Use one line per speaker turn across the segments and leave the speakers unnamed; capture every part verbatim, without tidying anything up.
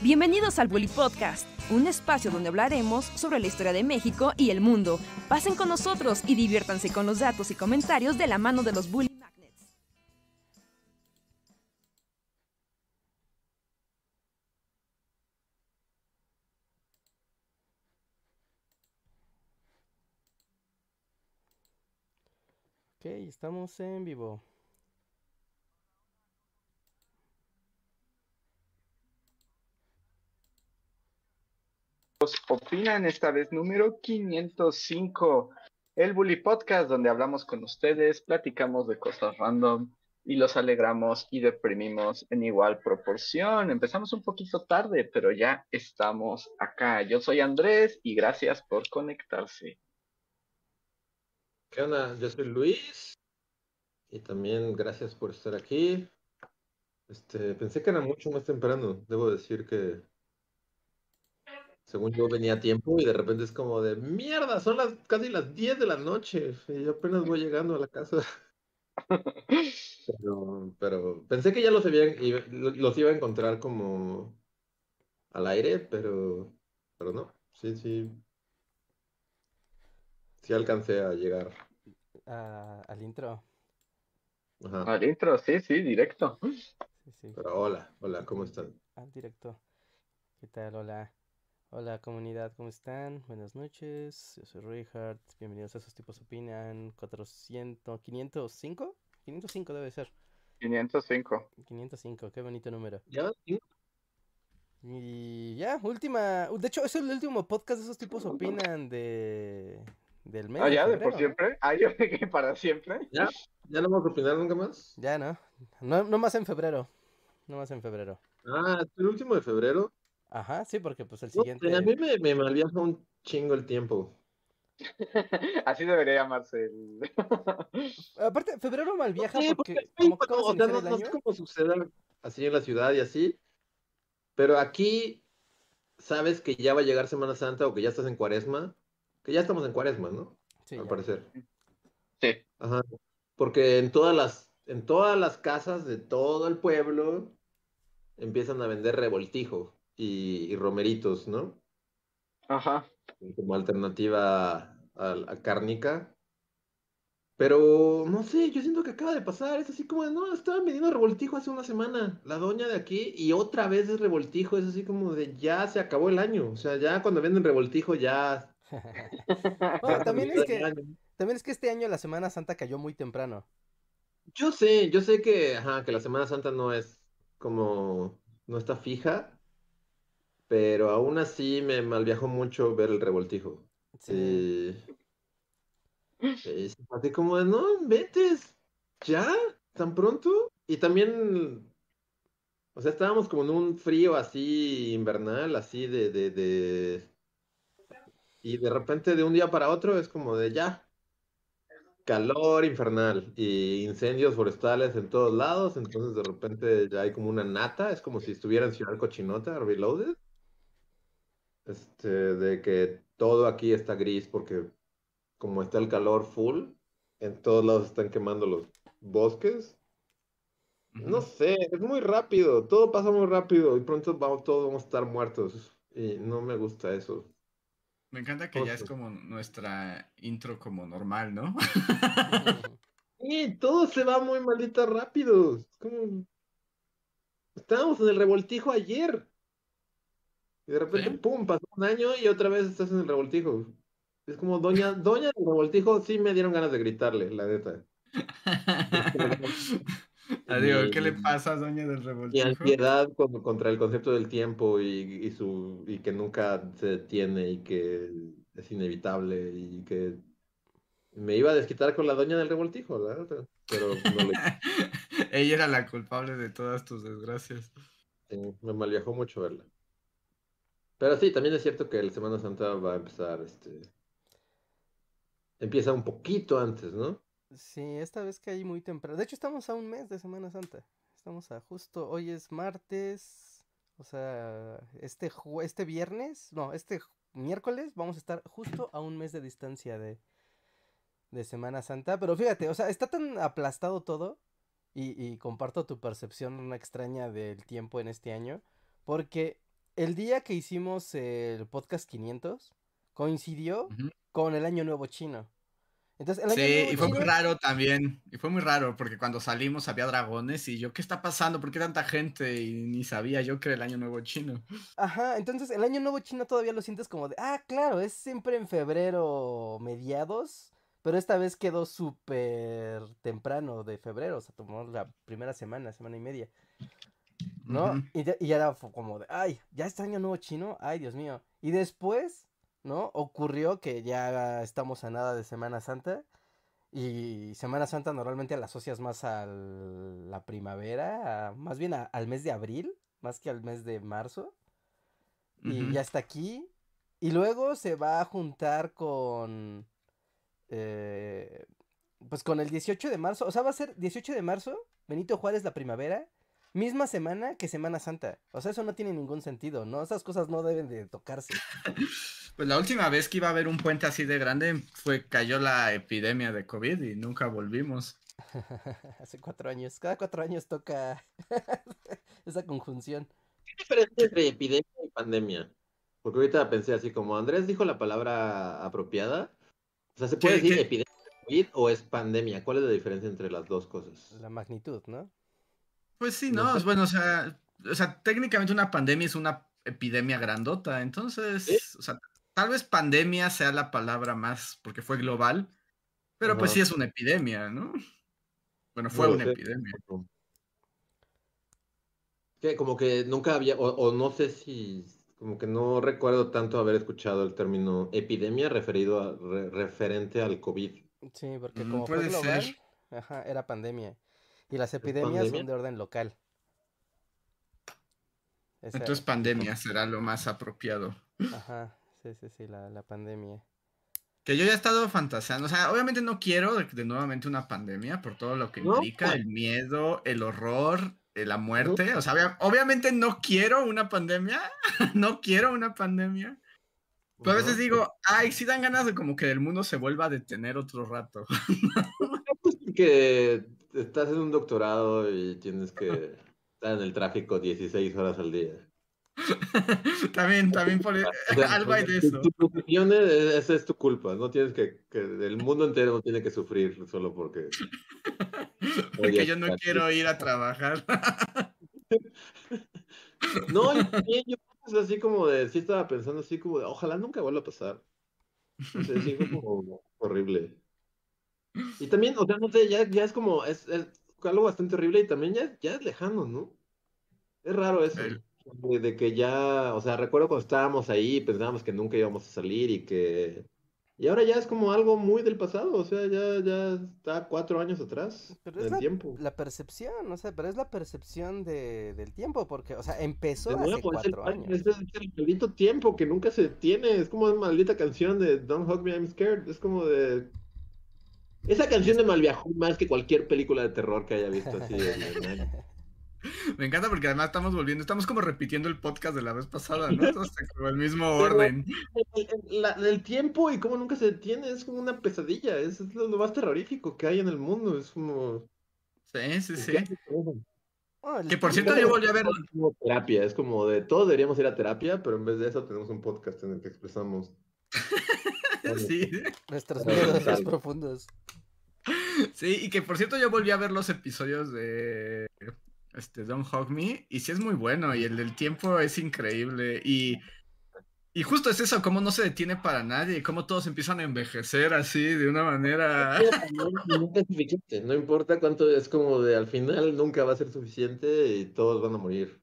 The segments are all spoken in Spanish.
Bienvenidos al Bully Podcast, un espacio donde hablaremos sobre la historia de México y el mundo. Pasen con nosotros y diviértanse con los datos y comentarios de la mano de los Bully Magnets.
Ok, estamos en vivo.
Opinan, esta vez número quinientos cinco, el Bully Podcast, donde hablamos con ustedes, platicamos de cosas random y los alegramos y deprimimos en igual proporción. Empezamos un poquito tarde, pero ya estamos acá. Yo soy Andrés y gracias por conectarse.
¿Qué onda? Yo soy Luis y también gracias por estar aquí. Este, pensé que era mucho más temprano. Debo decir que según yo venía a tiempo y de repente es como de mierda, son las casi las diez de la noche y yo apenas voy llegando a la casa. Pero, pero pensé que ya los había, iba- los iba a encontrar como al aire, pero, pero no. Sí, sí, sí alcancé a llegar.
Ah, al intro.
Ajá.
Al intro, sí, sí, directo.
Sí, sí.
Pero hola, hola, ¿cómo están?
Al directo. ¿Qué tal? Hola. Hola comunidad, ¿cómo están? Buenas noches. Yo soy Richard. Bienvenidos a Esos Tipos Opinan. cuatrocientos, quinientos cinco. quinientos cinco debe ser.
quinientos cinco.
quinientos cinco, qué bonito número.
¿Ya? ¿Sí?
Y ya, última. De hecho, es el último podcast de Esos Tipos Opinan de del mes
Ah,
de
ya, de por
febrero, ¿no?
siempre. Ah, yo que para siempre.
¿Ya? ¿Ya no vamos a opinar nunca más?
Ya, ¿no? No, no más en febrero. No más en febrero.
Ah, el último de febrero.
Ajá, sí, porque pues el
No sé, a
siguiente.
mí me, me malviaja un chingo el tiempo.
Así debería llamarse el...
Aparte, febrero mal
No
viaja
sé, porque
porque
sí,
como que
bueno,
acabas de
o sea,
iniciar
no,
el
no sé
año.
cómo suceda así en la ciudad y así, pero aquí sabes que ya va a llegar Semana Santa o que ya estás en Cuaresma, que ya estamos en Cuaresma, ¿no?
Sí,
Al
ya.
parecer.
Sí.
Ajá. Porque en todas las, en todas las casas de todo el pueblo empiezan a vender revoltijo y, y romeritos, ¿no?
Ajá.
Como alternativa a, a cárnica. Pero no sé, yo siento que acaba de pasar. Es así como de, no, estaban vendiendo revoltijo hace una semana, la doña de aquí, y otra vez es revoltijo. Es así como de, ya se acabó el año. O sea, ya cuando venden revoltijo, ya,
Bueno,
ya
también
terminó
es
el
que
año.
también es que este año la Semana Santa cayó muy temprano.
Yo sé, yo sé que, ajá, que la Semana Santa no es como, no está fija, pero aún así me malviajó mucho ver el revoltijo.
Sí.
Y, y así como de, no, ventes, ya, tan pronto. Y también. O sea, estábamos como en un frío así invernal, así de, de, de... Y de repente de un día para otro es como de ya, calor infernal y incendios forestales en todos lados, entonces de repente ya hay como una nata, es como si estuviera en Ciudad Cochinota, Reloaded, este, de que todo aquí está gris porque como está el calor full, en todos lados están quemando los bosques. No
Ujú.
sé, es muy rápido, todo pasa muy rápido y pronto vamos, todos vamos a estar muertos y no me gusta eso.
Me encanta que
No
ya
sé.
es como nuestra intro como normal, ¿no?
Sí, todo se va muy maldita rápido. Es como, estábamos en el revoltijo ayer y de repente,
¿Sí?
pum, pasó un año y otra vez estás en el revoltijo. Es como doña, doña del revoltijo, sí me dieron ganas de gritarle, la neta. Es como
Adiós,
mi,
¿qué le pasa a Doña del
mi
Revoltijo?
ansiedad con- contra el concepto del tiempo y, y su, y que nunca se detiene y que es inevitable y que me iba a desquitar con la doña del revoltijo, la neta. Pero no lo hice.
Ella era la culpable de todas tus desgracias.
Sí, me malviajó mucho verla. Pero sí, también es cierto que el Semana Santa va a empezar, este, empieza un poquito antes, ¿no?
Sí, esta vez caí muy temprano. De hecho, estamos a un mes de Semana Santa. Estamos a justo, hoy es martes. O sea, este jue- este viernes, no, este ju- miércoles vamos a estar justo a un mes de distancia de, de Semana Santa. Pero fíjate, o sea, está tan aplastado todo. Y, y comparto tu percepción extraña del tiempo en este año. Porque el día que hicimos el podcast quinientos coincidió
Ujú.
con el Año Nuevo Chino. Entonces, el Año
Sí,
Nuevo
y fue muy
Chino...
raro también. Y fue muy raro porque cuando salimos había dragones y yo, ¿qué está pasando? ¿Por qué tanta gente? Y ni sabía yo que era el Año Nuevo Chino.
Ajá, entonces el Año Nuevo Chino todavía lo sientes como de, ah, claro, es siempre en febrero mediados, pero esta vez quedó súper temprano de febrero, o sea, tomó la primera semana, semana y media, ¿no?
Ujú.
Y ya, y ya era fue como de, ay, ya es Año Nuevo Chino, ay, Dios mío. Y después, ¿no? Ocurrió que ya estamos a nada de Semana Santa. Y Semana Santa normalmente la asocias más a la primavera, a- más bien a- al mes de abril, más que al mes de marzo. Y
Ujú.
ya está aquí. Y luego se va a juntar con... eh, pues con el dieciocho de marzo. O sea, va a ser dieciocho de marzo, Benito Juárez la primavera. Misma semana que Semana Santa. O sea, eso no tiene ningún sentido, ¿no? Esas cosas no deben de tocarse.
Pues la última vez que iba a haber un puente así de grande fue cayó la epidemia de COVID y nunca volvimos.
Hace cuatro años. Cada cuatro años toca esa conjunción.
¿Qué diferencia entre epidemia y pandemia? Porque ahorita pensé así como Andrés dijo la palabra apropiada. O sea, ¿se puede
¿Qué,
decir
qué?
epidemia de COVID o es pandemia? ¿Cuál es la diferencia entre las dos cosas?
La magnitud, ¿no?
Pues sí,
No
no,
sé.
es bueno, o sea, o sea, técnicamente una pandemia es una epidemia grandota,
¿Sí?
entonces, o sea, tal vez pandemia sea la palabra más, porque fue global, pero pues sí
Ajá.
es una epidemia, ¿no? Bueno,
No
fue
lo
una
sé.
epidemia.
Que como que nunca había, o, o no sé si, como que no recuerdo tanto haber escuchado el término epidemia referido a, re- referente al COVID.
Sí, porque
Mm,
como fue
puede ser.
global, ajá, era pandemia. Y las
¿Es
epidemias
pandemia?
son de orden local. Esa,
Entonces pandemia será lo más apropiado.
ajá, sí, sí, sí, la, la pandemia.
Que yo ya he estado fantaseando, o sea, obviamente no quiero de, de nuevamente una pandemia por todo lo que
No,
implica, el miedo, el horror, eh, la
no.
muerte, o sea, obvia- obviamente no quiero una pandemia, no quiero una pandemia, pero a veces
Ajá.
digo, ay, sí dan ganas de como que el mundo se vuelva a detener otro rato.
Que estás en un doctorado y tienes que estar en el tráfico dieciséis horas al día.
También, también por e-
O sea,
algo hay de
tu,
eso,
tu posición es- esa es tu culpa. No tienes que, que el mundo entero no tiene que sufrir solo porque
porque
odias
yo no
a ti.
quiero ir a trabajar.
No, yo también, yo pues, así como de, sí estaba pensando así como de, ojalá nunca vuelva a pasar. No sé, sí fue como horrible. Y también, o sea, no sé, ya, ya es como, es, es algo bastante horrible y también ya, ya es lejano, ¿no? Es raro eso,
El-
de, de que ya, o sea, recuerdo cuando estábamos ahí, pensábamos que nunca íbamos a salir y que... Y ahora ya es como algo muy del pasado, o sea, ya, ya está cuatro años atrás
Pero
en
es
el
la,
tiempo.
la percepción, o sea, pero es la percepción de, del tiempo, porque, o sea, empezó
De
hace
nuevo, es el,
cuatro
es
años.
el, es el maldito tiempo que nunca se tiene, es como una maldita canción de Don't Hug Me, I'm Scared, es como de... Esa
y
canción
es-
de mal viajó más que cualquier película de terror que haya visto así en, en años.
me encanta porque además estamos volviendo, estamos como repitiendo el podcast de la vez pasada, ¿no? Todos como el mismo
Pero
orden.
el, el- la- el tiempo y cómo nunca se detiene es como una pesadilla, es, es lo, lo más terrorífico que hay en el mundo, es como...
Sí, sí,
¿qué
sí.
haces con eso?
Oh, el
Que por
En mi
tiempo.
cierto,
casa
yo
lo
volví a ver.
llamamos como terapia, es como de todos deberíamos ir a terapia, pero en vez de eso tenemos un podcast en el que expresamos todo
Sí,
nuestro
Nuestros
estado
miedos más
mental.
profundos.
sí, y que por cierto, yo volví a ver los episodios de este Don't Hug Me, y sí es muy bueno, y el del tiempo es increíble. Y, y justo es eso, cómo no se detiene para nadie, y cómo todos empiezan a envejecer así de una manera.
Pero también nunca es suficiente, no importa cuánto, es como de al final nunca va a ser suficiente y todos van a morir.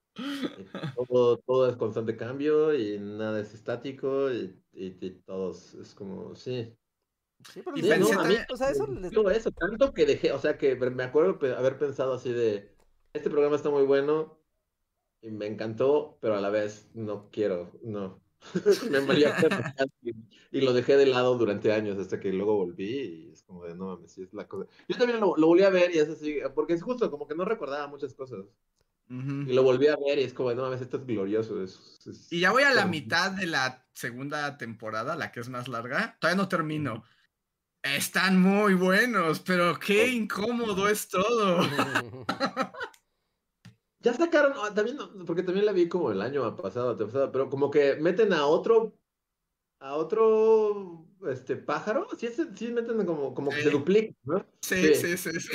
Y todo, todo es constante cambio y nada es estático y, y- y todos es como, sí.
Sí, pero
Y
les
Sí, no,
pensé
a
avisa.
mí
también,
O sea,
me
eso les...
gustó eso, tanto que dejé, o sea, que me acuerdo pe- haber pensado así de, este programa está muy bueno y me encantó, pero a la vez no quiero, no. Me valía pena y, y lo dejé de lado durante años hasta que luego volví y es como de, no mames, sí es la cosa. Yo también lo, lo volví a ver y es así, porque es justo como que no recordaba muchas cosas.
ujú.
Y lo volví a ver y es como, de, no mames, esto es glorioso, es,
Y
es,
ya voy a
es
la
hermoso.
mitad de la segunda temporada, la que es más larga. Todavía no termino. Están muy buenos, pero qué incómodo es todo.
Ya sacaron, ah, también, porque también la vi como el año pasado, pasado, pero como que meten a otro, a otro, este, pájaro, sí, es- sí meten como, como que se
Sí,
duplica, ¿no?
sí,
Sí,
sí, sí, sí.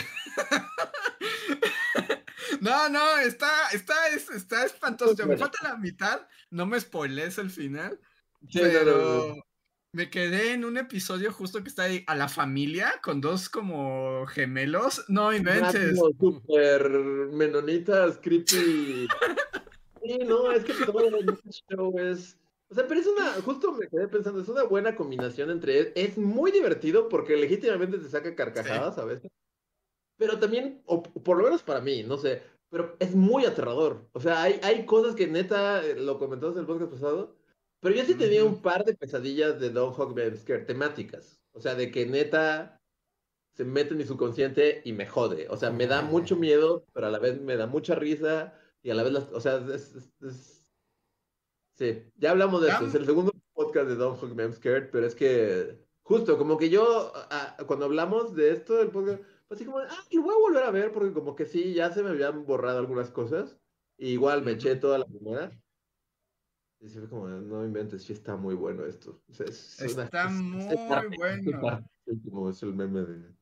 No, no, está, está, es- está espantoso.
muy
Yo, me
buena.
falta la mitad, no me spoilees el final,
Sí, no, no, no.
pero me quedé en un episodio justo que está ahí a la familia con dos como gemelos. No
Ya
inventes.
como súper menonitas, creepy. Sí, no, es que todo el show es. O sea, pero es una. Justo me quedé pensando, es una buena combinación entre. Es muy divertido porque legítimamente te saca
Sí.
carcajadas a veces. Pero también, o por lo menos para mí, no sé. Pero es muy aterrador. O sea, hay, hay cosas que neta, eh, lo comentamos en el podcast pasado. Pero yo sí tenía
Ujú.
un par de pesadillas de Don't Hug Me I'm Scared, temáticas. O sea, de que neta se mete en mi subconsciente y me jode. O sea, me da mucho miedo, pero a la vez me da mucha risa y a la vez, las, o sea, es, es- es- sí, ya hablamos de
Ya,
esto. Es el segundo podcast de Don't Hug Me I'm Scared, pero es que justo como que yo, a- a- cuando hablamos de esto del podcast, pues así como, ah, lo voy a volver a ver porque como que sí, ya se me habían borrado algunas cosas. Y igual me eché
ujú.
toda la primera. Y se ve como, no inventes, sí está muy bueno esto. O sea, es una,
Está
es, es el
muy
arte, es el
bueno.
arte, es como es el meme de...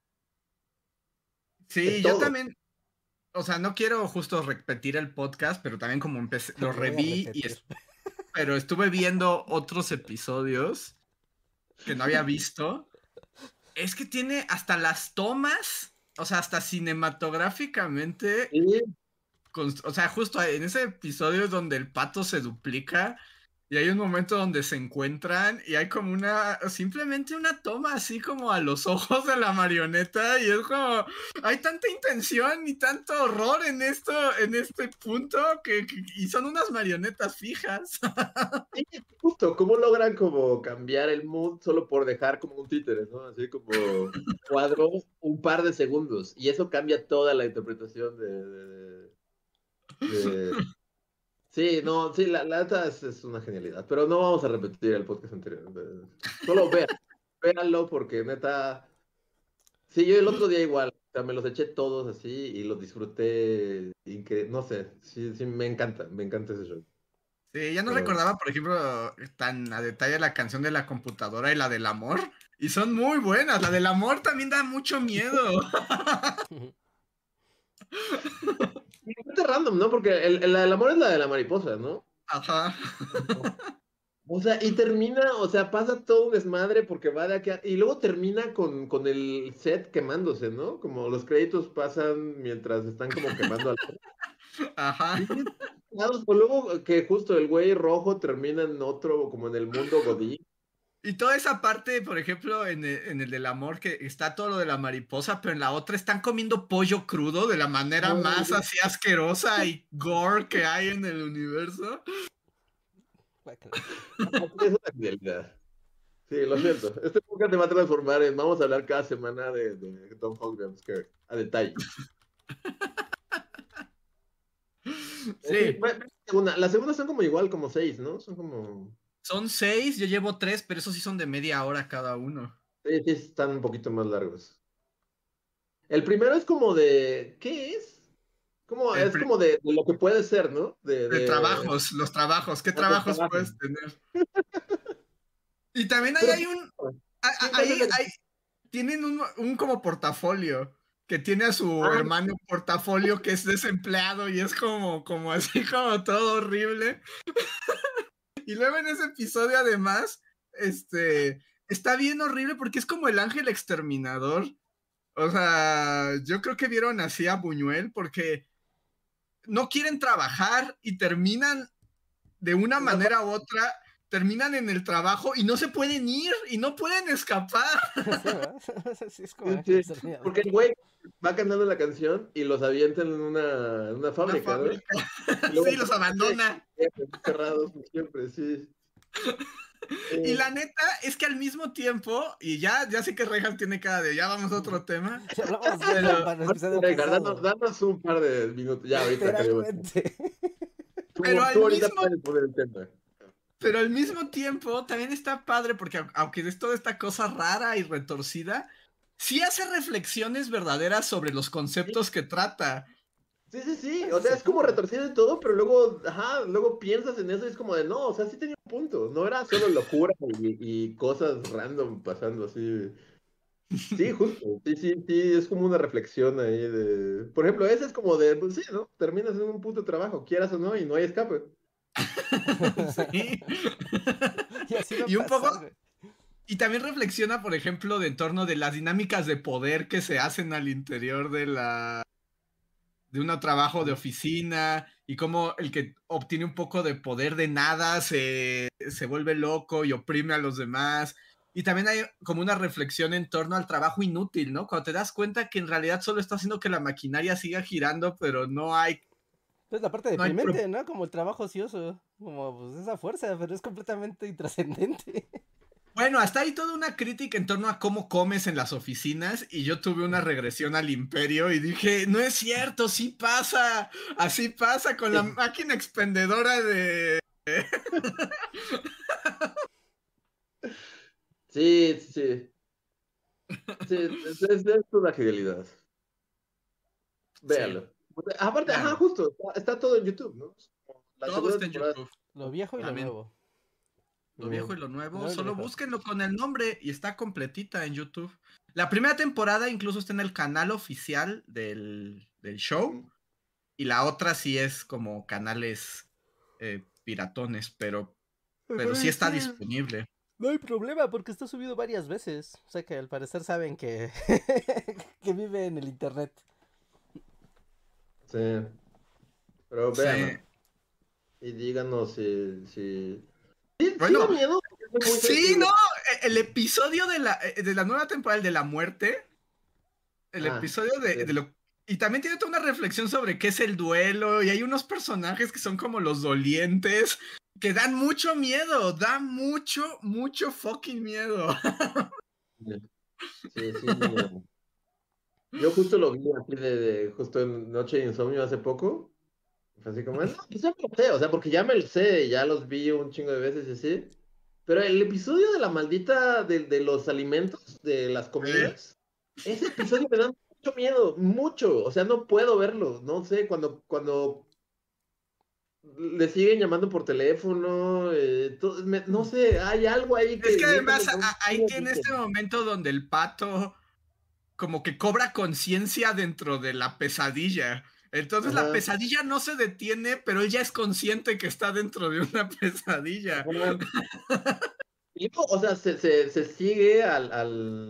Es
Sí, yo
todo.
también, o sea, no quiero justo repetir el podcast, pero también como empecé, lo
Lo voy a
reví y
repetir.
es- pero estuve viendo otros episodios que no había visto. Es que tiene hasta las tomas, o sea, hasta cinematográficamente,
Sí,
con- o sea, justo en ese episodio es donde el pato se duplica y hay un momento donde se encuentran y hay como una, simplemente una toma así como a los ojos de la marioneta y es como, hay tanta intención y tanto horror en esto, en este punto que, que- y son unas marionetas fijas.
sí, justo, ¿cómo logran como cambiar el mood solo por dejar como un títere, ¿no? Así como cuadro un par de segundos y eso cambia toda la interpretación de... de- de- de- Sí, no, sí, la, la neta es, es una genialidad, pero no vamos a repetir el podcast anterior. de- Solo vean, véanlo porque neta... Sí, yo el otro día igual, o sea, me los eché todos así y los disfruté, incre- no sé, sí, sí, me encanta, me encanta ese show.
Sí, ya no
Pero
recordaba, por ejemplo, tan a detalle la canción de la computadora y la del amor. Y son muy buenas. La del amor también da mucho miedo.
y bastante random, ¿no? Porque el, el, el amor es la de la mariposa, ¿no?
Ajá.
O sea, y termina, o sea, pasa todo un desmadre porque va de aquí a... Y luego termina con, con el set quemándose, ¿no? Como los créditos pasan mientras están como quemando al...
Ajá.
Sí, claro, o luego que justo el güey rojo termina en otro, como en el mundo Godín.
Y toda esa parte, por ejemplo, en el, en el del amor, que está todo lo de la mariposa, pero en la otra están comiendo pollo crudo de la manera más así asquerosa y gore que hay en el universo.
Guácala.
Es una genialidad. Sí, lo siento. Este podcast se va a transformar en... Vamos a hablar cada semana de, de Tom Hog I'm Scared, a detalle. Sí,
Sí,
ve- ve la segunda. Las segundas son como igual, como seis, ¿no? Son como...
son seis, yo llevo tres, pero esos sí son de media hora cada uno.
Sí, sí, están un poquito más largos. El primero es como de... ¿Qué es? Como,
El
es
pri-
como de, de lo que puede ser, ¿no? De,
de
de...
trabajos, los trabajos, ¿qué
de
trabajos
trabajo.
puedes tener? Y también ahí
Pero,
hay un,
¿qué,
a-
cuál
ahí
es el-
hay, tienen un, un como portafolio, que tiene a su
Ah,
hermano portafolio que es desempleado y es como, como así como todo horrible. Y luego en ese episodio además, este, está bien horrible porque es como el ángel exterminador. O sea, yo creo que vieron así a Buñuel porque no quieren trabajar y terminan de una
una fa-
manera u otra, terminan en el trabajo y no se pueden ir y no pueden escapar.
Sí, ¿verdad? Sí, es como
sí,
Ángel
sí,
Exterminador.
porque el güey va cantando la canción y los avientan en una, en una
Una
fábrica, ¿no?
fábrica.
Y luego
Sí, los abandona.
cerrados siempre, sí.
Y
Eh,
la neta es que al mismo tiempo, y ya, ya sé que Rejas tiene cara de ya vamos a otro tema,
Ya hablamos de
pero,
para el episodio
Edgar, danos,
pasado.
danos un par de minutos. Ya, ahorita cayó.
Literalmente.
pero
Tú, tú
al
ahorita
mismo,
puedes poner el tema.
pero al mismo tiempo también está padre porque au- aunque es toda esta cosa rara y retorcida, sí hace reflexiones verdaderas sobre los
Sí,
conceptos que trata.
Sí, sí, sí, o sea, es como retorcido y todo, pero luego, ajá, luego piensas en eso y es como de, no, o sea, sí tenía un punto, no era solo locura y, y cosas random pasando así. Sí, justo, sí, sí, sí, es como una reflexión ahí de, por ejemplo, ese es como de, pues sí, ¿no? Terminas en un puto trabajo, quieras o no, y no hay escape.
Sí.
Y así va a
Y un poco,
pasar, güey.
y también reflexiona, por ejemplo, de en torno de las dinámicas de poder que se hacen al interior de la de un trabajo de oficina y cómo el que obtiene un poco de poder de nada se, se vuelve loco y oprime a los demás. Y también hay como una reflexión en torno al trabajo inútil, ¿no? Cuando te das cuenta que en realidad solo está haciendo que la maquinaria siga girando, pero no hay...
Es la parte
No hay pro-
deprimente, ¿no? Como el trabajo ocioso. Como pues esa fuerza, pero es completamente intrascendente.
Bueno, hasta hay toda una crítica en torno a cómo comes en las oficinas y yo tuve una regresión al imperio y dije, no es cierto, sí pasa, así pasa con la máquina expendedora de...
Sí, sí, sí, es, es, es una genialidad.
Sí,
Véalo. Aparte, ajá,
véanlo.
justo, está, está todo en YouTube, ¿no? La
Todo
segunda
está en
temporada.
YouTube.
Lo viejo y lo
También
nuevo.
lo viejo y lo
Lo
nuevo.
nuevo y lo
Solo
viejo.
búsquenlo con el nombre y está completita en YouTube. La primera temporada incluso está en el canal oficial del, del show. Y la otra sí es como canales eh, piratones, pero,
Me
pero sí está
parece.
disponible.
No hay problema porque está subido varias veces. O sea que al parecer saben que, que vive en el internet.
Sí, pero
Sí.
véanlo. Y díganos si, si... Sí, sí da
Bueno,
miedo, porque es muy
sí,
sensible.
¿no? E- El episodio de la, eh, de la nueva temporada, el de la muerte, el
Ah,
episodio de, de
sí.
lo... Y también tiene toda una reflexión sobre qué es el duelo, y hay unos personajes que son como los dolientes, que dan mucho miedo, dan mucho, mucho fucking miedo.
Sí, sí, no. Yo justo lo vi aquí de, de- justo en Noche de Insomnio hace poco. Fue así como, no, pues ya me lo sé, o sea, porque ya me lo sé, ya los vi un chingo de veces y así. Pero el episodio de la maldita de, de los alimentos, de las
Sí.
comidas, ese episodio me da mucho miedo, mucho. O sea, no puedo verlo. No sé, cuando, cuando le siguen llamando por teléfono, eh, to- me- no sé, hay algo ahí
Es
que
que
neta me
además
da un
a- ahí
chingo de
tiene
miedo.
este momento donde el pato como que cobra conciencia dentro de la pesadilla. Entonces la
Ajá.
pesadilla no se detiene, pero él ya es consciente que está dentro de una pesadilla.
Ajá. Y luego, o sea, se, se, se sigue al, al,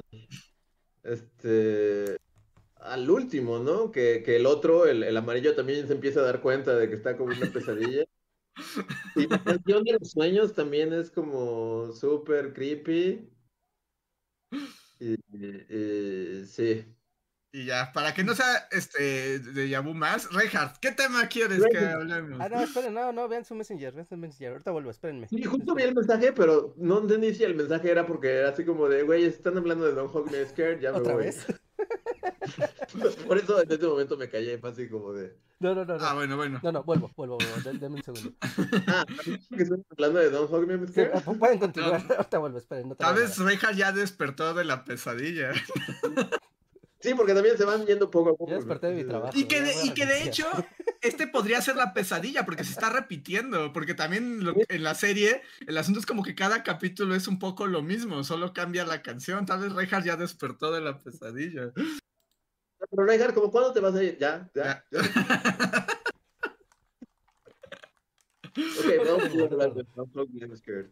este, al último, ¿no? Que, que el otro, el, el amarillo, también se empieza a dar cuenta de que está como una pesadilla. Y la canción de los sueños también es como súper creepy. Y, y- y- sí.
Y ya, para que no sea este de Yabu más, Reinhardt, ¿qué tema quieres que hablemos?
Ah, no, esperen, no, no, vean su Messenger, vean su Messenger. Ahorita vuelvo, espérenme.
Sí, justo vi
Esperen.
el mensaje, pero no entendí si el mensaje era porque era así como de, güey, están hablando de Don't Hug Me Scared, ya me
¿Otra
voy.
vez?
Por eso en este momento me callé, fue así como de,
No, no, no,
Ah,
no.
bueno, bueno.
No, no, vuelvo, vuelvo, vuelvo. dé- Deme un segundo.
ah, ¿que están hablando de Don't Hug Me
Sí,
Scared?
ah, pu- pueden continuar.
No,
Ahorita vuelvo, esperen, no
tal
tarda
vez
nada.
Reinhardt ya despertó de la pesadilla.
Sí, porque también se van yendo poco a
Ya
poco, ¿no?
desperté de mi
Así de-
Y
trabajo,
que,
ya
de,
voy a
y que de
renunciar.
hecho, este podría ser la pesadilla, porque se está repitiendo, porque también lo- en la serie, el asunto es como que cada capítulo es un poco lo mismo, solo cambia la canción. Tal vez Reinhardt ya despertó de la pesadilla.
Pero Reinhardt, ¿como cuándo te vas a ir? Ya, ya,
Ya.
ya. Ok, vamos
Ahorita
a
vengo, no
hablar de
tardo.
Don't Hug Me Scared.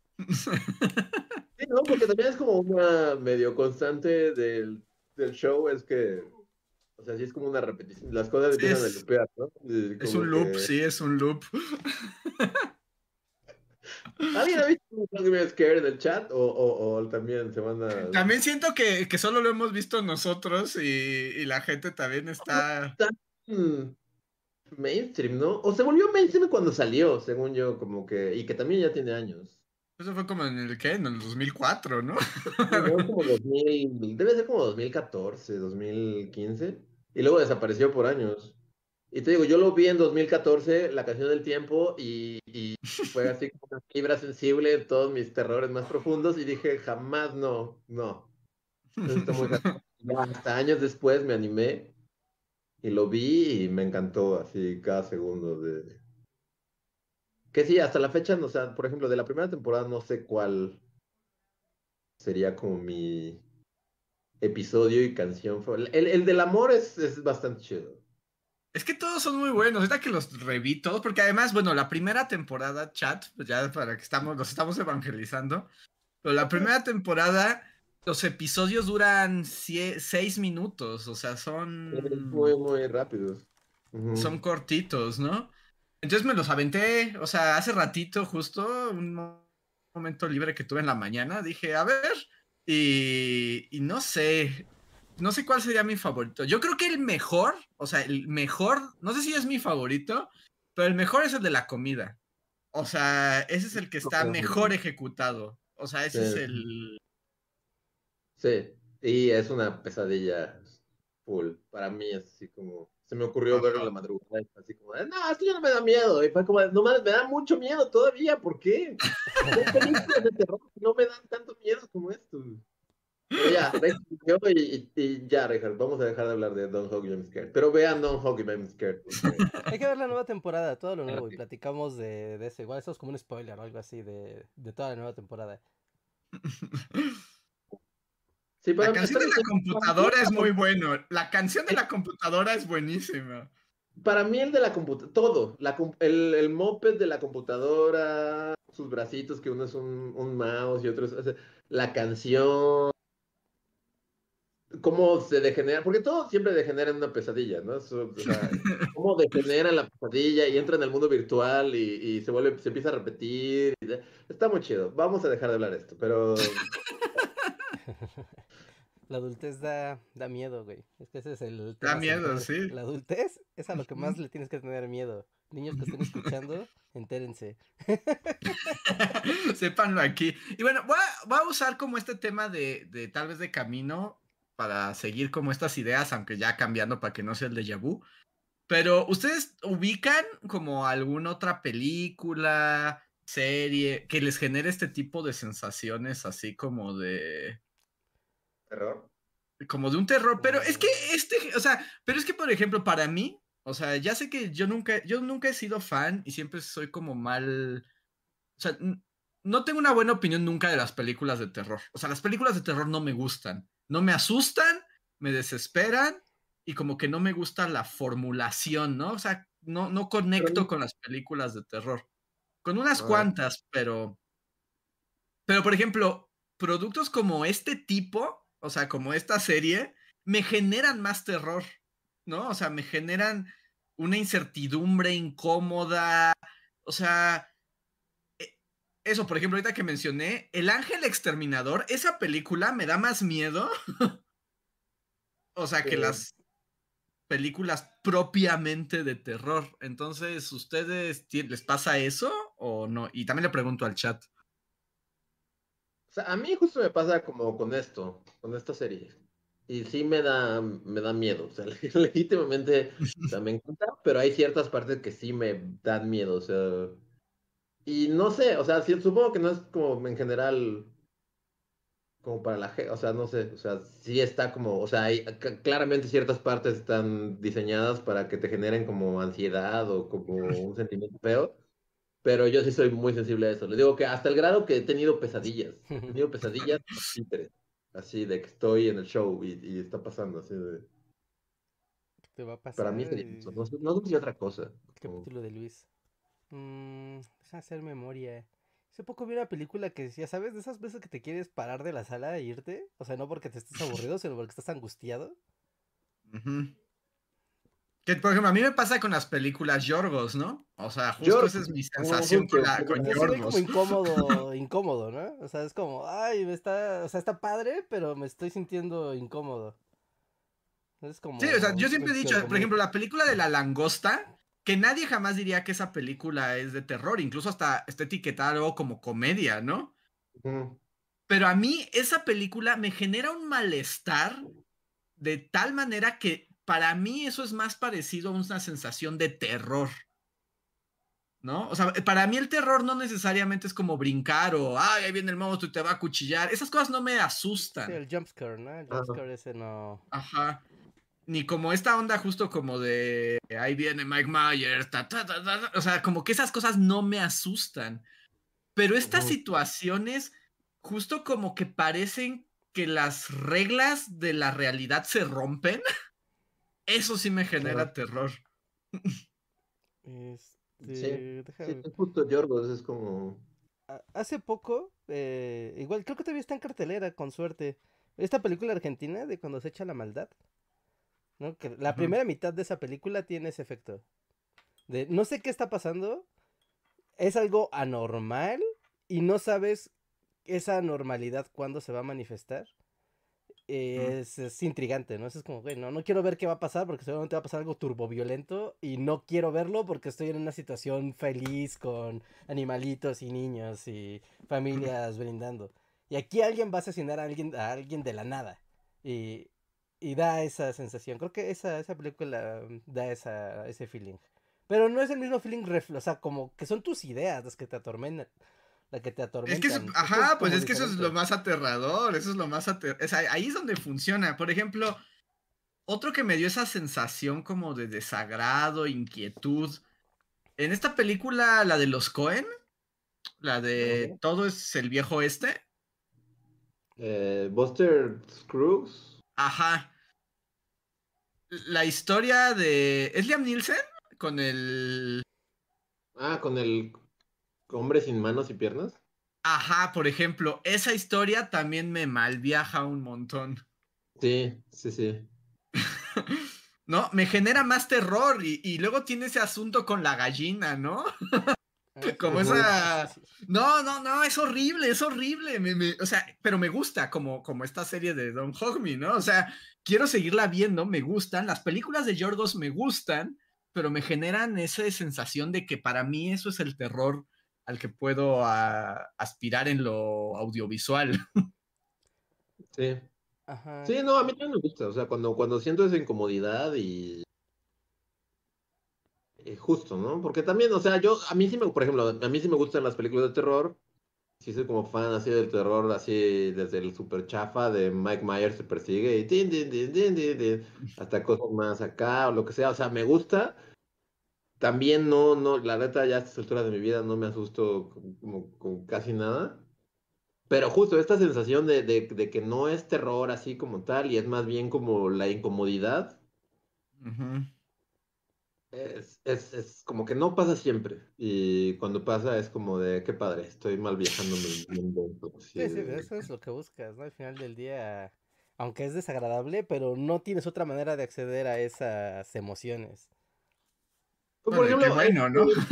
Sí, no, porque también es como una medio constante del, del show, es que, o sea, sí es como una repetición, las cosas
Sí,
empiezan a
es,
lupear, ¿no? Y
es
como
un loop,
que...
sí, es un loop.
¿Alguien ha visto Don't Hug Me Scared en el chat? O, o, o también se van a...
También siento que, que solo lo hemos visto nosotros y, y la gente también está...
Tan mainstream, ¿no? O se volvió mainstream cuando salió, según yo, como que... Y que también ya tiene años.
Eso fue como en el, ¿qué? En el dos mil cuatro, ¿no?
Sí, ¿no? Es como dos mil, debe ser como dos mil catorce, dos mil quince, y luego desapareció por años. Y te digo, yo lo vi en dos mil catorce, La Canción del Tiempo, y, y fue así como una fibra sensible en todos mis terrores más profundos, y dije, jamás no, no. Eso está muy raro. Ya hasta años después me animé, y lo vi y me encantó así cada segundo de... Que sí, hasta la fecha, o sea, por ejemplo, de la primera temporada no sé cuál sería como mi episodio y canción. El, el del amor es, es bastante chido.
Es que todos son muy buenos, ahorita que los reví todos, porque además, bueno, la primera temporada, chat, pues ya para que estamos, los estamos evangelizando, pero la primera temporada, los episodios duran sie- seis minutos, o sea,
Es
son,
muy, muy rápido.
son
Ujú.
cortitos, ¿no? Entonces me los aventé, o sea, hace ratito justo, un mo- momento libre que tuve en la mañana, dije, a ver, y, y no sé, no sé cuál sería mi favorito. Yo creo que el mejor, o sea, el mejor, no sé si es mi favorito, pero el mejor es el de la comida. O sea, ese es el que está mejor ejecutado. O sea, ese es
Sí,
el...
sí, y es una pesadilla full. Para mí es así como, se me ocurrió verlo en la
Ajá.
madrugada, y fue así como, no, esto ya no me da miedo. Y fue como, no mames, me da mucho miedo todavía, ¿por qué? Hay películas de terror que no me dan tanto miedo como esto. Pero ya, Rex yo y, y, y ya, Richard, vamos a dejar de hablar de Don't Hug I'm Scared. Pero vean Don't Hug I'm Scared, porque...
Hay que ver la nueva temporada, todo lo nuevo, y platicamos de, de eso. Igual eso es como un spoiler o algo así de, de toda la nueva temporada.
Sí,
La
para mí,
canción
está
de la
bien.
computadora es muy bueno. La canción de la computadora es buenísima.
Para mí el de la computadora, todo, la, com- el, el moped de la computadora, sus bracitos, que uno es un, un mouse y otro es, o sea, la canción, cómo se degenera, porque todo siempre degenera en una pesadilla, ¿no? Eso, o sea, cómo degenera la pesadilla y entra en el mundo virtual y, y se vuelve, se empieza a repetir. y de- está muy chido. Vamos a dejar de hablar de esto, pero
La adultez da, da miedo, güey. Es que ese es el
Da
tema
miedo,
central.
sí.
La adultez es a lo que más
Ujú.
le tienes que tener miedo. Niños que estén escuchando, entérense.
Sépanlo aquí. Y bueno, voy a, voy a usar como este tema de, de tal vez de camino para seguir como estas ideas, aunque ya cambiando para que no sea el déjà vu. Pero, ¿ustedes ubican como alguna otra película, serie, que les genere este tipo de sensaciones así como de...
terror.
como de un terror? Pero es que
Mm,
este, o sea, pero es que, por ejemplo, para mí, o sea, ya sé que yo nunca, yo nunca he sido fan y siempre soy como mal... O sea, n- no tengo una buena opinión nunca de las películas de terror. O sea, las películas de terror no me gustan. No me asustan, me desesperan y como que no me gusta la formulación, ¿no? O sea, no, no
Pero,
conecto con las películas de terror. Con unas
ah,
cuantas, pero... Pero, por ejemplo, productos como este tipo, o sea, como esta serie, me generan más terror, ¿no? O sea, me generan una incertidumbre incómoda. O sea, eso, por ejemplo, ahorita que mencioné, El Ángel Exterminador, esa película me da más miedo, o sea, que
eh,
las películas propiamente de terror. Entonces, ¿ustedes ti- les pasa eso o no? Y también le pregunto al chat.
o sea, a mí justo me pasa como con esto, con esta serie. Y sí me da, me da miedo. O sea, legítimamente, o sea, me encanta, pero hay ciertas partes que sí me dan miedo. O sea, y no sé, o sea, sí, supongo que no es como en general, como para la gente, o sea, no sé, o sea, sí está como, o sea, hay, c- claramente ciertas partes están diseñadas para que te generen como ansiedad o como un sentimiento feo. Pero yo sí soy muy sensible a eso. Le digo que hasta el grado que he tenido pesadillas. He tenido pesadillas por títeres. Así de que estoy en el show y, y está pasando. Así de...
¿Qué te va a
Para
pasar?
mí sería eso. No,
El
sé- no sé si otra cosa. Como-
capítulo de Luis. Mm, deja hacer memoria. Hace poco vi una película que decía, ¿sabes? De esas veces que te quieres parar de la sala e irte. O sea, no porque te estés aburrido, sino porque estás angustiado.
Ujú. Que, por ejemplo, a mí me pasa con las películas Yorgos, ¿no? O sea, justo
Yo,
esa es mi
no,
sensación con,
justo,
la,
porque-
con
Sí, así de como
Yorgos.
incómodo, incómodo, ¿no? O sea, es como, ay, me está, o sea, está padre, pero me estoy sintiendo incómodo. Es
Sí, o sea,
como
yo
un
siempre he dicho,
sentido
por
común.
ejemplo, la película de La Langosta, que nadie jamás diría que esa película es de terror, incluso hasta está etiquetada luego como comedia, ¿no?
Ujú.
Pero a mí esa película me genera un malestar de tal manera que para mí eso es más parecido a una sensación de terror, ¿no? O sea, para mí el terror no necesariamente es como brincar o, ay, ahí viene el monstruo y te va a cuchillar. Esas cosas no me
Sí,
asustan.
el jumpscare, ¿no? El
Ajá.
jumpscare ese no.
Ajá. ni como esta onda justo como de ahí viene Mike Myers, ta, ta, ta, ta, o sea, como que esas cosas no me asustan. Pero estas
Ujú.
situaciones justo como que parecen que las reglas de la realidad se rompen. Eso sí me genera
Ajá.
terror.
Sí,
Este,
sí,
déjame.
es justo Yorgos, es como...
a- Hace poco, eh, igual creo que todavía está en cartelera, con suerte. Esta película argentina de cuando se echa la maldad, ¿no? Que la
Ujú.
primera mitad de esa película tiene ese efecto. De no sé qué está pasando, es algo anormal y no sabes esa anormalidad cuándo se va a manifestar.
Ujú.
Eh, es, es intrigante, ¿no? Eso es como, güey, no, no quiero ver qué va a pasar porque seguramente va a pasar algo turboviolento y no quiero verlo porque estoy en una situación feliz con animalitos y niños y familias brindando. Y aquí alguien va a asesinar a alguien, a alguien de la nada. Y, y da esa sensación. Creo que esa, esa película mm, da esa, ese feeling. Pero no es el mismo feeling, ref- o sea, como que son tus ideas las que te atormentan. Las que te
Es que, eso-
atormentan. Esto es
ajá, pues
como
es que eso es lo
diferente.
más aterrador, eso es lo más aterrador. Ahí es donde funciona. Por ejemplo, otro que me dio esa sensación como de desagrado, inquietud. En esta película, la de los Cohen, la de
Ajá.
Todo es el viejo este.
Eh, Buster Scruggs.
Ajá. La historia de. ¿Es Liam Nielsen? Con el.
Ah, con el hombre sin manos y piernas.
Ajá, por ejemplo, esa historia también me malviaja un montón.
Sí, sí, sí.
¿No? Me genera más terror y, y luego tiene ese asunto con la gallina, ¿no?
Ah, sí.
Como
Ujú.
Ah, sí,
esa.
sí.
No, no, no, es horrible, es horrible. Me, me- o sea, pero me gusta como, como esta serie de Don't Hug Me, ¿no? O sea, quiero seguirla viendo, me gustan. Las películas de Yorgos me gustan, pero me generan esa sensación de que para mí eso es el terror al que puedo a- aspirar en lo audiovisual.
Sí.
Ajá.
Sí, no, a mí también me gusta. O sea, cuando, cuando siento esa incomodidad y, y justo, ¿no? Porque también, o sea, yo, a mí sí me, por ejemplo, a mí sí me gustan las películas de terror. Sí soy como fan así del terror, así desde el super chafa de Mike Myers se persigue y tin, tin, tin, tin, tin, tin, hasta cosas más acá o lo que sea. O sea, me gusta. También no, no, la neta ya a estas alturas de mi vida no me asusto como, como- con casi nada. Pero justo esta sensación de, de, de que no es terror así como tal y es más bien como la incomodidad,
Ujú.
es, es, es como que no pasa siempre. Y cuando pasa es como de, qué padre, estoy mal viajándome el mundo. Así
Sí, sí,
de...
eso es lo que buscas, ¿no? Al final del día, aunque es desagradable, pero no tienes otra manera de acceder a esas emociones.
Pues, por
Bueno, y qué
ejemplo,
bueno, ¿no?
este,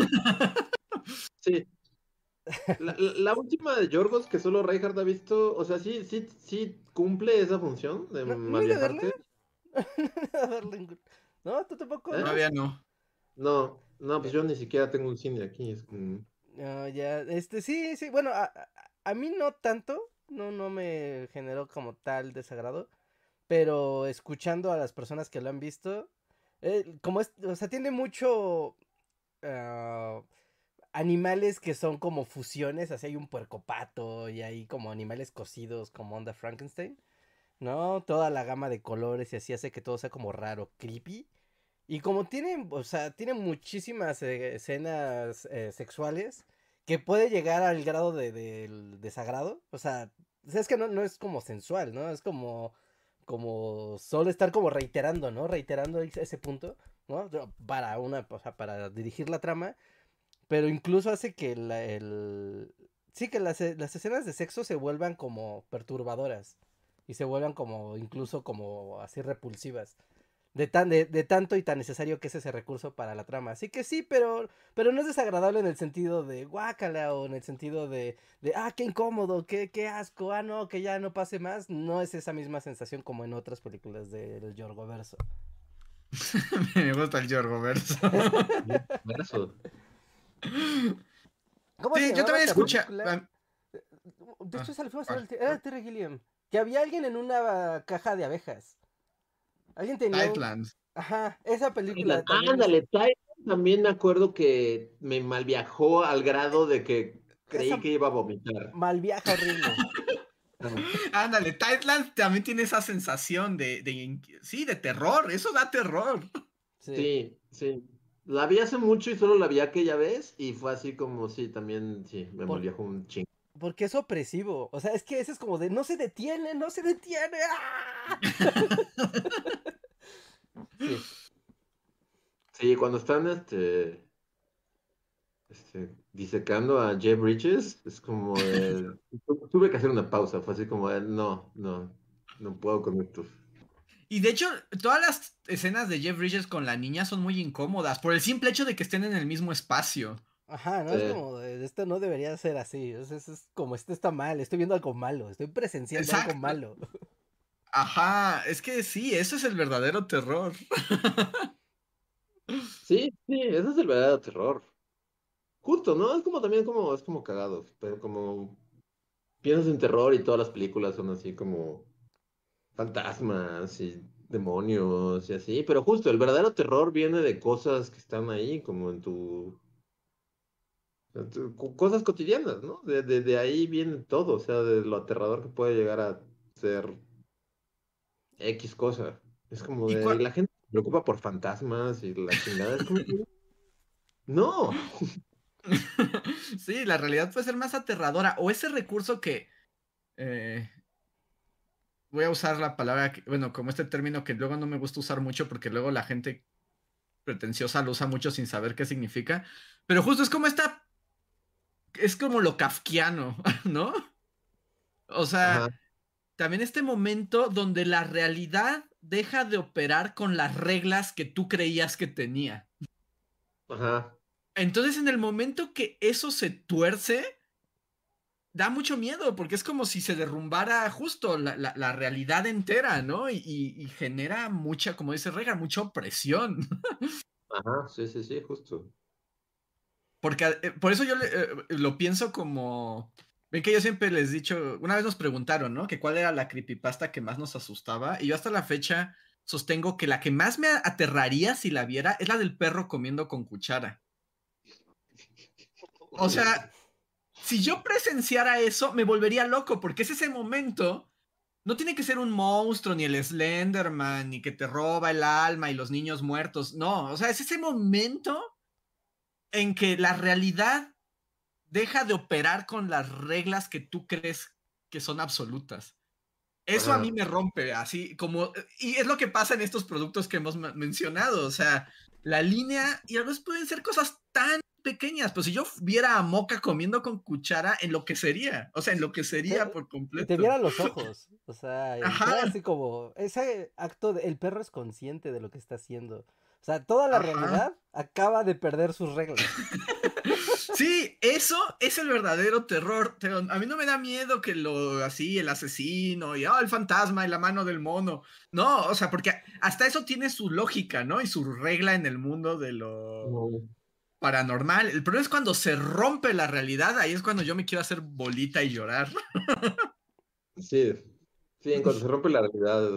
sí, la, la, la última de Yorgos que solo Reinhardt ha visto, o sea, sí, sí, sí cumple esa función de
¿No,
mal
no he ido a verla?
viajarte.
No he ido a verla en- No, tú tampoco,
¿Eh?
¿no?
Todavía no.
No, no, pues
Eh,
yo ni siquiera tengo un cine aquí. Es como...
no, ya, este, sí, sí, bueno, a, a- a mí no tanto, no, no me generó como tal desagrado, pero escuchando a las personas que lo han visto, eh, como es, o sea, tiene mucho... ah, animales que son como fusiones, así hay un puercopato y hay como animales cocidos como onda Frankenstein, ¿no? Toda la gama de colores y así hace que todo sea como raro, creepy. Y como tienen, o sea, tiene muchísimas eh, escenas eh, sexuales que puede llegar al grado de, del desagrado, o sea, es que no, no es como sensual, ¿no? Es como, como solo estar como reiterando, ¿no? Reiterando ese punto, ¿no? Para una, o sea, para dirigir la trama, pero incluso hace que la- el... Sí, que las, e- las escenas de sexo se vuelvan como perturbadoras. Y se vuelvan como, incluso como así repulsivas. De, tan, de, de tanto y tan necesario que es ese recurso para la trama. Así que sí, pero, pero no es desagradable en el sentido de guácala o en el sentido de, de ah, qué incómodo, qué, qué asco, ah, no, que ya no pase más. No es esa misma sensación como en otras películas del Yorgoverso.
Me gusta el Yorgoverso.
Eso.
¿Cómo se
Sí, yo
llamaba
también
esa
escucha.
película?
ah,
De hecho,
ah,
esa le fuimos a ver
¿cuál?
el Era Terry Gilliam. Que había alguien en una caja de abejas. Alguien tenía un.
Tightlands.
Ajá, esa
Thailand.
película también es.
Ándale, Thailand también me acuerdo que me malviajó al grado de que creí
Esa
que iba a vomitar.
mal viaja horrible.
Ándale, Tidelands también tiene esa sensación de, de, sí, de terror, eso da terror.
Sí.
Sí, sí. La vi hace mucho y solo la vi aquella vez y fue así como, sí, también, sí, me
Por-
molía un chingo.
Porque es opresivo. O sea, es que ese es como de no se detiene, no se detiene. ¡Ah! Sí.
Sí, cuando están, este, este, disecando a Jeff Bridges, es como de... tu- Tuve que hacer una pausa, fue así como de, no, no, no puedo con esto.
Y de hecho, todas las escenas de Jeff Bridges con la niña son muy incómodas por el simple hecho de que estén en el mismo espacio.
Ajá, no
Sí,
es como de, esto no debería ser así. Es, es, es como esto está mal, estoy viendo algo malo, estoy presenciando algo
Exacto.
malo.
Ajá, es que sí, eso es el verdadero terror.
sí, sí, ese es el verdadero terror. Justo, ¿no? Es como también como, es como cagado, pero como piensas en terror y todas las películas son así como fantasmas y demonios y así, pero justo el verdadero terror viene de cosas que están ahí, como en tu, en tu- co- cosas cotidianas, ¿no? De, de, de ahí viene todo, o sea, de lo aterrador que puede llegar a ser X cosa. Es como
Y
de, y
cua-
la gente se preocupa por fantasmas y la chingada, es como, no.
sí, la realidad puede ser más aterradora. O ese recurso que... eh, voy a usar la palabra, que- bueno, como este término que luego no me gusta usar mucho porque luego la gente pretenciosa lo usa mucho sin saber qué significa. Pero justo es como esta... Es como lo kafkiano, ¿no? O sea,
Ajá,
también este momento donde la realidad deja de operar con las reglas que tú creías que tenía.
ajá,
Entonces, en el momento que eso se tuerce, da mucho miedo, porque es como si se derrumbara justo la, la, la realidad entera, ¿no? Y, y, y, genera mucha, como dice Rega, mucha opresión.
ajá, sí, sí, sí, justo.
Porque eh, por eso yo le, eh, lo pienso como... Ven que yo siempre les he dicho, una vez nos preguntaron, ¿no? Que cuál era la creepypasta que más nos asustaba. Y yo hasta la fecha sostengo que la que más me aterraría si la viera es la del perro comiendo con cuchara. O sea, si yo presenciara eso, me volvería loco, porque es ese momento. No tiene que ser un monstruo, ni el Slenderman, ni que te roba el alma y los niños muertos. No, o sea, es ese momento en que la realidad deja de operar con las reglas que tú crees que son absolutas. Eso a mí
Ajá,
me rompe, así como... Y es lo que pasa en estos productos que hemos mencionado. O sea, la línea, y a veces pueden ser cosas tan pequeñas, pero si yo viera a Moca comiendo con cuchara, enloquecería. O sea, enloquecería
Te-
por
y te
completo.
vieran los ojos. O sea,
Ajá,
entrar así como. Ese acto, de- el perro es consciente de lo que está haciendo. O sea, toda la
ajá.
realidad acaba de perder sus reglas.
Sí, eso es el verdadero terror. Pero a mí no me da miedo que lo así, el asesino y oh, el fantasma y la mano del mono. No, o sea, porque hasta eso tiene su lógica, ¿no? Y su regla en el mundo de lo
no,
paranormal. El problema es cuando se rompe la realidad, ahí es cuando yo me quiero hacer bolita y llorar.
sí, sí, en cuanto se rompe la realidad,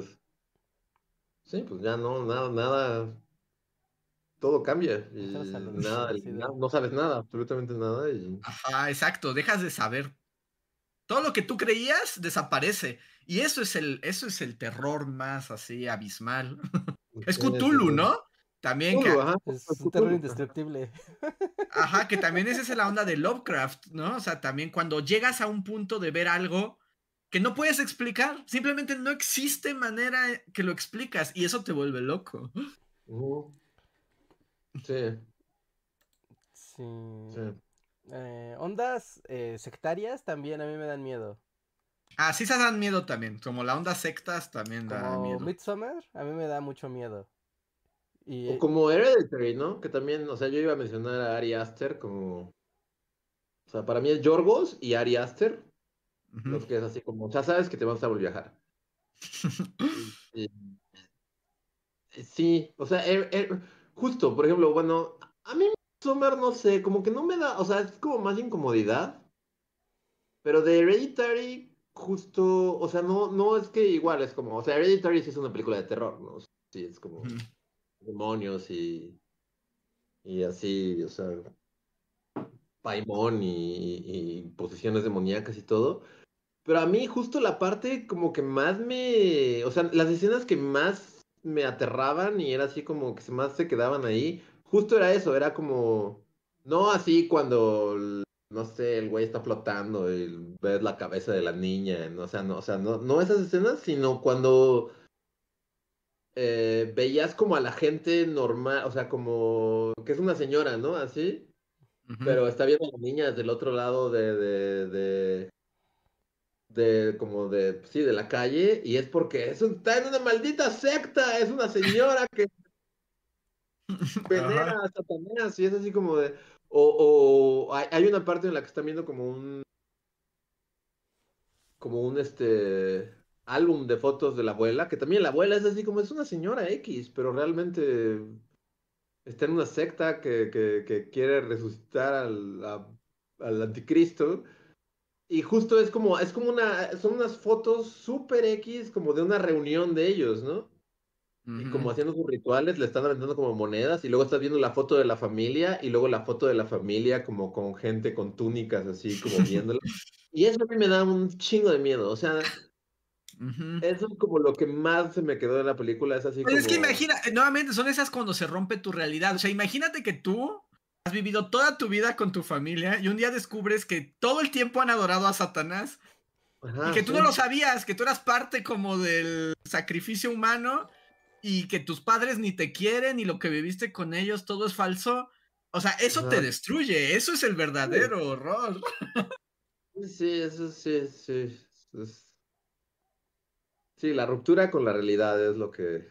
sí, pues ya no, nada, nada, todo cambia
Entras a
y
lo
nada,
así
na-
de.
no sabes nada, absolutamente nada y
Ajá, exacto, dejas de saber. Todo lo que tú creías desaparece. Y eso es el, eso es el terror más así abismal. Es
sí, sí,
Cthulhu,
sí.
¿no? También que
Cthulhu, ajá,
Es un terror
Cthulhu,
indestructible.
ajá, que también esa es la onda de Lovecraft, ¿no? O sea, también cuando llegas a un punto de ver algo que no puedes explicar, simplemente no existe manera que lo explicas y eso te vuelve loco.
ujú, sí,
Sí.
sí.
Eh, ondas eh, sectarias también a mí me dan miedo.
Ah, sí se dan miedo también, como la onda sectas también da
Como
miedo.
Midsommar, a mí me da mucho miedo. Y
O
eh,
como Hereditary, ¿no? Que también, o sea, yo iba a mencionar a Ari Aster como, o sea, para mí es Yorgos y Ari Aster,
Ujú.
los que es así como, ya sabes que te vas a volver a viajar. Y- y- sí, o sea, er- er- justo, por ejemplo, bueno, a mí Midsommar, no sé, como que no me da, o sea, es como más incomodidad. Pero de Hereditary, justo, o sea, no, no es que igual, es como, o sea, Hereditary sí es una película de terror, ¿no? Sí, es como
Ujú.
demonios y, y así, o sea, paimón y, y posesiones demoníacas y todo. Pero a mí justo la parte como que más me... O sea, las escenas que más me aterraban y era así como que más se quedaban ahí, justo era eso, era como... No así cuando, el- no sé, el güey está flotando y ves la cabeza de la niña, no, o sea, no, o sea, no, no esas escenas, sino cuando eh, veías como a la gente normal, o sea, como que es una señora, ¿no? Así,
Ujú.
pero está viendo a la niña desde el otro lado de, de, de, de como de, sí, de la calle, y es porque es un- está en una maldita secta, es una señora que venera
Ajá.
a Satanás, y es así como de, o, o hay, hay una parte en la que están viendo como un, como un, este, álbum de fotos de la abuela, que también la abuela es así como, es una señora X, pero realmente está en una secta que, que, que quiere resucitar al, a- al anticristo. Y justo es como, es como una, son unas fotos súper X como de una reunión de ellos, ¿no? Y como
Ujú.
haciendo sus rituales, le están aventando como monedas y luego estás viendo la foto de la familia y luego la foto de la familia como con gente con túnicas así como viéndola. Y eso a mí me da un chingo de miedo, o sea,
Ujú.
eso es como lo que más se me quedó de la película, es así
Pues es que
como,
imagina, eh, nuevamente, son esas cuando se rompe tu realidad. O sea, imagínate que tú has vivido toda tu vida con tu familia y un día descubres que todo el tiempo han adorado a Satanás y
ajá,
que tú no lo
sí,
sabías, que tú eras parte como del sacrificio humano y que tus padres ni te quieren y lo que viviste con ellos todo es falso. O sea, eso te
ajá.
destruye, eso es el verdadero horror.
Sí, sí, eso sí, sí. es- Sí, la ruptura con la realidad es lo que,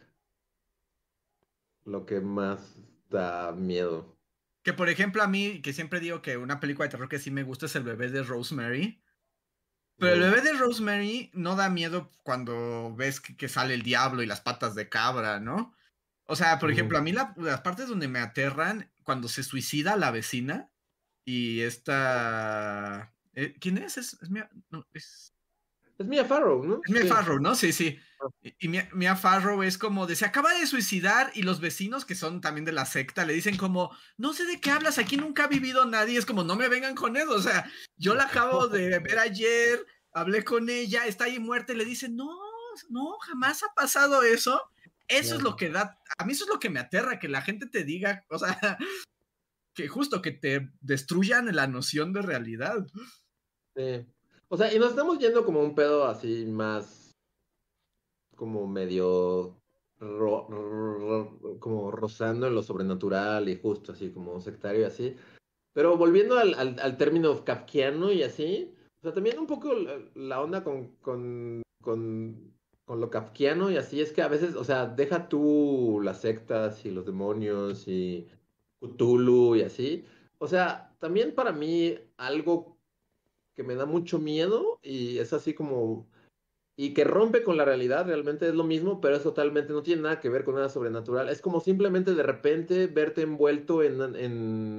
lo que más da miedo.
Que por ejemplo a mí, que siempre digo que una película de terror que sí me gusta es El bebé de Rosemary. Pero el
Mm,
bebé de Rosemary no da miedo cuando ves que, que sale el diablo y las patas de cabra, ¿no? O sea, por ejemplo,
mm.
a mí la- las partes donde me aterran, cuando se suicida la vecina y esta... eh, ¿quién es? Es, es Mia, no, es,
Es Mia Farrow, ¿no?
es Mia
Sí.
Farrow, ¿no? Sí, sí. Y, y Mia, Mia Farrow es como de, se acaba de suicidar y los vecinos que son también de la secta le dicen como, no sé de qué hablas, aquí nunca ha vivido nadie, es como, no me vengan con eso, o sea, yo la acabo de ver ayer, hablé con ella, está ahí muerta y le dicen, no, no, jamás ha pasado eso. Eso es lo que da, a mí eso es lo que me aterra, que la gente te diga, o sea, que justo que te destruyan la noción de realidad.
Sí. O sea, y nos estamos yendo como un pedo así más como medio ro- ro- como rozando en lo sobrenatural y justo así como sectario y así. Pero volviendo al, al, al término kafkiano y así, o sea, también un poco la, la onda con, con, con, con lo kafkiano y así es que a veces, o sea, deja tú las sectas y los demonios y Cthulhu y así. O sea, también para mí algo que me da mucho miedo y es así como y que rompe con la realidad, realmente es lo mismo, pero es totalmente, no tiene nada que ver con nada sobrenatural. Es como simplemente de repente verte envuelto en, en,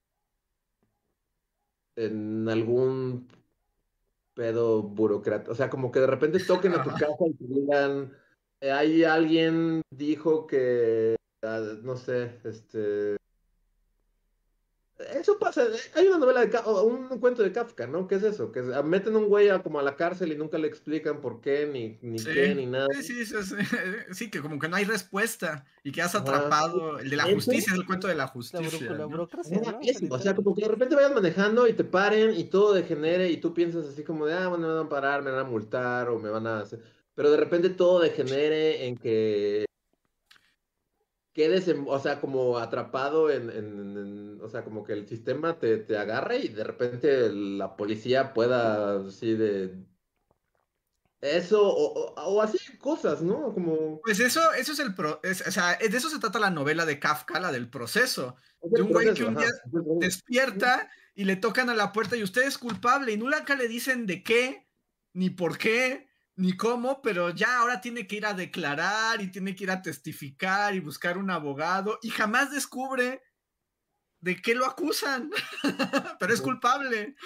en algún pedo burocrático. O sea, como que de repente toquen a tu casa y te digan, eh, hay alguien dijo que, ah, no sé, este, eso pasa, eh, hay una novela de Ka- o un cuento de Kafka, ¿no? ¿Qué es eso? Que se- meten a un güey a, como a la cárcel y nunca le explican por qué, ni, ni
Sí,
qué, ni nada.
sí, sí, eso es- sí, que como que no hay respuesta y quedas
Ajá.
atrapado. El de la
Eso,
justicia es el cuento de la
La,
justicia,
buro- la
¿no?
burocracia,
ajá,
¿no? O sea,
eso, o sea,
literal.
como que de repente vayas manejando y te paren y todo degenere y tú piensas así como de, ah, bueno, me van a parar, me van a multar o me van a hacer... Pero de repente todo degenere en que quedes, en- o sea, como atrapado en, en- en- o sea, como que el sistema te, te agarre y de repente la policía pueda, así de, eso, o, o, o así cosas, ¿no? Como,
Pues eso, eso es el pro, es- o sea, de eso se trata la novela de Kafka, la del proceso,
es
de
el
un güey que
proceso,
un día
ajá.
despierta y le tocan a la puerta y usted es culpable y nunca le dicen de qué, ni por qué, ni cómo, pero ya ahora tiene que ir a declarar y tiene que ir a testificar y buscar un abogado y jamás descubre de qué lo acusan, pero es culpable.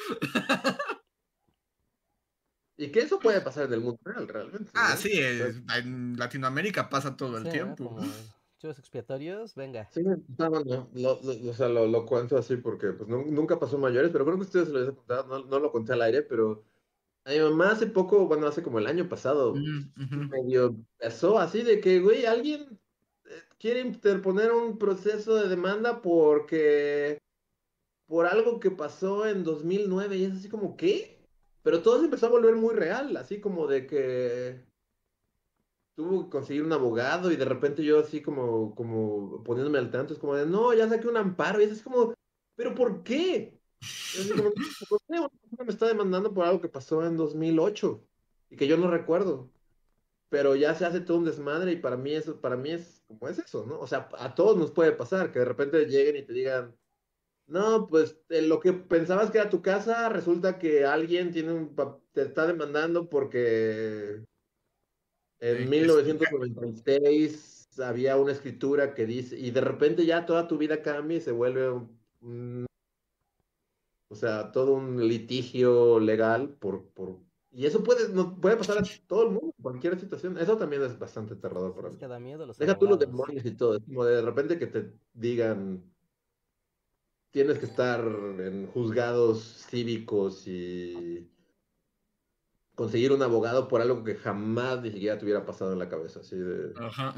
Y que eso puede pasar en el mundo real, realmente,
Ah,
¿no?
sí,
O sea,
es- en Latinoamérica pasa todo el
Sí, ¿no?
tiempo.
Como chivos expiatorios, venga.
sí, no, bueno, lo, lo- o sea, lo, lo cuento así porque pues nu- nunca pasó mayores, pero creo que ustedes se lo habían contado, no, no lo conté al aire, pero A mi mamá hace poco, bueno, hace como el año pasado,
Mm, ujú.
medio empezó así de que, güey, alguien eh, quiere interponer un proceso de demanda porque por algo que pasó en dos mil nueve y es así como, ¿qué? Pero todo se empezó a volver muy real, así como de que tuvo que conseguir un abogado y de repente yo así como, como poniéndome al tanto, es como de, no, ya saqué un amparo y es así como, ¿pero por qué? Y así como, ¿por qué una persona me está demandando por algo que pasó en dos mil ocho y que yo no recuerdo? Pero ya se hace todo un desmadre y para mí eso, para mí es como es eso, ¿no? O sea, a todos nos puede pasar que de repente lleguen y te digan, no, pues eh, lo que pensabas que era tu casa, resulta que alguien tiene un, pa- te está demandando porque en
Sí, que es-
mil novecientos noventa y seis había una escritura que dice, y de repente ya toda tu vida cambia y se vuelve un, un- o sea, todo un litigio legal por, por, y eso puede, no, puede pasar a todo el mundo, en cualquier situación. Eso también es bastante aterrador para
Es
mí.
que da miedo los
Deja tú los
abogados.
demonios y todo, es como de repente que te digan, tienes que estar en juzgados cívicos y conseguir un abogado por algo que jamás ni siquiera te hubiera pasado en la cabeza, así de...
Ajá.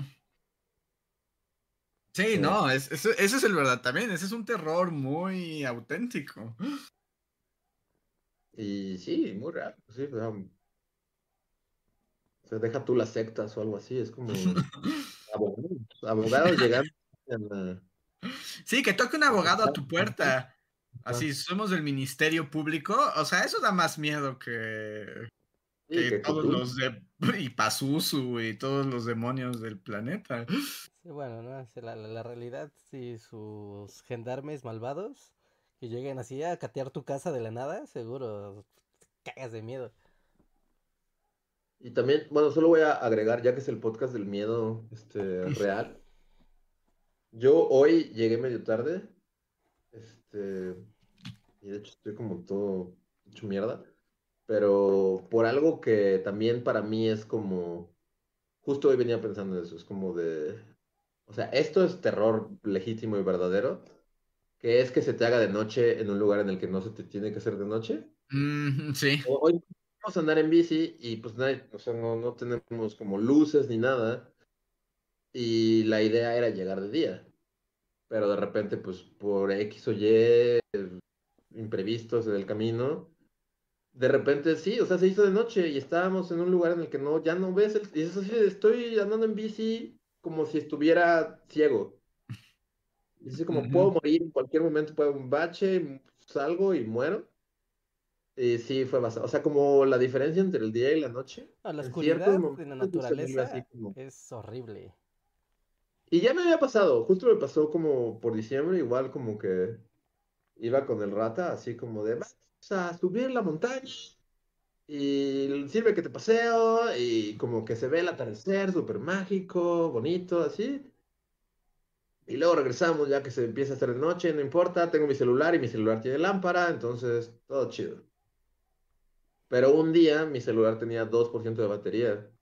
Sí,
sí.
no, es, eso- ese es el verdad también, ese es un terror muy auténtico.
Y sí, muy raro, sí, o sea, o sea, deja tú las sectas o algo así, es como abogados, abogados llegando a la...
Sí, que toque un
a
abogado a
tocar,
tu puerta.
ajá.
Así, somos del Ministerio Público. O sea, eso da más miedo que,
Sí,
que
que
todos
Cthulhu.
los de y Pazuzu y todos los demonios del planeta.
Sí, bueno, ¿no? Es La, la, la realidad, si sus gendarmes malvados que lleguen así a catear tu casa de la nada, seguro te cagas de miedo.
Y también, bueno, solo voy a agregar, ya que es el podcast del miedo este, real, yo hoy llegué medio tarde, este, y de hecho estoy como todo hecho mierda, pero por algo que también para mí es como, justo hoy venía pensando en eso, es como de, o sea, esto es terror legítimo y verdadero, que es que se te haga de noche en un lugar en el que no se te tiene que hacer de noche.
Mm, sí.
O- Hoy vamos a andar en bici y pues nadie, o sea, no, no tenemos como luces ni nada, y la idea era llegar de día, pero de repente pues por X o Y imprevistos en el camino, de repente sí, o sea, se hizo de noche y estábamos en un lugar en el que no, ya no ves, el, y es así, de, estoy andando en bici como si estuviera ciego. Y es así como
Ujú.
puedo morir en cualquier momento, puedo un bache, salgo y muero. Y sí, fue bastante, o sea, como la diferencia entre el día y la noche,
No, la
en ciertos
oscuridad en la
momentos se vuelve así
naturaleza
como...
es horrible.
Y ya me había pasado, justo me pasó como por diciembre, igual como que iba con el rata, así como de, vamos a subir la montaña y sirve que te paseo y como que se ve el atardecer súper mágico, bonito, así. Y luego regresamos ya que se empieza a hacer de noche, no importa, tengo mi celular y mi celular tiene lámpara, entonces todo chido. Pero un día mi celular tenía dos por ciento de batería.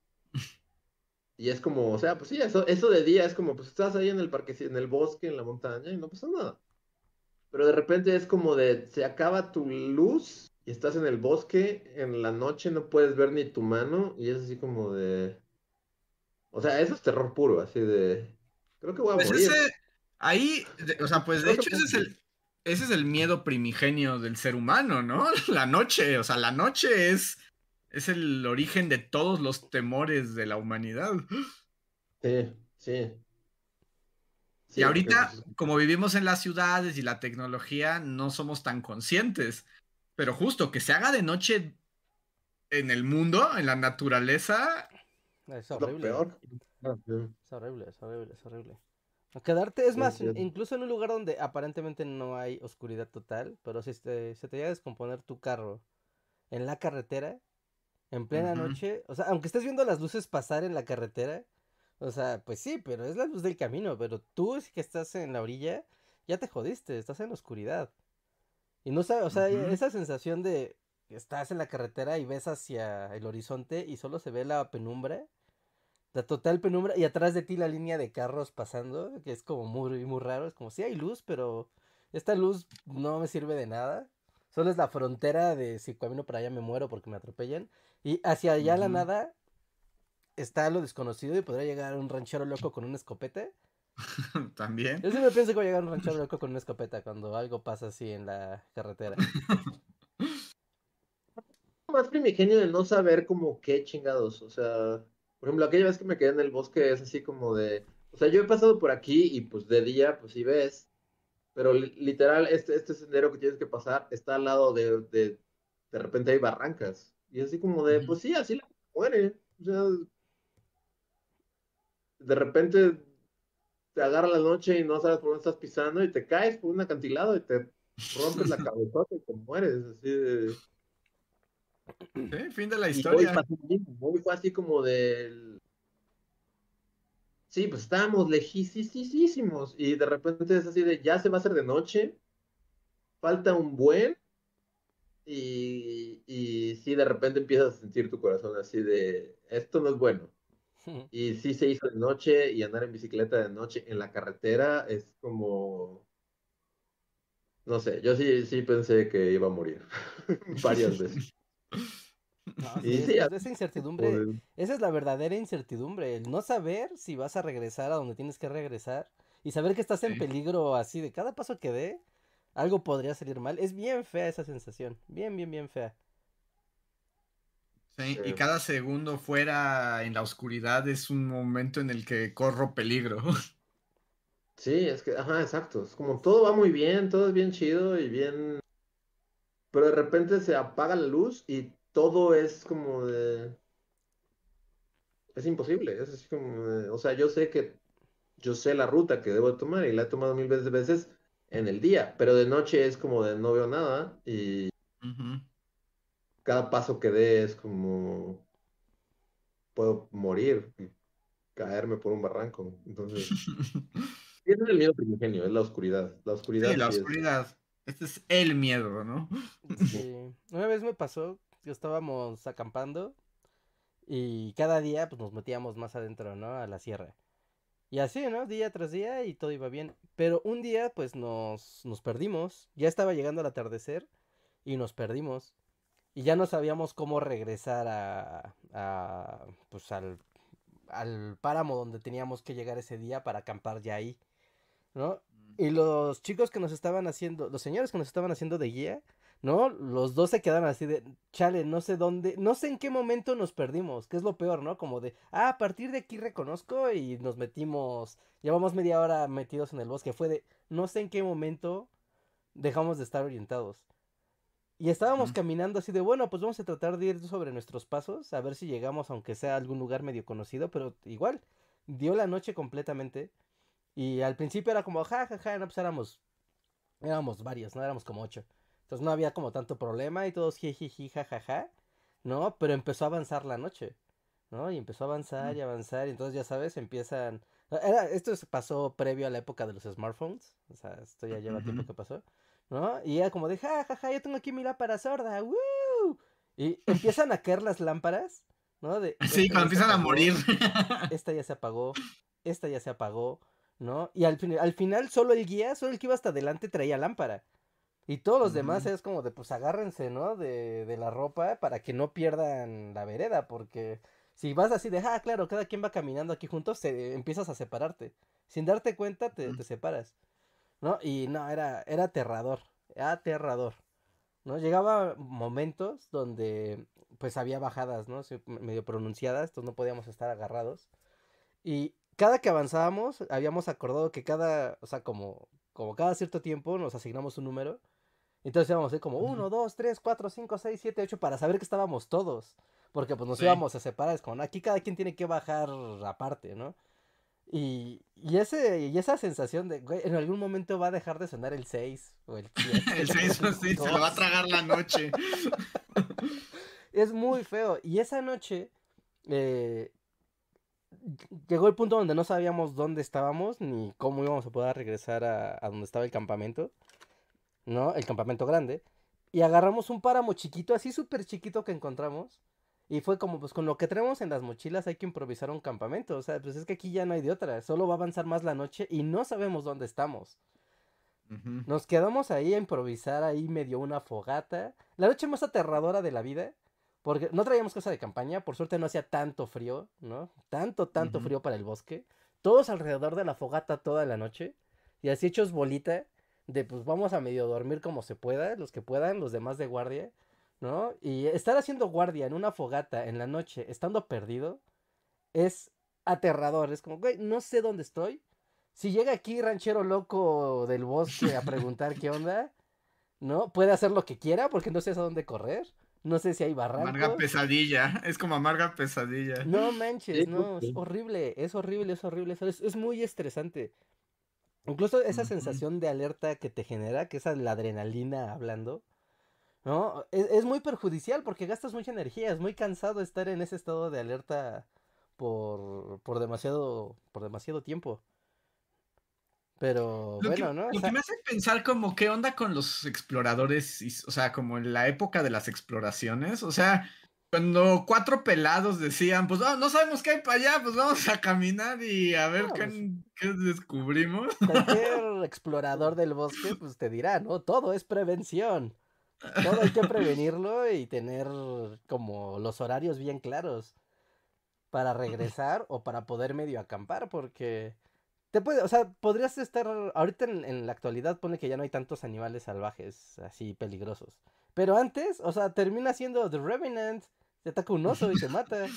Y es como, o sea, pues sí, eso, eso de día es como, pues estás ahí en el parque, en el bosque, en la montaña y no pasa nada. Pero de repente es como de, se acaba tu luz y estás en el bosque, en la noche no puedes ver ni tu mano y es así como de, o sea, eso es terror puro, así de, creo que voy a
Pues ese,
morir.
ahí, de- o sea, pues de
Creo que
hecho
voy
ese
a
es
morir.
el, ese es el miedo primigenio del ser humano, ¿no? La noche, o sea, la noche es, es el origen de todos los temores de la humanidad.
Sí, sí,
Y
sí, porque
ahorita,
pues,
como vivimos en las ciudades y la tecnología, no somos tan conscientes. Pero justo que se haga de noche en el mundo, en la naturaleza.
Es
es lo
horrible.
peor. Ah, sí,
Es horrible, es horrible, es horrible. Quedarte, es
sí,
más,
sí.
in- incluso en un lugar donde aparentemente no hay oscuridad total, pero si te- se te llega a descomponer tu carro en la carretera, en plena
Ujú,
noche, o sea, aunque estés viendo las luces pasar en la carretera, o sea, pues sí, pero es la luz del camino, pero tú sí que estás en la orilla, ya te jodiste, estás en la oscuridad. Y no sabes, o sea,
ujú.
esa sensación de que estás en la carretera y ves hacia el horizonte y solo se ve la penumbra, la total penumbra, y atrás de ti la línea de carros pasando, que es como muy, muy raro, es como si hay luz, pero esta luz no me sirve de nada. Solo es la frontera de si camino para allá me muero porque me atropellan. Y hacia allá a la
Ujú.
nada está lo desconocido y podría llegar un ranchero loco con una escopeta.
También.
Yo siempre pienso que va a llegar un ranchero loco con una escopeta cuando algo pasa así en la carretera.
Más primigenio de no saber como qué chingados, o sea, por ejemplo, aquella vez que me quedé en el bosque es así como de, o sea, yo he pasado por aquí y pues de día, pues sí ves, pero li- literal, este, este sendero que tienes que pasar está al lado de, de, de repente hay barrancas, y así como de,
Ujú.
pues sí, así la muere, o sea, de repente te agarra la noche y no sabes por dónde estás pisando y te caes por un acantilado y te rompes la cabezota y te mueres, así de...
Sí, fin de la
Y hoy
historia.
pasó lo mismo, hoy fue así como del... Sí, pues estábamos lejísimos y de repente es así de, ya se va a hacer de noche, falta un buen y, y sí, de repente empiezas a sentir tu corazón así de, esto no es bueno. Y sí se hizo de noche y andar en bicicleta de noche en la carretera es como, no sé, yo sí, sí pensé que iba a morir varias veces.
No, sí,
Y
es,
sí,
es-
así
esa
como
incertidumbre,
de-
esa es la verdadera incertidumbre, el no saber si vas a regresar a donde tienes que regresar y saber que estás en
Sí.
peligro así de cada paso que dé, algo podría salir mal. Es bien fea esa sensación, bien, bien, bien fea.
Sí, y
eh,
cada segundo fuera en la oscuridad es un momento en el que corro peligro.
sí, es que, ajá, exacto, es como todo va muy bien, todo es bien chido y bien, pero de repente se apaga la luz y todo es como de... Es imposible, es así como de- o sea, yo sé que yo sé la ruta que debo de tomar y la he tomado mil veces, veces en el día, pero de noche es como de no veo nada y
Ujú.
cada paso que dé es como puedo morir y caerme por un barranco. Entonces, sí, ese es el miedo primigenio, es la oscuridad. La
Sí,
oscuridad
la
sí es...
oscuridad. Este es el miedo, ¿no?
Sí, una vez me pasó que estábamos acampando y cada día pues nos metíamos más adentro, ¿no? A la sierra. Y así, ¿no? Día tras día y todo iba bien. Pero un día pues nos, nos perdimos, ya estaba llegando el atardecer y nos perdimos. Y ya no sabíamos cómo regresar a, a pues al, al páramo donde teníamos que llegar ese día para acampar ya ahí, ¿no? Y los chicos que nos estaban haciendo, los señores que nos estaban haciendo de guía, ¿no? Los dos se quedaron así de, chale, no sé dónde, no sé en qué momento nos perdimos, que es lo peor, ¿no? Como de, ah, a partir de aquí reconozco y nos metimos, llevamos media hora metidos en el bosque, fue de, no sé en qué momento dejamos de estar orientados. Y estábamos
Ujú.
caminando así de, bueno, pues vamos a tratar de ir sobre nuestros pasos, a ver si llegamos, aunque sea a algún lugar medio conocido, pero igual, dio la noche completamente. Y al principio era como, ja, ja, ja, no, pues éramos, éramos varios, ¿no? Éramos como ocho. Entonces no había como tanto problema y todos jijiji, ja, ja, ja, ¿no? Pero empezó a avanzar la noche, ¿no? Y empezó a avanzar y avanzar y entonces ya sabes, empiezan... Era, esto se pasó previo a la época de los smartphones, o sea, esto ya lleva tiempo
Ujú.
que pasó, ¿no? Y era como de, ja, ja, ja, yo tengo aquí mi lámpara sorda, ¡woo! Y empiezan a caer las lámparas, ¿no? De,
Sí,
esta
cuando
ya se
empiezan a
apagó,
morir.
esta ya se apagó, esta ya se apagó, ¿no? Y al, fin- al final solo el guía, solo el que iba hasta adelante traía lámpara. Y todos los demás
Ujú.
es como de, pues agárrense, ¿no? De, de la ropa para que no pierdan la vereda, porque si vas así de, ah, claro, cada quien va caminando aquí juntos, se, empiezas a separarte. Sin darte cuenta, te,
Ujú.
te separas, ¿no? Y no, era, era aterrador, era aterrador, ¿no? Llegaba momentos donde, pues había bajadas, ¿no? Sí, medio pronunciadas, entonces no podíamos estar agarrados. Y cada que avanzábamos, habíamos acordado que cada, o sea, como, como cada cierto tiempo nos asignamos un número. Entonces íbamos a ir como
Ujú.
uno, dos, tres, cuatro, cinco, seis, siete, ocho para saber que estábamos todos. Porque pues nos
Sí.
íbamos a separar, es como, "No, aquí cada quien tiene que bajar aparte, ¿no? Y, y, ese, y esa sensación de, güey, en algún momento va a dejar de sonar el seis o el siete
El
o
seis,
el
sí, se lo va a
dos.
tragar la noche.
Es muy feo. Y esa noche, eh, llegó el punto donde no sabíamos dónde estábamos ni cómo íbamos a poder regresar a, a donde estaba el campamento, ¿no? El campamento grande. Y agarramos un páramo chiquito, así súper chiquito que encontramos. Y fue como, pues con lo que tenemos en las mochilas hay que improvisar un campamento. O sea, pues es que aquí ya no hay de otra. Solo va a avanzar más la noche y no sabemos dónde estamos.
Ujú.
Nos quedamos ahí a improvisar ahí medio una fogata. La noche más aterradora de la vida. Porque no traíamos casa de campaña. Por suerte no hacía tanto frío, ¿no? Tanto, tanto
Ujú.
frío para el bosque. Todos alrededor de la fogata toda la noche. Y así hechos bolita. De pues vamos a medio dormir como se pueda. Los que puedan, los demás de guardia. ¿No? Y estar haciendo guardia en una fogata en la noche, estando perdido, es aterrador. Es como, güey, no sé dónde estoy. Si llega aquí ranchero loco del bosque a preguntar qué onda, ¿no? Puede hacer lo que quiera porque no sé a dónde correr. No sé si hay
Amarga
barrancos.
pesadilla. Es como amarga pesadilla.
No manches,
Sí,
no, es
sí.
horrible, es horrible, es horrible, es, es muy estresante. Incluso esa
Ujú.
sensación de alerta que te genera, que es la adrenalina hablando, ¿no? Es, es muy perjudicial porque gastas mucha energía, es muy cansado estar en ese estado de alerta por, por demasiado, por demasiado tiempo. Pero
Lo que,
bueno, ¿no?
lo que
Esa-
me hace pensar como qué onda con los exploradores, y- o sea, como en la época de las exploraciones, o sea, cuando cuatro pelados decían, pues "Ah, no sabemos qué hay para allá, pues vamos a caminar y a ver
no, pues,
qué, qué descubrimos".
cualquier explorador del bosque, pues te dirá, ¿no? Todo es prevención. Todo hay que prevenirlo y tener como los horarios bien claros para regresar o para poder medio acampar, porque te puede, o sea, podrías estar, ahorita en, en la actualidad pone que ya no hay tantos animales salvajes así peligrosos. Pero antes, o sea, termina siendo The Revenant, te ataca un oso y te mata.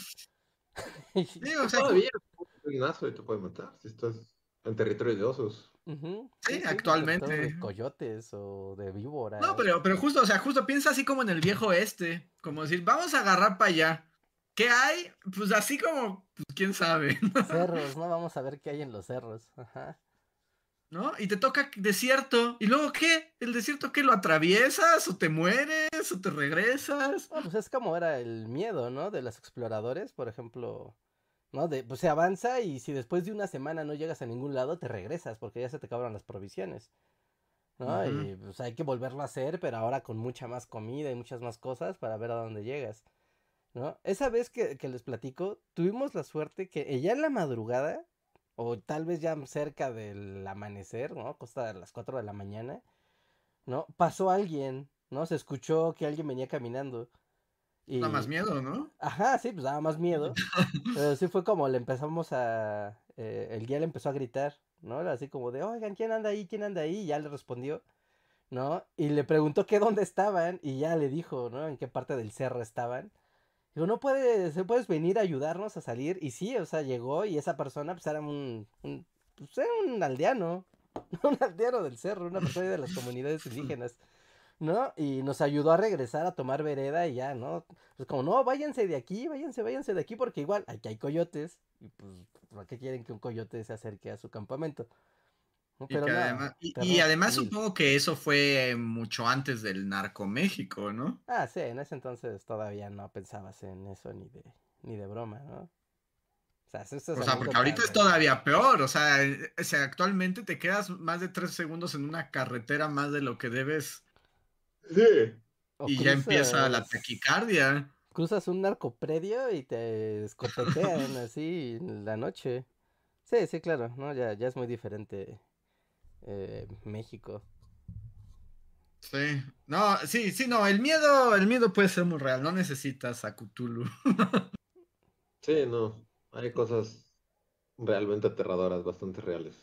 Sí, o sea, ju-
Todavía un nazo y te puede matar si estás en territorio de osos.
Ujú, sí,
sí,
sí, en territorio
actualmente.
de coyotes o de
No,
víboras.
pero, pero justo, o sea, justo piensa así como en el viejo este, como decir, vamos a agarrar para allá. ¿Qué hay? Pues así como, pues quién sabe,
Cerros, ¿no? Vamos a ver qué hay en los cerros. Ajá.
¿no? Y te toca desierto. ¿Y luego qué? ¿El desierto qué? ¿Lo atraviesas? ¿O te mueres? ¿O te regresas?
Ah, pues es como era el miedo, ¿no? De los exploradores, por ejemplo, ¿no? De, pues se avanza y si después de una semana no llegas a ningún lado, te regresas porque ya se te acabaron las provisiones, ¿no?
Ujú.
Y pues hay que volverlo a hacer, pero ahora con mucha más comida y muchas más cosas para ver a dónde llegas, ¿no? Esa vez que, que les platico, tuvimos la suerte que ya en la madrugada, o tal vez ya cerca del amanecer, ¿no? Costa de las cuatro de la mañana, ¿no? Pasó alguien, ¿no? Se escuchó que alguien venía caminando.
Da más
Y,
miedo, ¿no?
ajá, sí, pues daba más miedo. Pero sí fue como le empezamos a... eh, el guía le empezó a gritar, ¿no? Así como de, oigan, ¿quién anda ahí? ¿Quién anda ahí? Y ya le respondió, ¿no? Y le preguntó que dónde estaban y ya le dijo, ¿no? En qué parte del cerro estaban. Digo, no puedes, puedes venir a ayudarnos a salir. Y sí, o sea, llegó y esa persona pues era un, un, pues, era un aldeano, un aldeano del cerro, una persona de las comunidades indígenas. ¿No? Y nos ayudó a regresar a tomar vereda y ya, ¿no? Pues como, no, váyanse de aquí, váyanse, váyanse de aquí, porque igual aquí hay coyotes. Y pues, ¿para qué quieren que un coyote se acerque a su campamento? ¿No?
Y
Pero
que
no,
además, y, y
terror
además
mil.
supongo que eso fue mucho antes del Narco México, ¿no?
Ah, sí, en ese entonces todavía no pensabas en eso ni de, ni de broma, ¿no? O sea, estas
O sea, porque ahorita
anécdotas
es
de...
todavía peor, o sea, eh, o sea, actualmente te quedas más de tres segundos en una carretera más de lo que debes
Sí.
O
y ya empieza la
cruzas...
taquicardia.
Cruzas un narcopredio y te escopetean así en la noche. Sí, sí, claro, ¿no? Ya, ya es muy diferente eh, México.
Sí, no, sí, sí, no, el miedo, el miedo puede ser muy real, no necesitas a Cthulhu.
Sí, no. Hay cosas realmente aterradoras, bastante reales.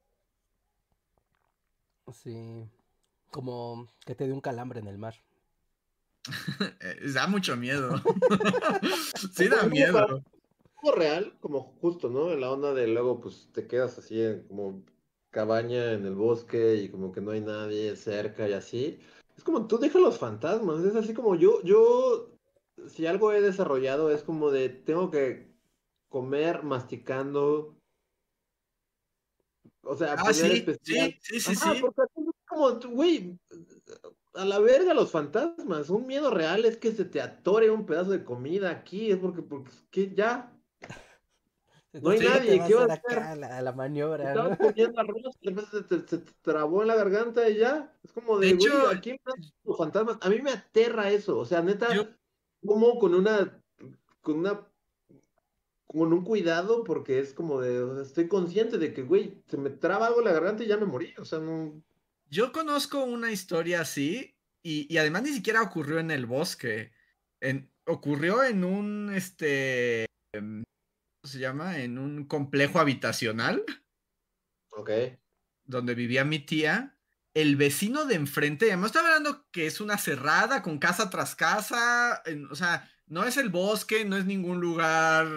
Sí, como que te dé un calambre en el mar.
Eh, Da mucho miedo. Sí
Es
da
como para
miedo.
algo real, como justo, ¿no? En la onda de luego, pues te quedas así en como cabaña en el bosque y como que no hay nadie cerca y así. Es como tú dejas los fantasmas, es así como yo, yo, si algo he desarrollado es como de tengo que comer masticando, o sea,
Ah,
poner
sí,
especial.
sí, sí, sí,
Ajá,
sí.
porque es como, güey, a la verga los fantasmas. Un miedo real es que se te atore un pedazo de comida aquí, es porque, porque es que ya no hay
Entonces tú
Sí,
te
nadie,
vas
¿qué
a
va a
hacer
hacer?
acá a la, a la maniobra,
Estabas
¿no?
comiendo arroz y de repente se te, se te trabó en la garganta y ya. Es como
de
de, güey,
hecho,
aquí están los fantasmas. A mí me aterra eso. O sea,
yo,
neta, como con una, con una, con un cuidado, porque es como de, o sea, estoy consciente de que, güey, se me traba algo en la garganta y ya me morí. O sea, no.
Yo conozco una historia así y, y además ni siquiera ocurrió en el bosque. En, ocurrió en un, este, em, ¿cómo se llama? En un complejo habitacional
Ok.
donde vivía mi tía. El vecino de enfrente, además estaba hablando que es una cerrada con casa tras casa, en- o sea, no es el bosque, no es ningún lugar,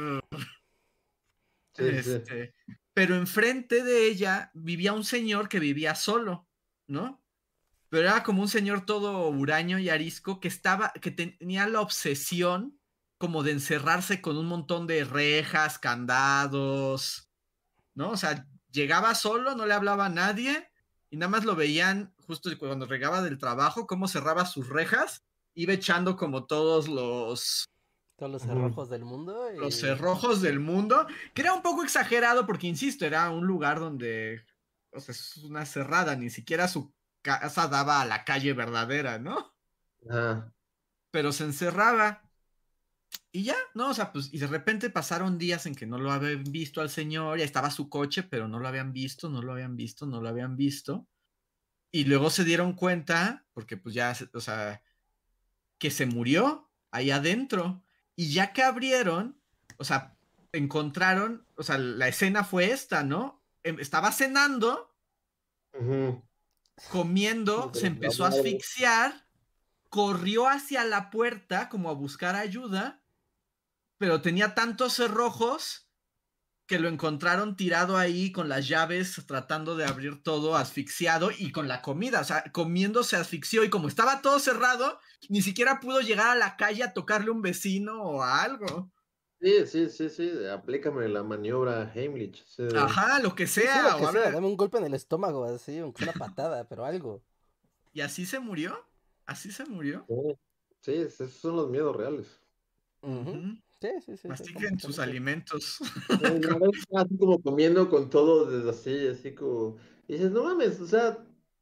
Sí, sí, sí.
este, pero enfrente de ella vivía un señor que vivía solo, ¿no? Pero era como un señor todo huraño y arisco que estaba, que tenía la obsesión como de encerrarse con un montón de rejas, candados, ¿no? O sea, llegaba solo, no le hablaba a nadie y nada más lo veían justo cuando regaba del trabajo, cómo cerraba sus rejas, iba echando como todos los,
Todos los
Ujú.
cerrojos del mundo
los
y...
cerrojos del mundo, que era un poco exagerado porque, insisto, era un lugar donde, o sea, es una cerrada, ni siquiera su casa daba a la calle verdadera, ¿no?
Ajá.
Pero se encerraba y ya, ¿no? O sea, pues, y de repente pasaron días en que no lo habían visto al señor, ya estaba su coche, pero no lo habían visto, no lo habían visto, no lo habían visto. Y luego se dieron cuenta, porque pues ya, o sea, que se murió ahí adentro. Y ya que abrieron, o sea, encontraron, o sea, la escena fue esta, ¿no? Em, Estaba cenando,
Ujú.
comiendo, se empezó a asfixiar, corrió hacia la puerta como a buscar ayuda, pero tenía tantos cerrojos que lo encontraron tirado ahí con las llaves tratando de abrir todo asfixiado y con la comida, o sea, comiendo se asfixió y como estaba todo cerrado, ni siquiera pudo llegar a la calle a tocarle a un vecino o a algo.
Sí, sí, sí, sí. Aplícame la maniobra Heimlich. Sí, de-
Ajá, lo que
Sí, sí, lo
sea, o
que sea,
abre...
dame un golpe en el estómago, así, aunque sea una patada, pero algo.
Y así se murió, así se murió.
Sí, sí, esos son los miedos reales.
Ujú.
Ujú.
Sí, sí, sí, sí,
Mastiquen sus
completamente.
alimentos.
Sí, la verdad, así como comiendo con todo desde así, así como... Y dices, no mames, o sea,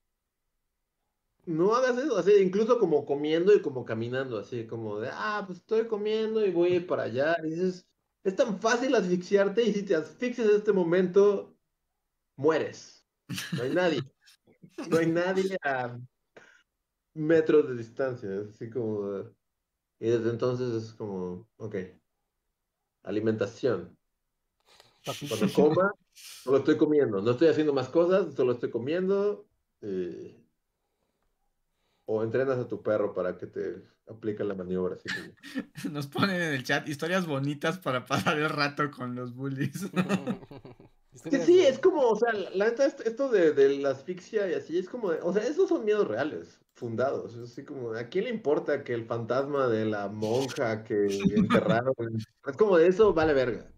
no hagas eso, así, incluso como comiendo y como caminando, así como de, ah, pues estoy comiendo y voy para allá. Y dices, es tan fácil asfixiarte y si te asfixias en este momento, mueres. No hay nadie, no hay nadie a metros de distancia, es así como... de- Y desde entonces es como, ok, alimentación. Cuando
Papitas.
coma, solo estoy comiendo, no estoy haciendo más cosas, solo estoy comiendo. eh, O entrenas a tu perro para que te aplique la maniobra, así como.
Nos ponen en el chat historias bonitas para pasar el rato con los bullies.
Que
Historias
sí, es
de...
como, o sea, la la neta, esto esto de, de la asfixia y así, es como, de- o sea, esos son miedos reales, fundados. Es así como, ¿a quién le importa que el fantasma de la monja que enterraron? Es como de eso, vale verga.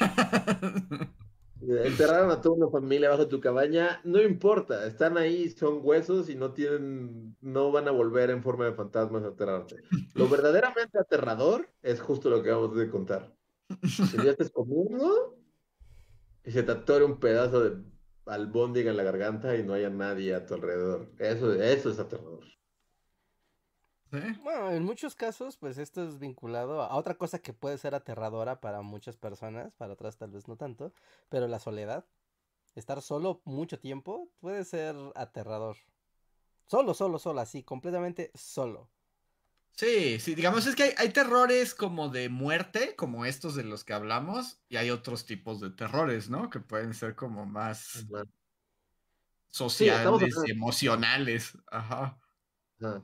Enterraron a toda una familia bajo tu cabaña, no importa, están ahí, son huesos y no tienen, no van a volver en forma de fantasmas a enterrarte. Lo verdaderamente aterrador es justo lo que vamos a contar. Que ya estés comiendo y se te atore un pedazo de albóndiga en la garganta y no haya nadie a tu alrededor. Eso, eso es aterrador.
¿Sí?
Bueno, en muchos casos, pues esto es vinculado a otra cosa que puede ser aterradora para muchas personas, para otras tal vez no tanto, pero la soledad. Estar solo mucho tiempo puede ser aterrador. Solo, solo, solo, así, completamente solo.
Sí, sí, digamos, es que hay, hay terrores como de muerte, como estos de los que hablamos, y hay otros tipos de terrores, ¿no? Que pueden ser como más
Sí, estamos
sociales y
hablando.
emocionales. Ajá.
Ajá.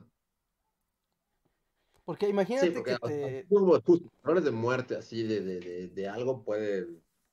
Porque
Sí,
imagínate
porque
que
o sea,
te...
hubo justo errores de muerte, así, de, de, de, de algo puede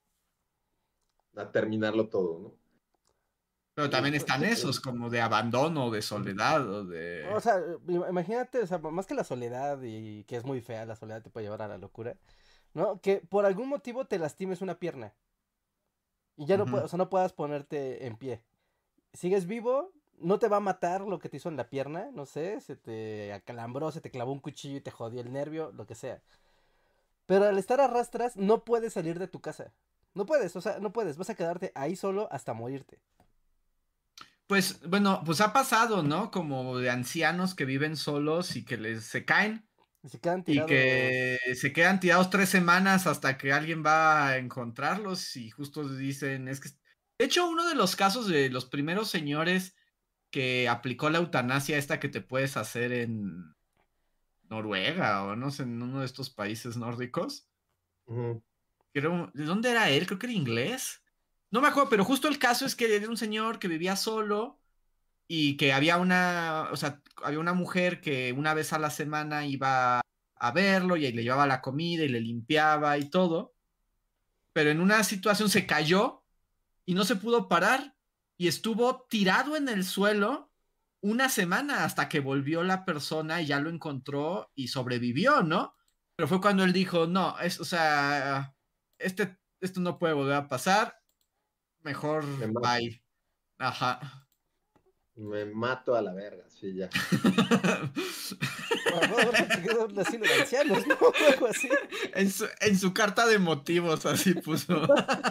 a terminarlo todo, ¿no?
Pero
Y
también
pues,
están
sí,
esos, como de abandono, de soledad, o
o
de...
sea, im- imagínate, o sea, más que la soledad y que es muy fea, la soledad te puede llevar a la locura, ¿no? Que por algún motivo te lastimes una pierna y ya no
Ujú.
puedes, o sea, no puedas ponerte en pie. Sigues vivo, no te va a matar lo que te hizo en la pierna, no sé, se te acalambró, se te clavó un cuchillo y te jodió el nervio, lo que sea. Pero al estar a rastras, no puedes salir de tu casa. No puedes, o sea, no puedes, vas a quedarte ahí solo hasta morirte.
Pues, bueno, pues ha pasado, ¿no? Como de ancianos que viven solos y que les se caen
Y se quedan
y
tirados.
que se quedan tirados tres semanas hasta que alguien va a encontrarlos y justo dicen, es que... De hecho, uno de los casos de los primeros señores que aplicó la eutanasia esta que te puedes hacer en Noruega o no sé, en uno de estos países nórdicos.
Ujú.
Creo, ¿de dónde era él? Creo que era inglés. No me acuerdo, pero justo el caso es que era un señor que vivía solo y que había una, o sea, había una mujer que una vez a la semana iba a verlo y le llevaba la comida y le limpiaba y todo, pero en una situación se cayó y no se pudo parar y estuvo tirado en el suelo una semana hasta que volvió la persona y ya lo encontró y sobrevivió, ¿no? Pero fue cuando él dijo, no, es, o sea, este, esto no puede volver a pasar, mejor
Me mato,
bye. Ajá.
me mato a la verga, sí, ya.
Bueno, puedo haber conseguido un asilo de ancianos, ¿no? Algo así.
En su, en su carta de motivos así puso.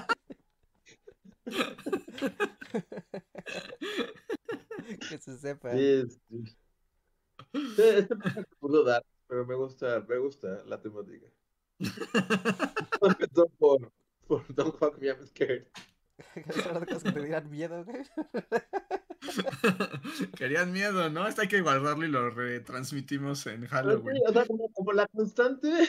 Que se sepa.
Sí, sí. Sí, este podcast se pudo dar, pero me gusta, me gusta la temática. Empezó por, por Don't Fuck Me, I'm Scared.
¿Quieres hablar de cosas que te dieran miedo, güey?
Querían miedo, ¿no? Hasta hay que guardarlo y lo retransmitimos en
Pero sí,
Halloween.
o sea, como, como la constante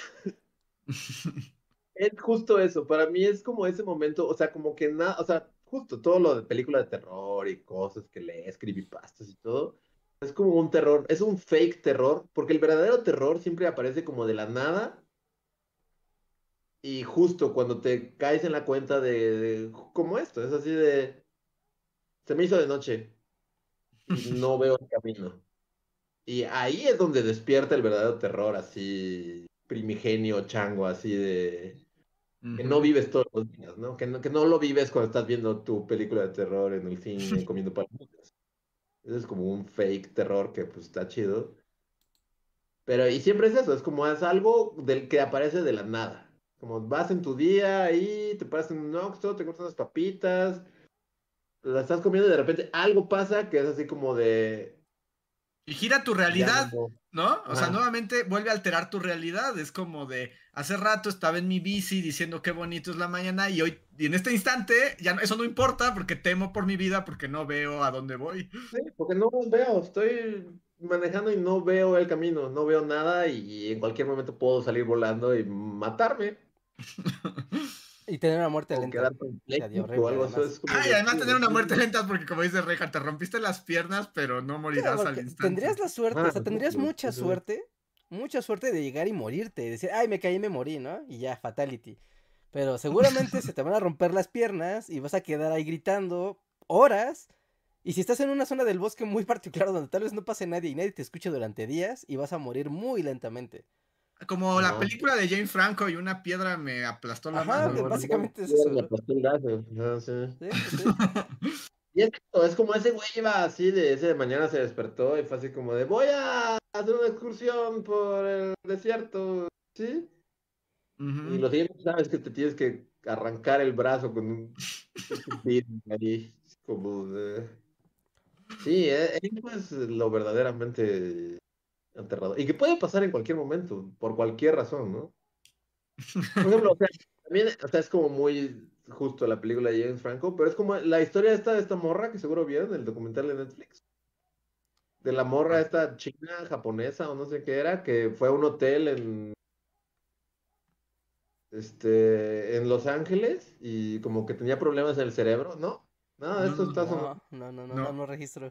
es justo eso. Para mí es como ese momento, o sea, como que nada, o sea, justo todo lo de película de terror y cosas que lees, creepypastas y todo, es como un terror, es un fake terror, porque el verdadero terror siempre aparece como de la nada. Y justo cuando te caes en la cuenta de, de como esto, es así de, se me hizo de noche y no veo el camino. Y ahí es donde despierta el verdadero terror, así primigenio, chango, así de que no
Ujú.
vives todos los días, ¿no? Que no, que no lo vives cuando estás viendo tu película de terror en el cine comiendo palomitas. Eso es como un fake terror que pues está chido. Pero y siempre es eso, es como es algo del que aparece de la nada. Como vas en tu día ahí, te paras en un Oxxo, te cortas unas papitas, la estás comiendo y de repente algo pasa que es así como de
Y gira tu
ya
realidad,
no.
¿no? O sea,
Ajá.
nuevamente vuelve a alterar tu realidad. Es como de, hace rato estaba en mi bici diciendo qué bonito es la mañana y hoy, y en este instante, ya no- eso no importa porque temo por mi vida porque no veo a dónde voy.
Sí, porque no los veo, estoy manejando y no veo el camino, no veo nada y en cualquier momento puedo salir volando y matarme
Y tener una muerte
o
lenta.
quedar
Sería
parapléjico o
horrible,
algo así,
además.
es como
Ah, y
de
además
sí,
tener una muerte
sí.
lenta porque como dice Reja, te rompiste las piernas, pero no
Claro,
morirás al
porque
instante.
tendrías la suerte, o
Ah,
sea,
no,
tendrías
no,
mucha
sí, sí.
suerte, mucha suerte de llegar y morirte, y decir, ay, me caí y me morí, ¿no? Y ya, fatality. Pero seguramente se te van a romper las piernas y vas a quedar ahí gritando horas. Y si estás en una zona del bosque muy particular donde tal vez no pase nadie y nadie te escuche durante días, y vas a morir muy lentamente.
Como la
Ajá.
película de Jane Franco y una piedra me aplastó la
Ajá,
No,
mano.
que
bueno, no,
básicamente es
sí,
eso,
me
¿no?
aplastó el brazo, ajá, sí.
Sí, sí, sí.
Y es, esto, es como ese güey iba así de ese de mañana se despertó y fue así como de voy a hacer una excursión por el desierto, ¿sí? Y
Ujú.
lo siguiente que sabes que te tienes que arrancar el brazo con un bit ahí, como de... Sí, eh, eso es lo verdaderamente aterrador. Y que puede pasar en cualquier momento, por cualquier razón, ¿no? Por ejemplo, o sea, también, o sea, es como muy justo la película de James Franco, pero es como la historia esta de esta morra que seguro vieron, el documental de Netflix, de la morra esta china, japonesa o no sé qué era, que fue a un hotel en, este, en Los Ángeles y como que tenía problemas en el cerebro, ¿no, nada de esto
No,
está sonando.
No, no, no, no, no,
no.
no registro.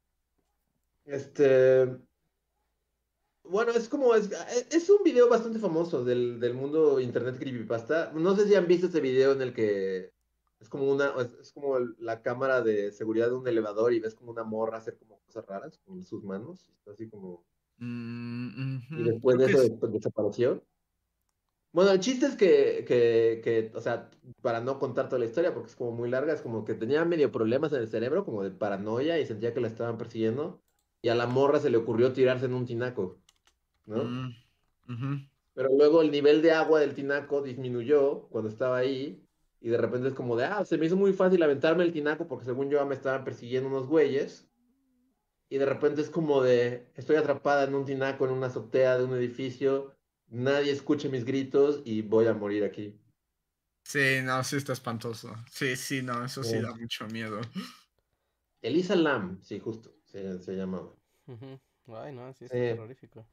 Este, bueno, es como, es, es un video bastante famoso del, del mundo internet creepypasta. No sé si han visto ese video en el que es como una, es, es como el- la cámara de seguridad de un elevador y ves como una morra hacer como cosas raras con sus manos. Está así como,
Mm,
y
ujú.
después
Creo
de
que
eso
es.
des- desapareció. Bueno, el chiste es que, que, que, o sea, para no contar toda la historia, porque es como muy larga, es como que tenía medio problemas en el cerebro, como de paranoia, y sentía que la estaban persiguiendo, y a la morra se le ocurrió tirarse en un tinaco, ¿no?
Mm, ujú.
Pero luego el nivel de agua del tinaco disminuyó cuando estaba ahí, y de repente es como de, ah, se me hizo muy fácil aventarme el tinaco porque según yo me estaban persiguiendo unos güeyes, y de repente es como de, estoy atrapada en un tinaco, en una azotea de un edificio, nadie escucha mis gritos y voy a morir aquí.
Sí, no, sí está espantoso. Sí, sí, no, eso sí
Eh,
da mucho miedo.
Elisa Lam, sí, justo. se, se llamaba.
Ujú. Ay, no, sí, está
Sí.
terrorífico.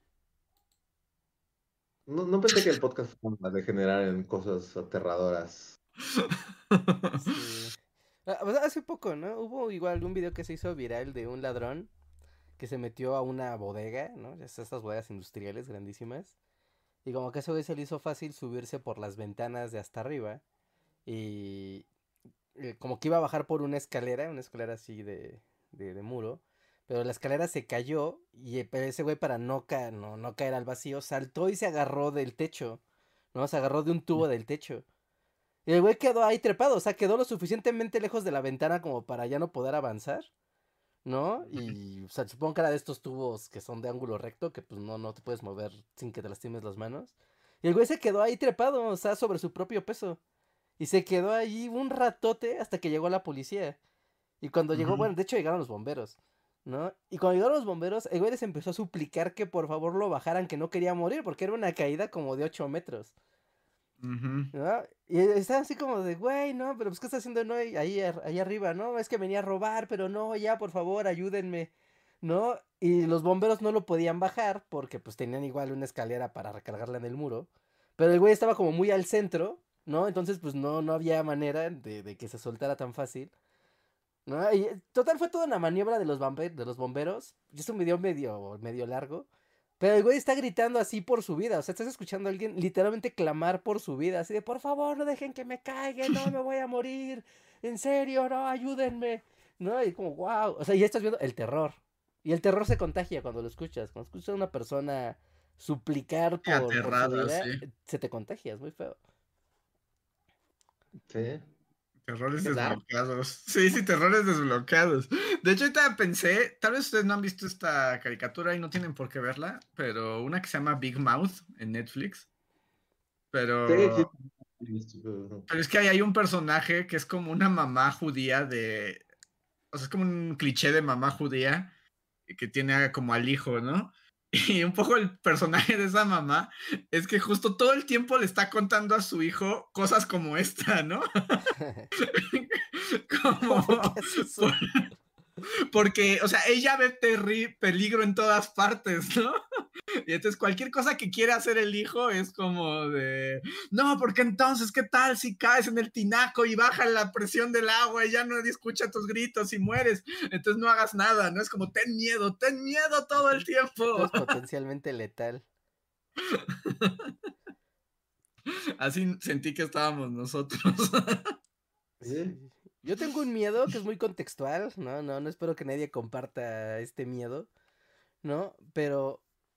No, no pensé que el podcast fuera a degenerar en cosas aterradoras.
Sí. Ah, o sea, hace poco, ¿no? Hubo igual un video que se hizo viral de un ladrón que se metió a una bodega, ¿no? Ya sabes, estas bodegas industriales grandísimas. Y como que a ese güey se le hizo fácil subirse por las ventanas de hasta arriba. Y eh, como que iba a bajar por una escalera, una escalera así de, de, de muro. Pero la escalera se cayó y eh, pero ese güey para no, ca no, no caer al vacío saltó y se agarró del techo, ¿no? Se agarró de un tubo del techo. Y el güey quedó ahí trepado, o sea, quedó lo suficientemente lejos de la ventana como para ya no poder avanzar, ¿no? Y, o sea, supongo que era de estos tubos que son de ángulo recto, que pues no, no te puedes mover sin que te lastimes las manos. Y el güey se quedó ahí trepado, o sea, sobre su propio peso. Y se quedó ahí un ratote hasta que llegó la policía. Y cuando llegó,
Ujú.
bueno, de hecho llegaron los bomberos, ¿no? Y cuando llegaron los bomberos, el güey les empezó a suplicar que por favor lo bajaran, que no quería morir, porque era una caída como de ocho metros.
Ujú.
¿No? Y estaban así como de, güey, no, pero pues ¿qué está haciendo no ahí, ahí, ar- ahí arriba? No, es que venía a robar, pero no, ya, por favor, ayúdenme, ¿no? Y los bomberos no lo podían bajar porque pues tenían igual una escalera para recargarla en el muro, pero el güey estaba como muy al centro, ¿no? Entonces pues no, no había manera de, de que se soltara tan fácil, ¿no? Y eh, total fue toda una maniobra de los, bombe- de los bomberos, y es un video medio, medio largo. Pero el güey está gritando así por su vida. O sea, estás escuchando a alguien literalmente clamar por su vida. Así de, por favor, no dejen que me caiga, no me voy a morir. En serio, no, ayúdenme. ¿No? Y como, wow. O sea, ya estás viendo el terror. Y el terror se contagia cuando lo escuchas. Cuando escuchas a una persona suplicar
Y
por, por su
aterrada,
vida,
sí.
eh, se te contagia, es muy feo.
Sí.
Terrores
Qué dark.
desbloqueados. Sí, sí, terrores desbloqueados. De hecho, ahorita pensé, tal vez ustedes no han visto esta caricatura y no tienen por qué verla, pero una que se llama Big Mouth en Netflix.
Sí, sí.
Pero,
Ujú.
pero es que ahí hay un personaje que es como una mamá judía de... O sea, es como un cliché de mamá judía que tiene como al hijo, ¿no? Y un poco el personaje de esa mamá es que justo todo el tiempo le está contando a su hijo cosas como esta, ¿no? Como,
¿Por qué hace eso?
por- porque, o sea, ella ve terri- peligro en todas partes, ¿no? Y entonces cualquier cosa que quiera hacer el hijo es como de, no, porque entonces, ¿qué tal si caes en el tinaco y baja la presión del agua y ya nadie escucha tus gritos y mueres? Entonces no hagas nada, ¿no? Es como, ten miedo, ten miedo todo el
Todo
tiempo.
es potencialmente letal.
Así sentí que estábamos nosotros.
Sí.
Sí. Yo tengo un miedo que es muy contextual, ¿no? No, no espero que nadie comparta este miedo, ¿no? Pero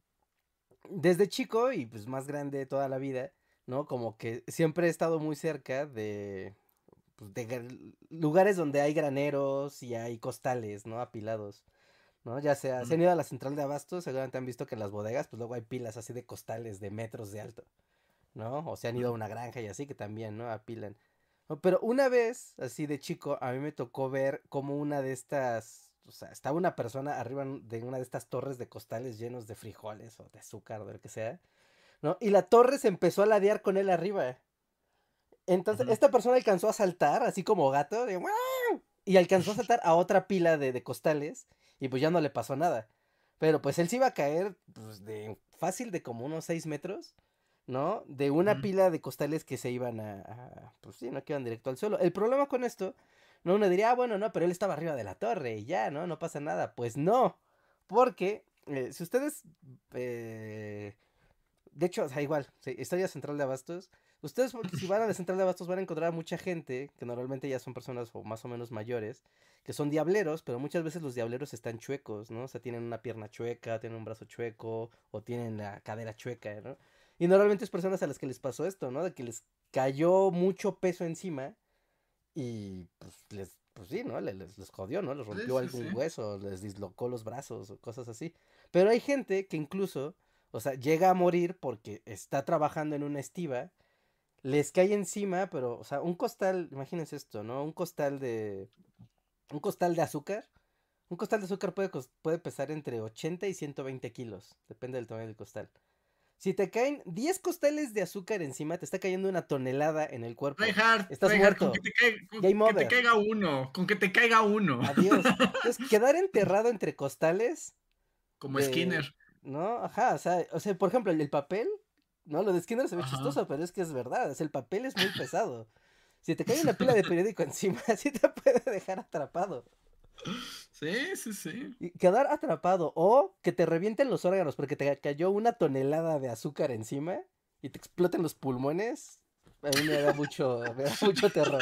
desde chico y pues más grande toda la vida, ¿no? Como que siempre he estado muy cerca de, pues, de gra- lugares donde hay graneros y hay costales, ¿no? Apilados, ¿no? Ya sea, se han ido a la central de abastos, seguramente han visto que en las bodegas, pues luego hay pilas así de costales de metros de alto, ¿no? O se han ido a una granja y así que también, ¿no? Apilan. No, pero una vez, así de chico, a mí me tocó ver como una de estas, o sea, estaba una persona arriba de una de estas torres de costales llenos de frijoles o de azúcar o de lo que sea, ¿no? Y la torre se empezó a ladear con él arriba. Entonces,
Ujú.
esta persona alcanzó a saltar, así como gato, de, "Guau", y alcanzó a saltar a otra pila de, de costales, y pues ya no le pasó nada. Pero pues él se iba a caer, pues, de fácil de como unos seis metros, ¿no? De una
Ujú.
pila de costales que se iban a, a- pues sí, no, que iban directo al suelo. El problema con esto, ¿no? Uno diría, ah, bueno, no, pero él estaba arriba de la torre y ya, ¿no? No pasa nada. Pues no, porque eh, si ustedes, eh, de hecho, o sea, igual, sí, Estadio Central de Abastos. Ustedes, porque si van a la Central de Abastos, van a encontrar a mucha gente, que normalmente ya son personas o más o menos mayores, que son diableros, pero muchas veces los diableros están chuecos, ¿no? O sea, tienen una pierna chueca, tienen un brazo chueco, o tienen la cadera chueca, ¿no? Y normalmente es personas a las que les pasó esto, ¿no? De que les cayó mucho peso encima y pues les, pues sí, ¿no? Le- Les, les jodió, ¿no? Les
Sí,
rompió
sí, sí.
algún hueso, les dislocó los brazos o cosas así. Pero hay gente que incluso, o sea, llega a morir porque está trabajando en una estiva, les cae encima, pero, o sea, un costal, imagínense esto, ¿no? Un costal de, un costal de azúcar. Un costal de azúcar puede, cos- puede pesar entre ochenta y ciento veinte kilos, depende del tamaño del costal. Si te caen diez costales de azúcar encima, te está cayendo una tonelada en el cuerpo.
Reinhardt,
Estás
Reinhardt,
muerto.
con que te caiga, con
Game
que te
over.
caiga uno, con que te caiga uno.
Adiós. Entonces, quedar enterrado entre costales.
Como
de-
Skinner.
No, ajá, o sea, o sea, por ejemplo, el, el papel, no, lo de Skinner se ve
Ajá.
chistoso, pero es que es verdad, o sea, el papel es muy pesado. Si te cae una pila de periódico encima, sí te puede dejar atrapado.
Sí, sí, sí.
Y quedar atrapado o que te revienten los órganos porque te cayó una tonelada de azúcar encima y te exploten los pulmones, a mí me da mucho, me da mucho terror.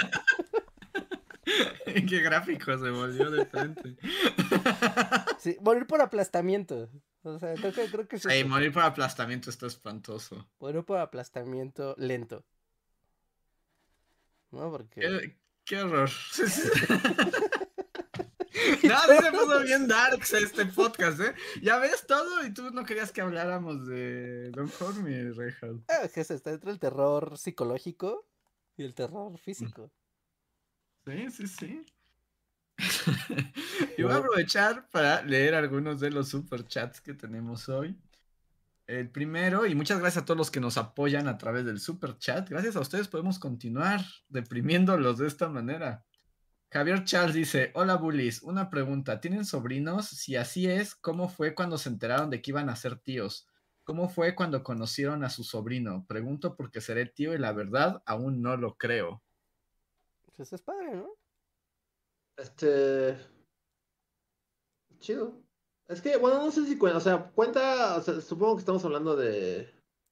Qué gráfico se volvió de frente.
Sí, morir por aplastamiento. O sea, creo que, creo que es
Sí,
eso.
morir por aplastamiento está espantoso.
Morir por aplastamiento lento. ¿No? Porque...
Qué, qué horror. Sí, sí. No, sí se puso bien darks este podcast, ¿eh? Ya ves todo y tú no querías que habláramos de Don't Hurt Me, Reinhardt.
Ah, es que eso está entre el terror psicológico y el terror físico.
Sí, sí, sí. Y voy a aprovechar para leer algunos de los superchats que tenemos hoy. El primero, y muchas gracias a todos los que nos apoyan a través del superchat. Gracias a ustedes podemos continuar deprimiéndolos de esta manera. Javier Charles dice, hola bullies, una pregunta, ¿tienen sobrinos? Si así es, ¿cómo fue cuando se enteraron de que iban a ser tíos? ¿Cómo fue cuando conocieron a su sobrino? Pregunto porque seré tío y la verdad aún no lo creo.
Pues es padre, ¿no?
Este. Chido. Es que, bueno, no sé si cuenta, o sea, cuenta, o sea, supongo que estamos hablando de.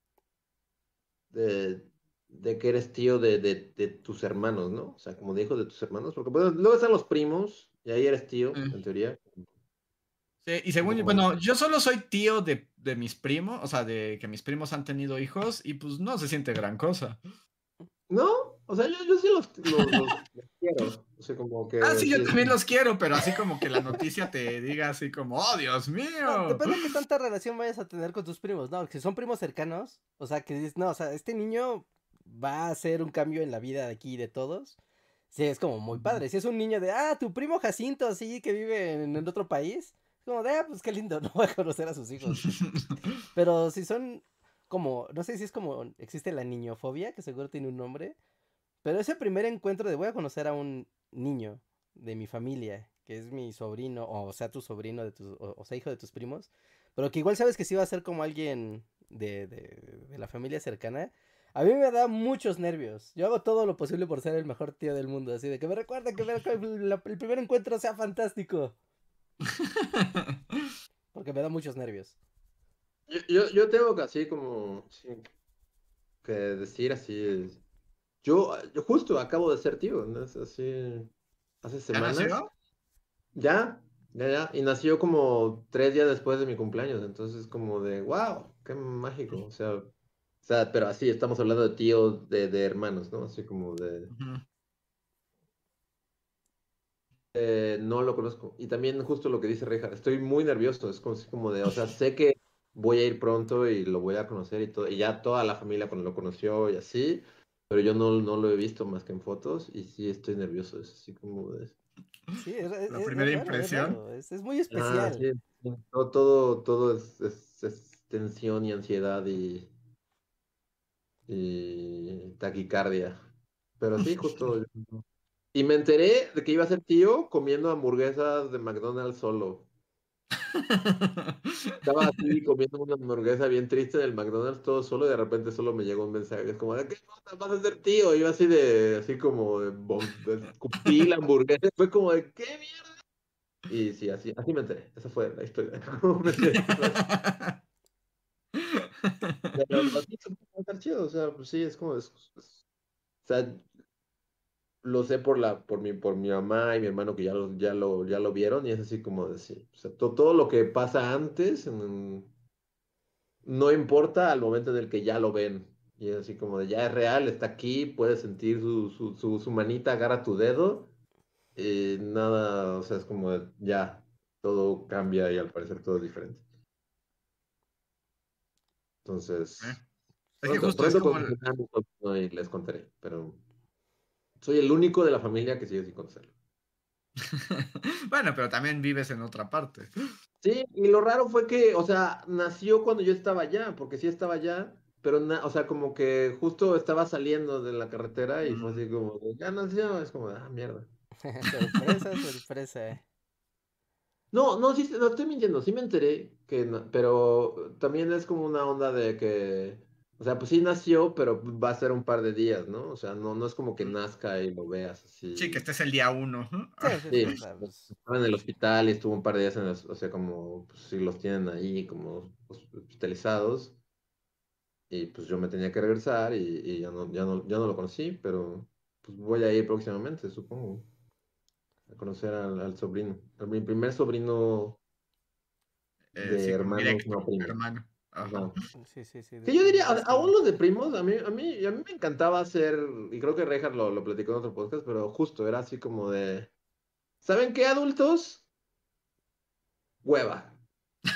de. de que eres tío de, de, de tus hermanos, ¿no? O sea, como de hijos de tus hermanos, porque bueno, luego están los primos, y ahí eres tío,
Mm.
en teoría.
Sí, y según,
Como-
bueno, yo solo soy tío de, de mis primos, o sea, de que mis primos han tenido hijos y pues no se siente gran cosa.
No, o sea, yo, yo sí los, los, los- los quiero. O sea, como que.
Ah, sí, yo
sí es
también
como-
los quiero, pero así como que la noticia te diga así como, oh, Dios
No,
mío.
depende de qué tanta relación vayas a tener con tus primos, ¿no? Si son primos cercanos, o sea, que dices, no, o sea, este niño va a hacer un cambio en la vida de aquí y de todos. Sí, es como muy padre. Si es un niño de, ah, tu primo Jacinto, así, que vive en, en otro país, es como de, ah, pues qué lindo, no va a conocer a sus hijos. Pero si son como, no sé si es como, existe la niñofobia, que seguro tiene un nombre, pero ese primer encuentro de voy a conocer a un niño de mi familia, que es mi sobrino, o sea, tu sobrino, de tus, o, o sea, hijo de tus primos, pero que igual sabes que sí va a ser como alguien de, de, de la familia cercana. A mí me da muchos nervios. Yo hago todo lo posible por ser el mejor tío del mundo, así de que me recuerda que me recuerda, la- el primer encuentro sea fantástico, porque me da muchos nervios.
Yo, yo, yo tengo que así como. Sí, que decir así. es- Yo, yo justo acabo de ser tío, ¿no? Es así. Hace
¿Ya
semanas.
nació?
Ya, ya, ya. Y nació como tres días después de mi cumpleaños. Entonces, como de, wow, qué mágico. O sea, o sea, pero así estamos hablando de tíos, de, de hermanos, ¿no? Así como de.
Ujú.
eh, no lo conozco. Y también justo lo que dice Reja, estoy muy nervioso. Es como, así como de, o sea, sé que voy a ir pronto y lo voy a conocer y todo. Y ya toda la familia cuando lo conoció y así. Pero yo no, no lo he visto más que en fotos y sí estoy nervioso. Es así como de.
Sí, es, es-
La
es
primera
raro, es
impresión.
raro, es, es muy
Ah,
especial.
sí, sí. Todo, todo, todo es, es- es tensión y ansiedad y, y taquicardia. Pero sí, justo. Y me enteré de que iba a ser tío comiendo hamburguesas de McDonald's solo. Estaba así comiendo una hamburguesa bien triste en el McDonald's todo solo y de repente solo me llegó un mensaje. Es como, ¿de qué onda? ¿Vas a ser tío? Y yo así de, así como de, vom- de escupí la hamburguesa. Fue como de, ¿qué mierda? Y sí, así, así me enteré. Esa fue la historia. ¿Cómo me enteré? Pero sí, supongo que va a estar chido. O sea, pues sí, es como, es- es- o sea, lo sé por la, por mi, por mi mamá y mi hermano que ya lo, ya lo, ya lo vieron y es así como decir, o sea, to- todo lo que pasa antes en- no importa al momento en el que ya lo ven. Y es así como de ya es real, está aquí, puedes sentir su, su, su, su manita, agarra tu dedo, y nada, o sea, es como de, ya, todo cambia y al parecer todo es diferente.
Eh,
Entonces,
Es que
pronto,
justo es
pronto
como,
conocerán mi sobrino y les contaré, pero soy el único de la familia que sigue sin conocerlo.
Bueno, pero también vives en otra parte.
Sí, y lo raro fue que, o sea, nació cuando yo estaba allá, porque sí estaba allá, pero, na- o sea, como que justo estaba saliendo de la carretera y fue así como, de, ya nació, es como, ah, mierda.
Sorpresa, sorpresa.
No, no, sí, no estoy mintiendo, sí me enteré, que, na- pero también es como una onda de que, o sea, pues sí nació, pero va a ser un par de días, ¿no? O sea, no, no es como que nazca y lo veas
Sí, que
así.
este es el día uno.
Sí, sí, sí,
Sí,
o sea, pues,
estaba en el hospital y estuvo un par de días en el, o sea, como, pues sí los tienen ahí como hospitalizados. Y pues yo me tenía que regresar y, y ya no, ya no, ya no lo conocí, pero pues voy a ir próximamente, supongo, a conocer al, al sobrino, a mi primer sobrino
Eh,
de
sí, como
hermanos
directo,
no primos.
hermano. Ajá.
Ajá.
sí, sí, sí,
Que yo diría, a- aún los de
definitivamente.
primos, a mí, a mí, a mí me encantaba hacer, y creo que Rejar lo, lo platicó en otro podcast, pero justo era así como de, ¿saben qué, adultos? Hueva.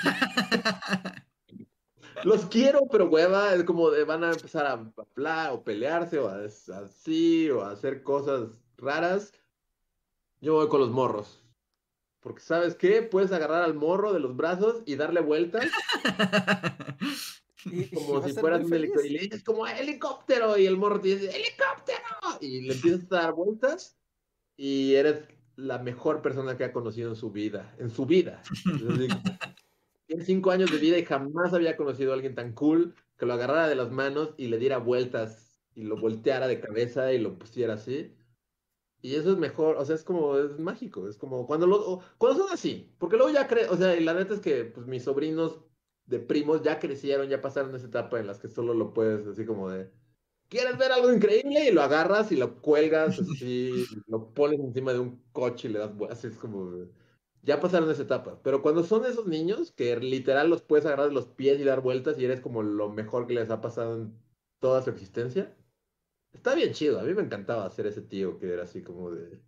Los quiero, pero hueva, es como de van a empezar a hablar o pelearse o a- así o a hacer cosas raras. Yo voy con los morros. Porque ¿sabes qué? Puedes agarrar al morro de los brazos y darle vueltas
Y, y
como
va a
si
ser
fueras
muy
un helicóptero. Y
feliz.
le dices como helicóptero y el morro te dice helicóptero y le empiezas a dar vueltas y eres la mejor persona que ha conocido en su vida. En su vida. Es así como, tiene cinco años de vida y jamás había conocido a alguien tan cool que lo agarrara de las manos y le diera vueltas y lo volteara de cabeza y lo pusiera así. Y eso es mejor, o sea, es como, es mágico, es como cuando, lo, o- cuando son así, porque luego ya cre, o sea, y la neta es que pues mis sobrinos de primos ya crecieron, ya pasaron esa etapa en las que solo lo puedes, así como de, ¿quieres ver algo increíble? Y lo agarras y lo cuelgas así, y lo pones encima de un coche y le das vueltas, así es como, de- ya pasaron esa etapa, pero cuando son esos niños que literal los puedes agarrar de los pies y dar vueltas y eres como lo mejor que les ha pasado en toda su existencia. Está bien chido, a mí me encantaba ser ese tío que era así como de,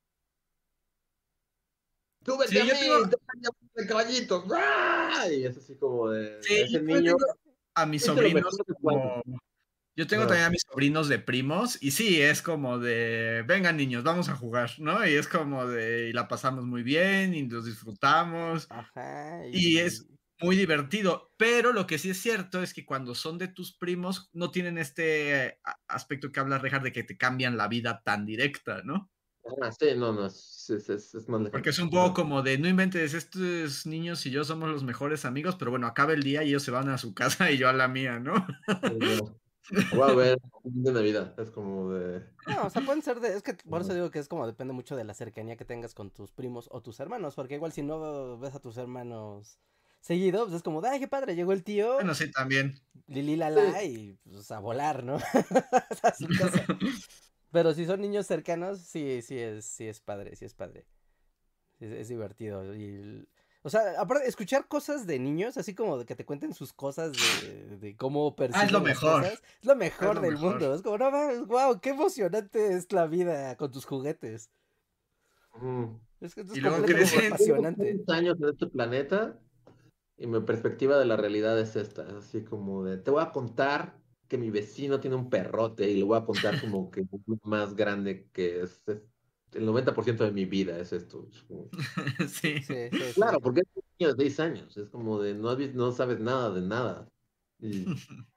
súbete a
Sí,
mí,
yo tengo,
te voy a de caballitos. ¡Ah! Y es así como de, a
sí, yo
ese
también
niño,
tengo a mis
fuiste lo
sobrinos
mejor de tu año.
como, yo tengo
Ajá.
también a mis sobrinos de primos y sí, es como de, vengan niños, vamos a jugar, ¿no? Y es como de, y la pasamos muy bien y nos disfrutamos
Ajá,
y es
y...
muy divertido, pero lo que sí es cierto es que cuando son de tus primos no tienen este a- aspecto que habla Rejar de que te cambian la vida tan directa, ¿no?
Ah, sí, no, no, es, es, es, es más
Porque
lejano.
es un poco
Ajá.
como de, no inventes, estos niños y yo somos los mejores amigos, pero bueno, acaba el día y ellos se van a su casa y yo a la mía, ¿no?
Sí, no. Voy a ver de Navidad, es como de...
No, o sea, pueden ser de... Es que por eso
Ajá.
digo que es como depende mucho de la cercanía que tengas con tus primos o tus hermanos, porque igual si no ves a tus hermanos seguido, pues es como, ay, qué padre, llegó el tío,
Bueno, sí, también.
Lili Lala,
Sí,
y pues a volar, ¿no? A su casa. Pero si son niños cercanos, sí, sí es, sí es padre, sí es padre. Es, es divertido. Y, el- o sea, aparte, escuchar cosas de niños, así como de que te cuenten sus cosas de, de cómo
Ah, es lo
perciben las
mejor,
cosas, es lo
es
mejor
lo
del
mejor.
mundo. Es como, no mames, wow, qué emocionante es la vida con tus juguetes.
ujú.
Es que esto es
Y luego
Es como,
completamente
crecen.
tengo
apasionante.
muchos años en este planeta y mi perspectiva de la realidad es esta, es así como de, te voy a contar que mi vecino tiene un perrote y le voy a contar como que es más grande que es, es- el noventa por ciento de mi vida es esto. Es como,
Sí.
Sí, sí,
claro,
sí.
porque es un niño de seis años, es como de, no, has vis- no sabes nada de nada. Y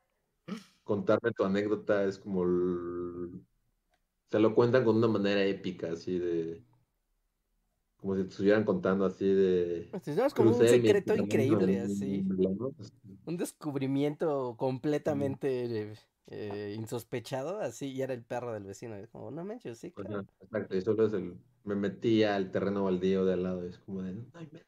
contarme tu anécdota es como, el- se lo cuentan con una manera épica, así de, como si te estuvieran contando así de,
Pues, no, es como un
crucé el
secreto
Mediterráneo
increíble, así.
en... ¿no?
Un descubrimiento completamente eh, insospechado, así, y era el perro del vecino. Es como, no manches, sí, claro.
Ajá, exacto, y solo es el, me metí al terreno baldío de al lado, y es como de, no, no inventes".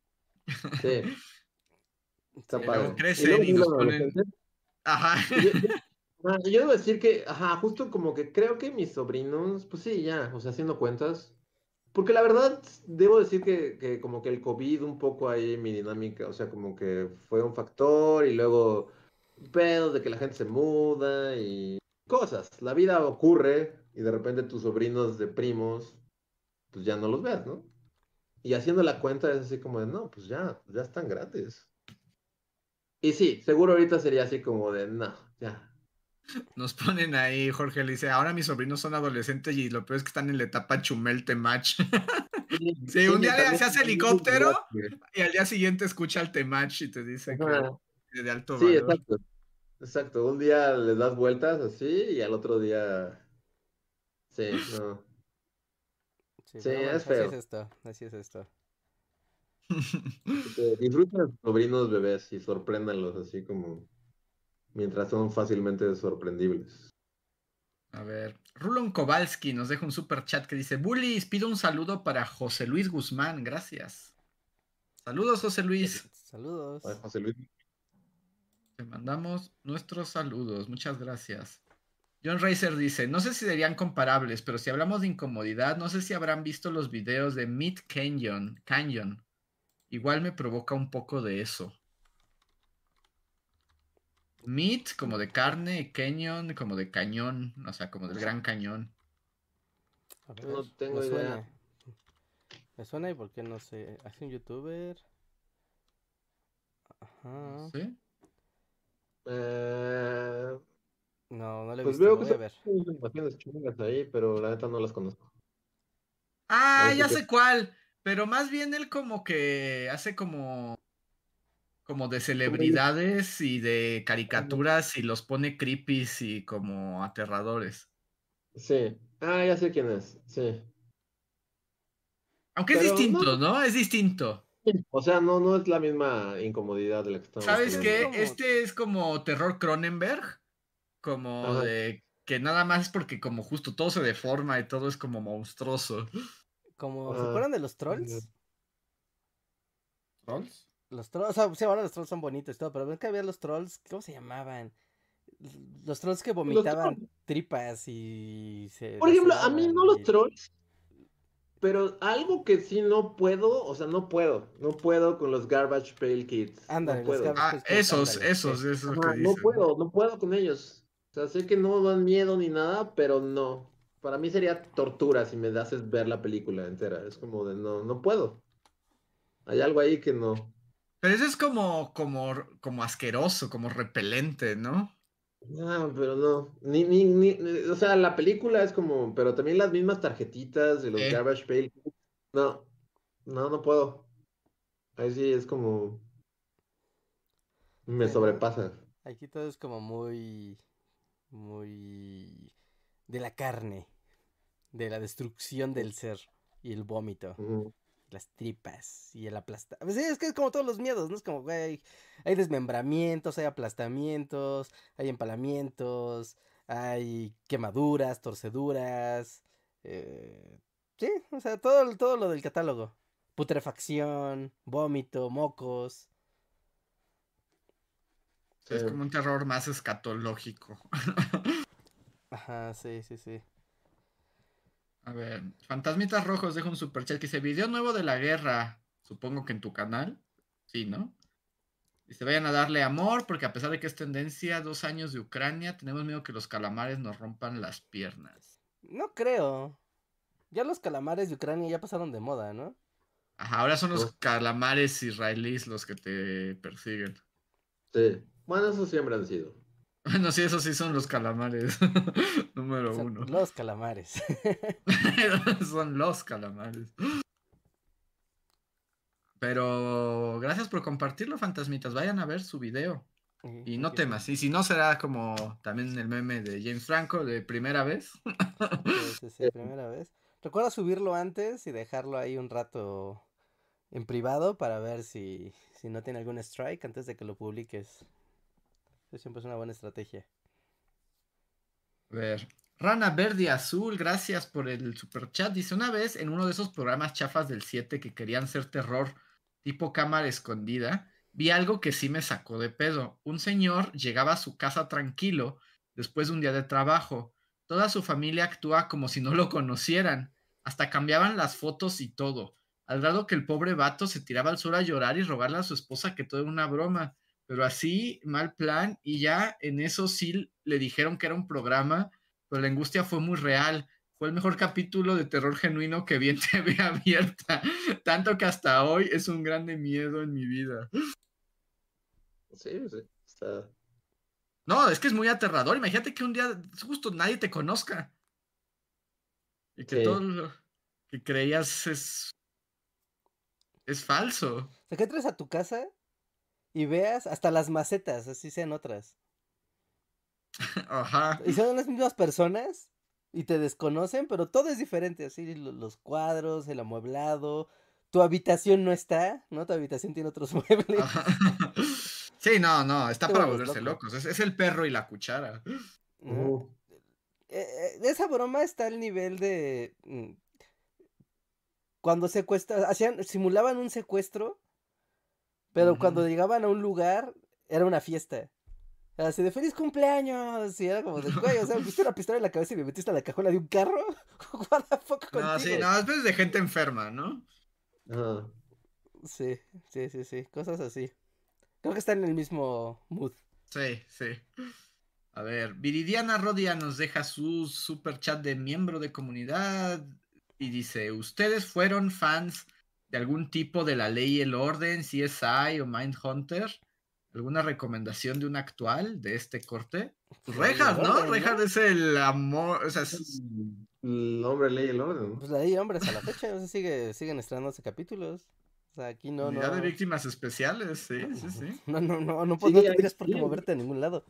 Sí, está
Y
Sí.
luego
padre. Y luego
crecen y
viene
nos
la
ponen.
adolescencia,
Ajá.
y yo, yo, ah, y yo debo decir que, ajá, justo como que creo que mis sobrinos, pues sí, ya, o sea, haciendo cuentas, porque la verdad, debo decir que, que como que el COVID un poco ahí mi dinámica, o sea, como que fue un factor y luego pedos de que la gente se muda y cosas, la vida ocurre y de repente tus sobrinos de primos, pues ya no los ves, ¿no? Y haciendo la cuenta es así como de, no, pues ya, ya están grandes. Y sí, seguro ahorita sería así como de, no, ya.
Nos ponen ahí, Jorge le dice, ahora mis sobrinos son adolescentes y lo peor es que están en la etapa chumel temach. Sí, un día le
también-
se hace helicóptero y al día siguiente escucha el Temach y te dice
Ajá.
que es de alto
Sí,
valor.
exacto. Exacto. Un día le das vueltas así y al otro día. Sí, no.
Sí,
Sí,
pero bueno,
es
así es
feo.
esto, así es esto.
Así que disfruten a sus sobrinos bebés y sorpréndanlos así como mientras son fácilmente sorprendibles.
A ver, Rulon Kowalski nos deja un super chat que dice: Bullies, pido un saludo para José Luis Guzmán, gracias. Saludos, José Luis.
Ay,
Saludos.
José Luis.
Te mandamos nuestros saludos, muchas gracias. John Racer dice: no sé si serían comparables, pero si hablamos de incomodidad, no sé si habrán visto los videos de Meat Canyon. Canyon. Igual me provoca un poco de eso. Meat como de carne y Canyon como de cañón, o sea, como del Gran Cañón.
A ver,
No tengo
me
idea.
suena. Me suena y por qué no sé. ¿Hace un youtuber?
No
Ajá.
sé.
Eh,
No, no lo he
pues
visto,
veo
lo
que
voy a
son
ver.
animaciones chungas ahí, pero la neta no las conozco.
Ah,
Ahí sí
ya
que.
sé cuál. Pero más bien él como que hace como, como de
Como
celebridades y de caricaturas y los pone creepy y como aterradores.
Sí. Ah, ya sé quién es. Sí.
Aunque es
Pero no,
distinto, ¿no? Es distinto.
o sea, no, no es la misma incomodidad de la que estamos
¿Sabes
Es
hablando.
qué?
como,
Este es como terror Cronenberg, como
Ajá.
de que nada más es porque como justo todo se deforma y todo es como monstruoso.
como, ¿se
Ajá.
acuerdan de los trolls?
¿Trolls?
Los trolls, o sea, sí, ahora los trolls son bonitos y todo, pero ven que había los trolls, ¿cómo se llamaban? Los trolls que
Los
vomitaban
trolls.
tripas y se
Por ejemplo, a mí
laceraban
no los
y...
trolls, pero algo que sí no puedo, o sea, no puedo, no puedo con los Garbage Pail Kids, no
Ándale, los
puedo.
Garbage
Ah,
Pail Kids,
esos,
ándale, sí.
esos, eso que
Ajá, no
dicen.
puedo, no puedo con ellos. O sea, sé que no dan miedo ni nada, pero no. Para mí sería tortura si me haces ver la película entera. Es como de no, no puedo. Hay algo ahí que no.
Pero eso es como, como, como asqueroso, como repelente, ¿no?
Ah, pero no. Ni, ni, ni, ni- o sea, la película es como, pero también las mismas tarjetitas de los
Eh,
Garbage Pail. No, no, no puedo. Ahí sí es como, me
Sí, ¿no?
sobrepasa.
Aquí todo es como muy, muy de la carne, de la destrucción del ser y el vómito,
Ujú.
las tripas y el aplastamiento. Pues sí, es que es como todos los miedos, ¿no? Es como, güey, hay desmembramientos, hay aplastamientos, hay empalamientos, hay quemaduras, torceduras, eh, sí, o sea, todo, todo lo del catálogo. Putrefacción, vómito, mocos.
sí, es como un terror más escatológico.
Ajá, sí, sí, sí.
A ver, Fantasmitas Rojos deja un superchat que dice: video nuevo de la guerra. Supongo que en tu canal. Sí, ¿no? Dice: vayan a darle amor, porque a pesar de que es tendencia, dos años de Ucrania, tenemos miedo que los calamares nos rompan las piernas.
No creo. Ya los calamares de Ucrania ya pasaron de moda, ¿no?
Ajá, ahora son los
No,
calamares israelíes los que te persiguen.
sí. Bueno, eso siempre han sido.
Bueno, sí, esos sí son los calamares. Número
Son
uno.
los calamares.
Son los calamares. Pero gracias por compartirlo, fantasmitas. Vayan a ver su video.
Sí,
Y no
aquí está.
temas. Y si no, será como también el meme de James Franco de primera vez.
Sí, sí, sí, primera vez. Recuerda subirlo antes y dejarlo ahí un rato en privado para ver si, si no tiene algún strike antes de que lo publiques. Eso siempre es una buena estrategia.
A ver. Rana Verde y Azul, gracias por el super chat. Dice: una vez en uno de esos programas chafas del siete que querían ser terror tipo cámara escondida, vi algo que sí me sacó de pedo. Un señor llegaba a su casa tranquilo después de un día de trabajo. Toda su familia actúa como si no lo conocieran. Hasta cambiaban las fotos y todo. Al grado que el pobre vato se tiraba al suelo a llorar y rogarle a su esposa que todo era una broma. Pero así, mal plan, y ya en eso sí le dijeron que era un programa, pero la angustia fue muy real. Fue el mejor capítulo de terror genuino que vi en T V abierta, tanto que hasta hoy es un grande miedo en mi vida.
Sí, sí. Está...
No, es que es muy aterrador. Imagínate que un día justo nadie te conozca y que todo
Sí.
lo que creías es Es falso.
O sea, que entres a tu casa y veas hasta las macetas, así sean otras.
Ajá.
Y son las mismas personas y te desconocen, pero todo es diferente, así lo- los cuadros, el amueblado, tu habitación no está, ¿no? Tu habitación tiene otros muebles.
Ajá. Sí, no, no, está
Te
para
vuelves
volverse
loco.
locos. Es, es el perro y la cuchara.
¿No?
Ujú.
Eh, eh, esa broma está al nivel de mm, cuando secuestran, hacían, simulaban un secuestro, pero
Ujú.
cuando llegaban a un lugar era una fiesta. Así de feliz cumpleaños. Y era como de, güey, o sea, me pusiste una pistola en la cabeza y me metiste a la cajuela de un carro. What the fuck
No, sí,
contigo?
no, es de gente enferma, ¿no?
Ajá.
Sí, sí, sí, sí, cosas así. Creo que están en el mismo mood.
Sí, sí. A ver, Viridiana Rodia nos deja su super chat de miembro de comunidad y dice, ¿ustedes fueron fans de algún tipo de La Ley y el Orden, C S I o Mindhunter? ¿Alguna recomendación de un actual de este corte? Pues
La Ley y el
Reinhardt, ¿no?
Orden, ¿no?
Reinhardt es el amor, o sea, es-
El hombre ley el orden.
Pues la ley, hombres, a la fecha, o sea, sigue, siguen estrenándose capítulos. O sea, aquí no,
unidad de
no.
víctimas especiales, sí, sí, sí.
No, no, no, no, pues,
Sí,
no
ahí
tendrías por qué
sí.
moverte a ningún lado.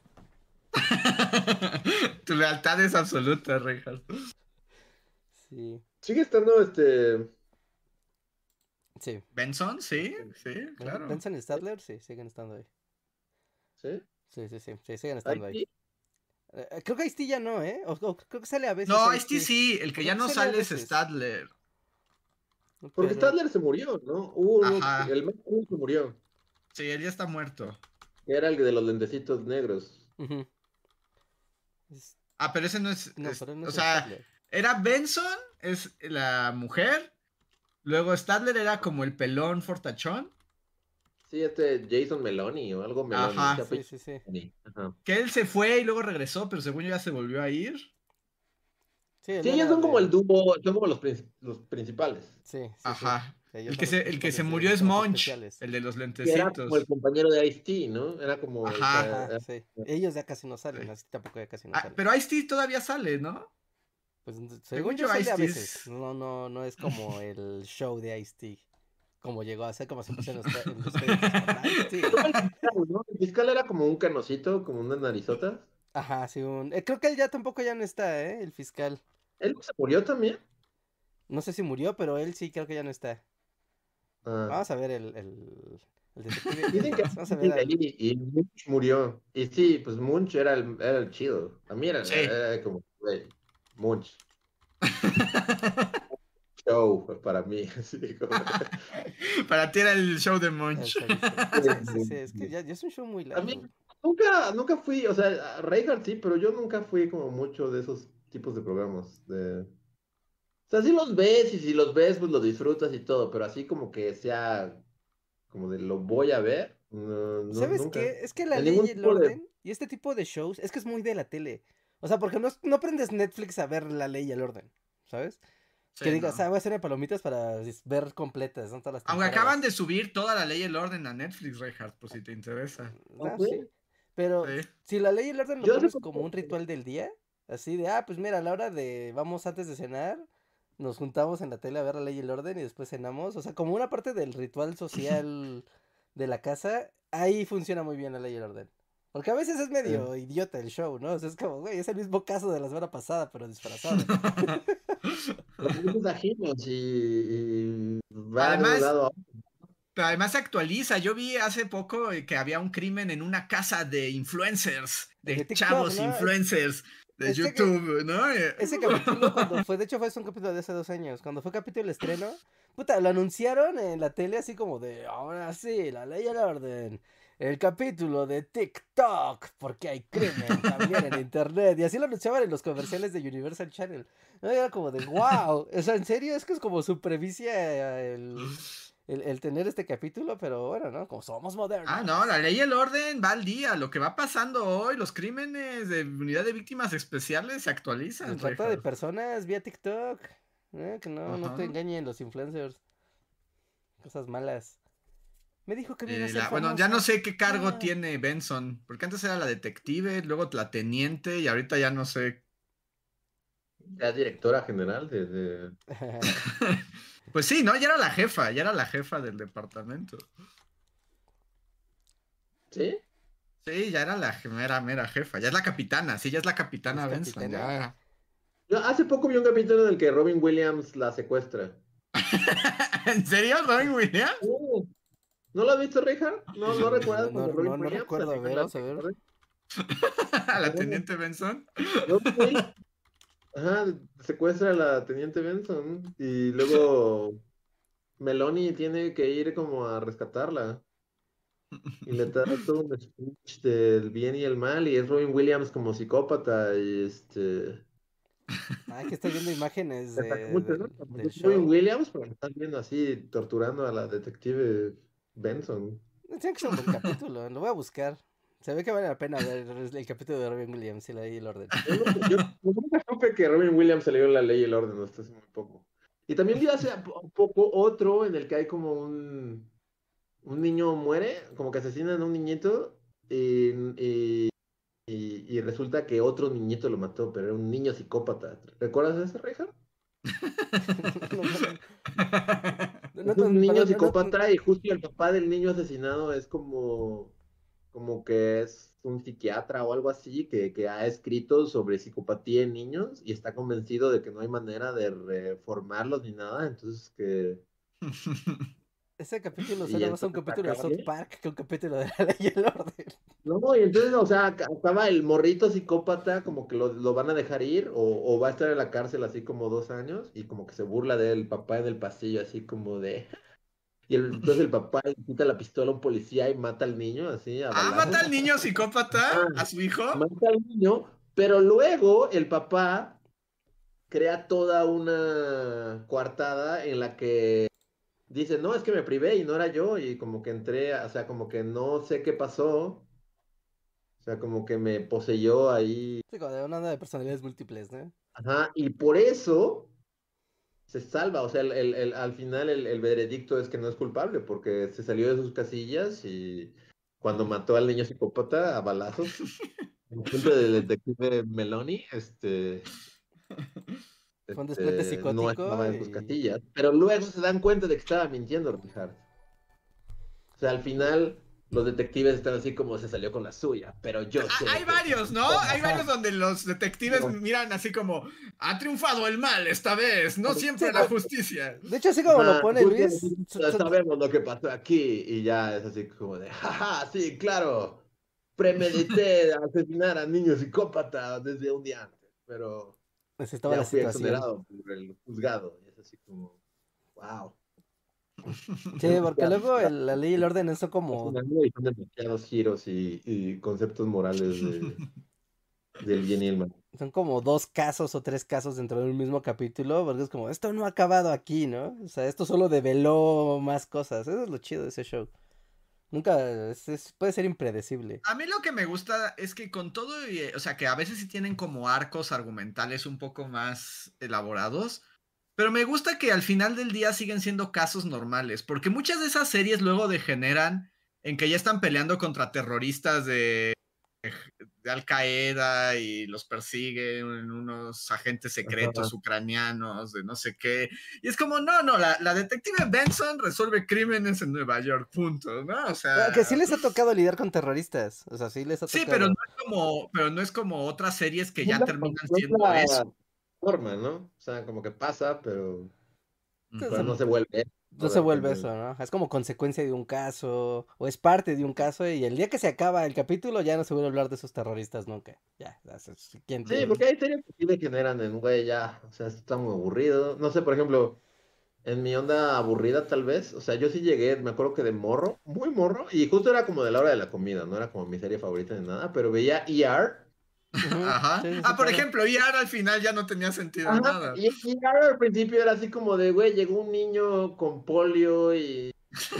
Tu lealtad es absoluta, Reinhardt.
Sí,
Sigue estando este.
sí.
Benson, sí, sí,
Ben-
claro.
Benson y Stadler, sí, siguen estando ahí.
¿Sí?
Sí, sí, sí, sí, siguen
Ahí
estando ahí.
sí.
Eh, creo que Ice-T ya no, ¿eh? O, o creo que sale a veces
No,
Ice-T.
este sí, el que
Creo
ya
que
no
sale a
sale es
veces.
Stadler.
Porque
Pero,
Stadler se murió, ¿no? Hubo uno,
Ajá.
el más cool se murió.
Sí, él ya está muerto.
Que era el de los lentecitos negros.
ujú. Es-
Ah, pero ese no es,
No,
es-
pero no
o
es
sea,
Stadler.
era Benson, es la mujer. Luego Stadler era como el pelón fortachón.
Sí, este Jason Meloni o algo Meloni.
Ajá.
se
Sí,
apellida
sí, sí.
Meloni. Ajá.
Que él se fue y luego regresó, pero según yo ya se volvió a ir.
Sí, él
Sí, ellos
era
son como
de-
el dúo, son como los, prin- los principales.
Sí, sí, sí.
Ajá.
Ellos
El
son
que,
los
se, el que se
principales de
murió es
Víctimas
Monch,
Especiales.
el de los
Que era como
lentecitos.
el compañero de Ice-T, ¿no? Era como. o
Ajá.
sea,
Ajá,
era-
sí. Ellos ya casi no salen,
Sí.
así tampoco ya casi no
Ah,
salen.
pero Ice-T todavía sale, ¿no?
Pues según
según
yo
yo,
sale a
Ice-T
veces.
es-
No, no, no es como el show de Ice-T. Como llegó a ser, como se puso en los, cre- en los créditos con Ice-T.
Creo que el fiscal, ¿no? El fiscal era como un canocito, como una narizota.
Ajá, sí, un... eh, creo que él ya tampoco ya no está, ¿eh? El fiscal.
¿Él se murió también?
No sé si murió, pero él sí creo que ya no está.
Ah.
Vamos a ver el, el, el detective.
Dicen que
Vamos a ver al...
y, y Munch murió. Y sí, pues Munch era el, era el chido. A mí era,
Sí.
era como, güey, Munch. Show para mí. Así como...
Para ti era el show de
el
Monch.
showista. Sí, sí, sí, es que ya, ya es un show muy
A mí
largo.
nunca, nunca fui, o sea, Reinhardt sí, pero yo nunca fui como mucho de esos tipos de programas. De... O sea, sí los ves y si los ves, pues los disfrutas y todo, pero así como que sea, como de lo voy a ver, no, no,
¿Sabes
nunca.
qué? Es que la
En
ley
ningún
y el
tipo de...
orden y este tipo de shows es que es muy de la tele. O sea, porque no, es- no prendes Netflix a ver la ley y el orden, ¿sabes?
Sí,
que digas,
no.
ah, voy a hacerme palomitas para dis- ver completas, ¿no? Todas las
Aunque
temporadas.
acaban de subir toda la ley y el orden a Netflix, Reinhardt, por si te interesa.
Ah,
Ok.
sí. Pero
Sí.
si la ley y el orden lo
Yo hace
pones
poco-
como un ritual del día, así de, ah, pues mira, a la hora de, vamos antes de cenar, nos juntamos en la tele a ver la ley y el orden y después cenamos. O sea, como una parte del ritual social de la casa, ahí funciona muy bien la ley y el orden. Porque a veces es medio idiota el show, ¿no? O sea, es como, güey, es el mismo caso de la semana pasada, pero disfrazado.
Los grupos ajenos y, y va de
Además-
un lado a otro.
Pero además se actualiza. Yo vi hace poco eh, que había un crimen en una casa de influencers, de,
De TikTok,
chavos
¿no?
influencers de
Ese que-
YouTube, ¿no? Eh,
Ese capítulo cuando fue, de hecho fue un capítulo de hace dos años, cuando fue capítulo de estreno, puta, lo anunciaron en la tele así como de, ahora sí, la ley y el orden, el capítulo de TikTok, porque hay crimen también en internet, y así lo anunciaban en los comerciales de Universal Channel, ¿no? Y era como de, wow, o sea, en serio, es que es como su premicia el, el, el tener este capítulo, pero bueno, ¿no? Como somos modernos.
Ah, no, la ley y el orden va al día. Lo que va pasando hoy, los crímenes de unidad de víctimas especiales se actualizan.
El trata de
Reinhardt.
personas vía TikTok, ¿eh? Que no, no te
Ajá.
engañen los influencers. Cosas malas. Me dijo que me iba a
Eh,
hacer
la- bueno, ya no
famosa.
sé qué cargo
Ah.
tiene Benson, porque antes era la detective, luego la teniente y ahorita ya no sé.
sea directora general de... de...
Pues sí, ¿no? Ya era la jefa, ya era la jefa del departamento.
¿Sí?
Sí, ya era la mera, mera jefa. Ya es la capitana, sí, ya es la capitana
¿Es
Benson.
capitana?
Ya.
Yo hace poco vi un capítulo en el que Robin Williams la secuestra.
¿En serio, Robin Williams?
Uh, ¿No lo has visto, Richard? ¿No, no recuerdas
No,
cuando
no,
Robin
no, no
Williams
recuerdo. A
salió
ver,
en la
vamos a ver.
Orden?
¿A la teniente Benson?
Robin Williams, ajá, secuestra a la teniente Benson y luego Meloni tiene que ir como a rescatarla. Y le da todo un speech del bien y el mal, y es Robin Williams como psicópata, y este...
Ah, que estoy viendo imágenes
Te
de,
saca mucho, ¿no?
del,
Porque
del
es Robin
show.
Williams, pero me estás viendo así torturando a la detective Benson.
Tiene que ser un buen capítulo, lo voy a buscar. Se ve que vale la pena ver el capítulo de Robin Williams y la ley y el orden.
Yo, nunca- yo- yo nunca supe que Robin Williams se le dio la ley y el orden hasta hace muy poco. Y también vi hace po- poco otro en el que hay como un, un niño muere, como que asesinan a un niñito y, y, y- y resulta que otro niñito lo mató, pero era un niño psicópata. ¿Recuerdas ese, Reja?
No, no, no,
Es un
no,
niño
perdón, no, no,
psicópata y justo el papá del niño asesinado es como, como que es un psiquiatra o algo así que, que ha escrito sobre psicopatía en niños y está convencido de que no hay manera de reformarlos ni nada, entonces que...
ese capítulo
Y
suena más a un
entonces
capítulo de
acaba
South
bien.
Park que un capítulo de la ley y el orden.
No, y entonces, o sea, ac- acaba el morrito psicópata como que lo, lo van a dejar ir o, o va a estar en la cárcel así como dos años y como que se burla del papá en el pasillo así como de... Y el- entonces el papá le quita la pistola a un policía y mata al niño así a
Ah,
balazos.
mata al niño psicópata,
Ah,
a su hijo.
mata al niño, pero luego el papá crea toda una coartada en la que dice, no, es que me privé y no era yo y como que entré, o sea, como que no sé qué pasó, o sea, como que me poseyó ahí.
Sí, como de una onda de personalidades múltiples, ¿no?
Ajá, y por eso se salva, o sea, el, el- el- al final el, el veredicto es que no es culpable porque se salió de sus casillas y cuando mató al niño psicópata a balazos, en frente del detective Meloni, este,
Fue un desplante
este, no
psicótico
estaba en sus
y...
casillas, pero luego se dan cuenta de que estaba mintiendo, Richard. O sea, al final los detectives están así como se salió con la suya, pero yo
Ah,
sé
hay
que...
varios, ¿no? Hay varios donde los detectives
No.
miran así como, ha triunfado el mal esta vez, no siempre
Sí,
la
no.
justicia.
De hecho, así como lo
Ajá,
pone
justo
Luis,
así,
so-
ya
so-
sabemos lo que pasó aquí y ya es así como de, jaja, sí, claro, premedité asesinar a niños psicópatas desde un día antes, pero
necesitaba
ya
la
fui
situación.
exonerado por el juzgado y es así como, wow.
Sí, porque luego el- la ley y el orden son como...
Son demasiados giros y, y conceptos morales de, del bien y el mal.
Son como dos casos o tres casos dentro de un mismo capítulo, porque es como, esto no ha acabado aquí, ¿no? O sea, esto solo develó más cosas. Eso es lo chido de ese show. Nunca, es- es- puede ser impredecible.
A mí lo que me gusta es que con todo, y, eh, o sea, que a veces sí tienen como arcos argumentales un poco más elaborados, pero me gusta que al final del día siguen siendo casos normales, porque muchas de esas series luego degeneran en que ya están peleando contra terroristas de, de Al Qaeda y los persiguen unos agentes secretos
Ajá.
ucranianos de no sé qué. Y es como, no, no, la, la detective Benson resuelve crímenes en Nueva York, punto, ¿no? O sea...
Que sí les ha tocado lidiar con terroristas. O sea, sí les ha
Sí, pero no
tocado.
es como, pero no es como otras series que
No es
ya
la,
terminan
no es
siendo eso.
la forma, ¿no? O sea, como que pasa, pero,
O
pero
sea,
no se vuelve,
no
¿no?
se
De
vuelve
repente.
eso, ¿no? Es como consecuencia de un caso, o es parte de un caso, y el día que se acaba el capítulo ya no se vuelve a hablar de esos terroristas nunca. Ya, ya se- ¿quién
Sí,
te-
porque hay series que sí degeneran en, güey, ya, o sea, esto está muy aburrido. No sé, por ejemplo, en mi onda aburrida tal vez, o sea, yo sí llegué, me acuerdo que de morro, muy morro, y justo era como de la hora de la comida, no era como mi serie favorita ni nada, pero veía E R.
Ujú,
Ajá.
sí, sí, sí,
Ah, por
claro.
ejemplo, y ahora al final ya no tenía sentido
Ajá,
nada.
y E R al principio era así como de, güey, llegó un niño con polio y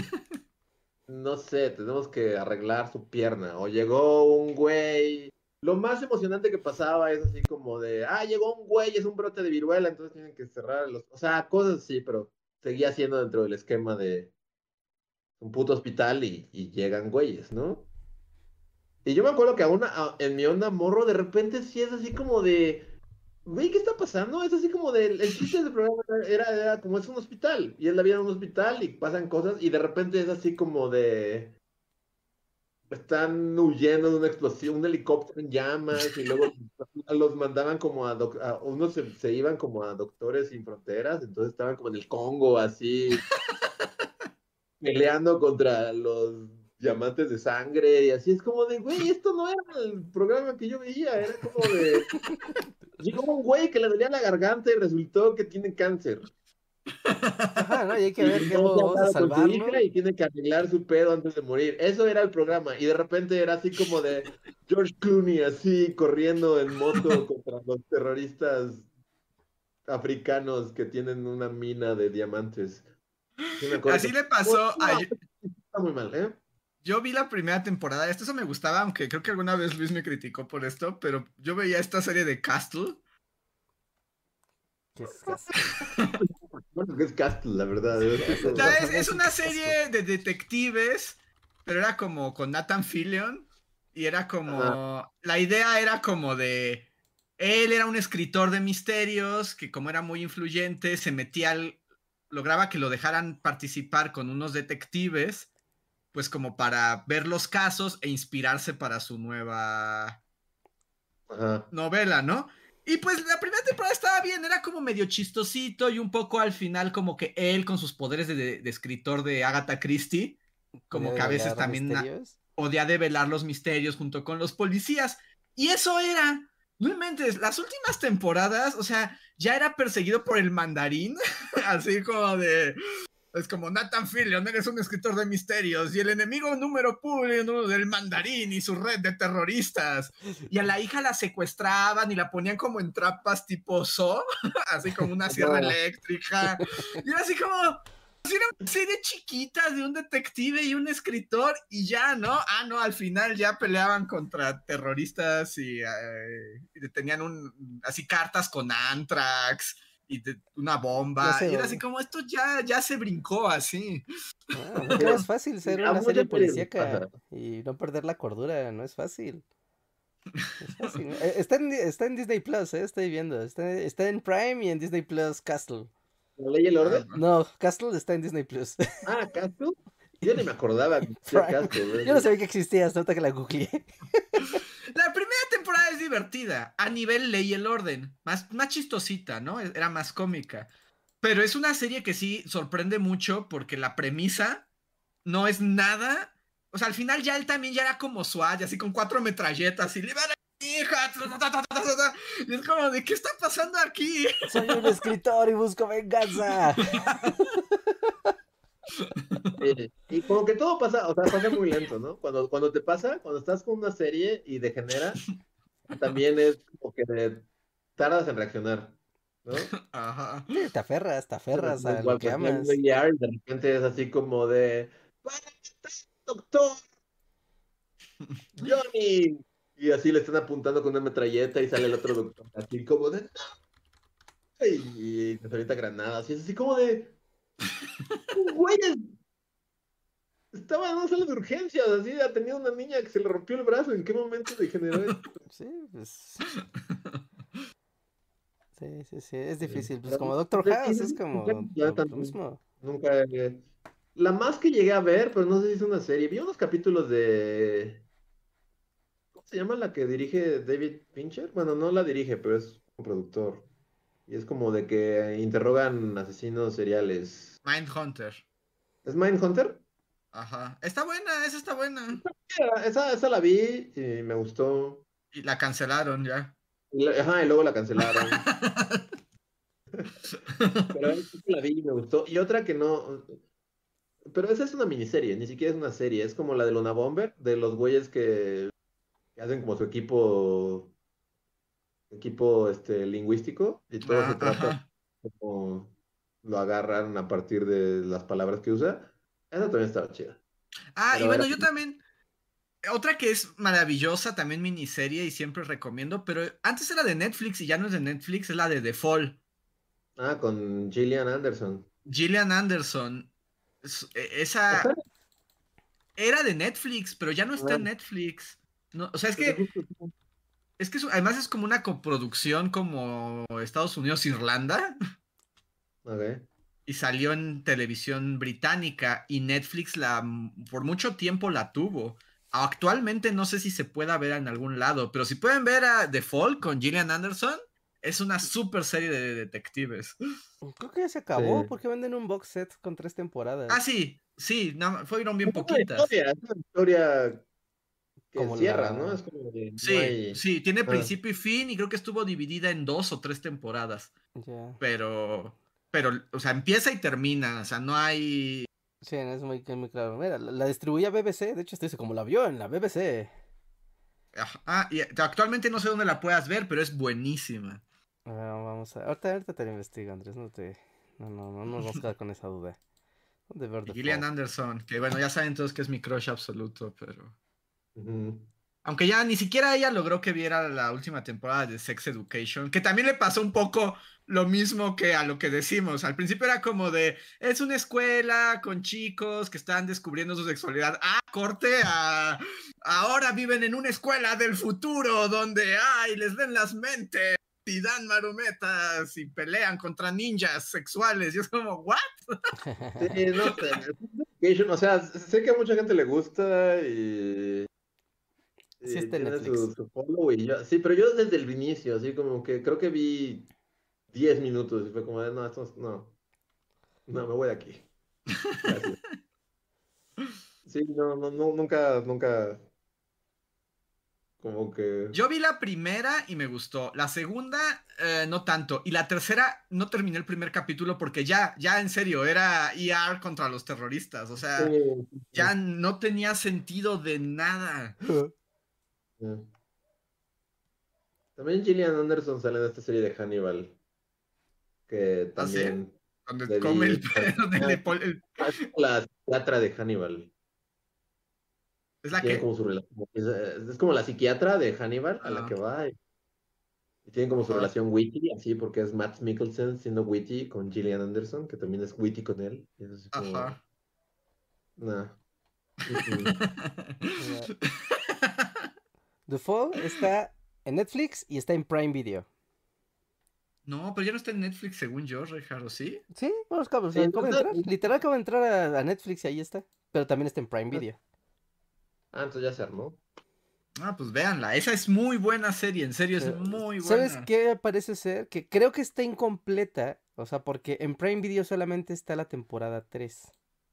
no sé, tenemos que arreglar su pierna. O llegó un güey. Lo más emocionante que pasaba es así como de, ah, llegó un güey, es un brote de viruela, entonces tienen que cerrar los... O sea, cosas así, pero seguía siendo dentro del esquema de un puto hospital y, y llegan güeyes, ¿no? Y yo me acuerdo que aún a- en mi onda morro, de repente sí es así como de, güey, ¿qué está pasando? Es así como de, el chiste del programa era, era como es un hospital, y es la vida en un hospital y pasan cosas, y de repente es así como de, están huyendo de una explosión, un helicóptero en llamas, y luego los mandaban como a, doc- a unos se, se iban como a Doctores Sin Fronteras, entonces estaban como en el Congo, así, peleando contra los diamantes de sangre, y así es como de, güey, esto no era el programa que yo veía, era como de, llegó un güey que le dolía la garganta y resultó que tiene cáncer.
Ajá, ¿no? Y hay que
Y
ver
no
cómo
se ha
vamos a
hablado con su
salvarlo.
hija y tiene que arreglar su pedo antes de morir. Eso era el programa. Y de repente era así como de George Clooney, así corriendo en moto contra los terroristas africanos que tienen una mina de diamantes. Sí, me acuerdo
Así
que...
le pasó a...
No, está muy mal, ¿eh?
Yo vi la primera temporada, esto eso me gustaba, aunque creo que alguna vez Luis me criticó por esto, pero yo veía esta serie de Castle.
¿Qué es Castle?
Bueno, que es Castle, la verdad. Es así
Castle.
O
como-
sea,
No,
es,
no
es
dicen
una
que es
serie de detectives, pero era como con Nathan Fillion, y era como... La idea era como de... Él era un escritor de misterios, que como era muy influyente, se metía al... lograba que lo dejaran participar con unos detectives, pues como para ver los casos e inspirarse para su nueva
Ajá.
novela, ¿no? Y pues la primera temporada estaba bien, era como medio chistosito y un poco al final como que él con sus poderes de, de, de escritor de Agatha Christie,
Podía
como que a veces
develar
también na-
misterios.
podía develar los misterios junto con los policías. Y eso era, no inventes, las últimas temporadas, o sea, ya era perseguido por el mandarín, así como de... Es como Nathan Fillion, eres un escritor de misterios y el enemigo número uno del mandarín y su red de terroristas. Y a la hija la secuestraban y la ponían como en trampas tipo Saw, así como una sierra
No.
eléctrica. Y era así como, así era una serie chiquita de un detective y un escritor y ya, ¿no? Ah, no, al final ya peleaban contra terroristas y, eh, y tenían un, así cartas con Anthrax y de, una
Ya
bomba.
sé,
Y era así como, esto ya, ya se brincó así.
ah, mucho más fácil ser
A
una
muchas
serie
series les
policíaca
pasa.
y no perder la cordura, no es fácil. No es fácil. Eh, Está en, está en Disney Plus, eh, estoy viendo. Está, está en Prime y en Disney Plus Castle.
¿La ley y el
Ah,
orden?
No, Castle está en Disney Plus.
Ah, Castle. Yo ni me acordaba que existía
Prime.
Castle.
Yo no
¿Eh?
sabía que existía hasta ahorita que la googleé.
La primera temporada es divertida, a nivel Ley y el Orden, más, más chistosita, ¿no? Era más cómica. Pero es una serie que sí sorprende mucho porque la premisa no es nada. O sea, al final ya él también ya era como Swat, así con cuatro metralletas y libera a mi hija. ta, ta, ta, ta, ta, ta. Y es como, ¿de qué está pasando aquí?
Soy un escritor y busco venganza.
Eh, y como que todo pasa, o sea, pasa muy lento, ¿no? Cuando, cuando te pasa, cuando estás con una serie y degenera, también es como que te tardas en reaccionar, ¿no?
Ajá.
Sí, te aferras, te aferras a lo
Igual
que
pasó en
amas.
V R y de repente es así como de "¡Para, doctor Johnny!" Y así le están apuntando con una metralleta y sale el otro doctor, así como de "¡No!" y, y les avienta granadas y es así como de güeyes, estaba en una sala de urgencias, así ha tenido una niña que se le rompió el brazo, ¿en qué momento degeneró esto?
Sí, pues. Sí, sí, sí, es difícil. Pues
Pero,
como Doctor
de- y
House es
de-
como
ya
lo,
tan-
lo mismo.
nunca eh, la más que llegué a ver, pero no sé si es una serie, vi unos capítulos de ¿cómo se llama la que dirige David Fincher? Bueno, no la dirige, pero es un productor. Y es como de que interrogan asesinos seriales.
Mindhunter.
¿Es Mindhunter?
Ajá. Está buena, esa está buena.
Sí, esa, esa la vi y me gustó.
Y la cancelaron ya.
Y la- ajá, y luego la cancelaron. Pero esa la vi y me gustó. Y otra que no. Pero esa es una miniserie, ni siquiera es una serie. Es como la de Luna Bomber, de los güeyes que, que hacen como su equipo, equipo este, lingüístico. Y todo se
Ah,
trata
ajá.
como lo agarran a partir de las palabras que usa. Esa también estaba chida.
Ah, y
Pero era.
bueno, yo también. Otra que es maravillosa, también miniserie y siempre recomiendo, pero antes era de Netflix y ya no es de Netflix, es la de The Fall.
Ah, con Gillian Anderson.
Gillian Anderson. Es- e-
Ajá,
Esa era de Netflix, pero ya no está
ah,
en Netflix. No, o sea, es
pero
que
justo,
Es que es- además es como una coproducción como Estados Unidos-Irlanda.
Ok.
Y salió en televisión británica y Netflix la por mucho tiempo la tuvo. Actualmente no sé si se pueda ver en algún lado, pero si pueden ver a The Fall con Gillian Anderson, es una super serie de detectives.
Creo que ya se acabó,
Sí.
porque venden un box set con tres temporadas.
Ah, sí, sí, nada más- fueron bien
Es una
poquitas.
historia, es una historia que
Como
cierra,
la-
¿no? Es como de no
Sí,
hay.
sí, tiene
Ah,
principio y fin y creo que estuvo dividida en dos o tres temporadas,
Ya.
pero, pero, o sea, empieza y termina, o sea, no hay...
Sí, no, es muy, muy claro. Mira, la, la distribuía B B C, de hecho, esto dice como la vio en la B B C.
Ah, y actualmente no sé dónde la puedas ver, pero es buenísima.
Ah, vamos a. Ahorita, ahorita te lo investigo, Andrés. No te. No, no, no nos vamos a quedar con esa duda. ¿Dónde ver
Y
The
Gillian
Fall?
Anderson, que bueno, ya saben todos que es mi crush absoluto, pero...
ujú.
Aunque ya ni siquiera ella logró que viera la última temporada de Sex Education, que también le pasó un poco lo mismo que a lo que decimos. Al principio era como de, es una escuela con chicos que están descubriendo su sexualidad. Ah, corte a... Ahora viven en una escuela del futuro donde, ay, les ven las mentes y dan marometas y pelean contra ninjas sexuales. Y es como, ¿what?
Sí, no sé. Education, o sea, sé que a mucha gente le gusta y,
Sí,
y
está en
tiene
Netflix.
su, su follow y yo, sí, pero yo desde el inicio, así como que creo que vi diez minutos y fue como de, no, esto es- no, no, me voy de aquí. Gracias. Sí, no, no, no, nunca, nunca, como que,
Yo vi la primera y me gustó. La segunda, eh, no tanto. Y la tercera, no terminé el primer capítulo porque ya, ya en serio, era E R contra los terroristas. O sea,
sí, sí,
ya
sí.
no tenía sentido de nada.
Ya. También Gillian Anderson sale en esta serie de Hannibal, que
¿Ah, sí?
también
Donde
le
come
di,
el pedo del
ah,
Epol- el-
es como la psiquiatra de Hannibal.
¿Es
Y
la
tienen
qué?
como su relación. Es, es como la psiquiatra de Hannibal a la
Ah,
que va. Y, y tienen como su
ajá.
relación witty, así, porque es Matt Mikkelsen siendo witty con Gillian Anderson, que también es witty con él. Y es así como,
Ajá.
nah. mm, mm.
Mira, The Fall está en Netflix y está en Prime Video.
No, pero ya no está en Netflix según yo, Rejaro, ¿sí?
Sí, bueno, acabo,
Sí,
acabo de
entonces,
entrar. Literal acabo de entrar a, a Netflix y ahí está. Pero también está en Prime Video.
ah, entonces ya se armó.
Ah, pues véanla. Esa es muy buena serie, en serio, es
Pero,
muy
¿sabes
buena.
qué parece ser? Que creo que está incompleta. O sea, porque en Prime Video solamente está la temporada tres.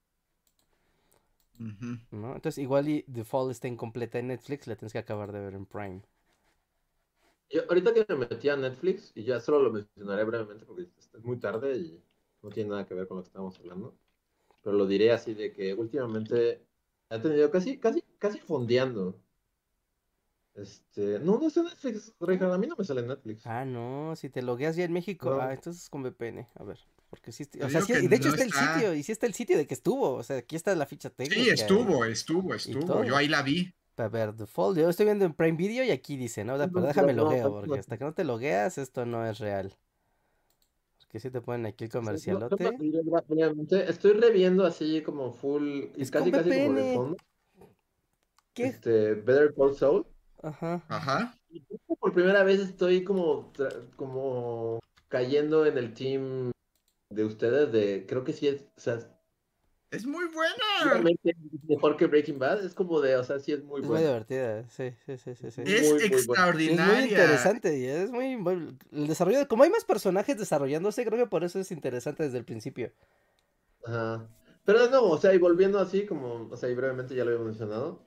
Ujú.
¿No? Entonces, igual y The Fall está incompleta en Netflix, la tienes que acabar de ver en Prime.
Yo, ahorita que me metí a Netflix, y ya solo lo mencionaré brevemente porque es muy tarde y no tiene nada que ver con lo que estábamos hablando, pero lo diré así de que últimamente ha tenido casi, casi, casi fondeando. Este, no, no está en Netflix, Richard, a mí no me sale en Netflix.
Ah, no, si te logueas ya en México. Ah,
No,
entonces con V P N. A ver, porque sí, est-
Te
o sea,
digo
sí,
que
y de hecho
no
está el
está.
sitio, y sí está el sitio de que estuvo. O sea, aquí está la ficha
Sí,
técnica y,
estuvo, estuvo,
y
estuvo. Yo
todo.
ahí la vi.
A ver, The Fall, yo estoy viendo en Prime Video y aquí dice, ¿no? Da- Pero
no,
déjame
no,
logueo, porque
no,
hasta que no te logueas, esto no es real. Porque si te ponen aquí el
sí, no, no,
comercialote.
diré rápidamente. Estoy reviendo así como full y
Es con
casi casi como de
V P N.
fondo.
¿Qué?
Este, Better Call Saul.
Ajá.
Ajá.
Y creo que por primera vez estoy como, tra- como cayendo en el team de ustedes de, creo que sí es, o sea,
Es muy buena.
obviamente es mejor que Breaking Bad, es como de, o sea, sí es muy
Es muy
buena.
divertida, sí, sí, sí, sí, sí.
Es
Muy, muy buena.
Y es muy
extraordinaria.
interesante, y es muy, muy- el desarrollo, de- como hay más personajes desarrollándose, creo que por eso es interesante desde el principio.
Ajá. Pero de nuevo, o sea, y volviendo así, como, o sea, y brevemente ya lo había mencionado,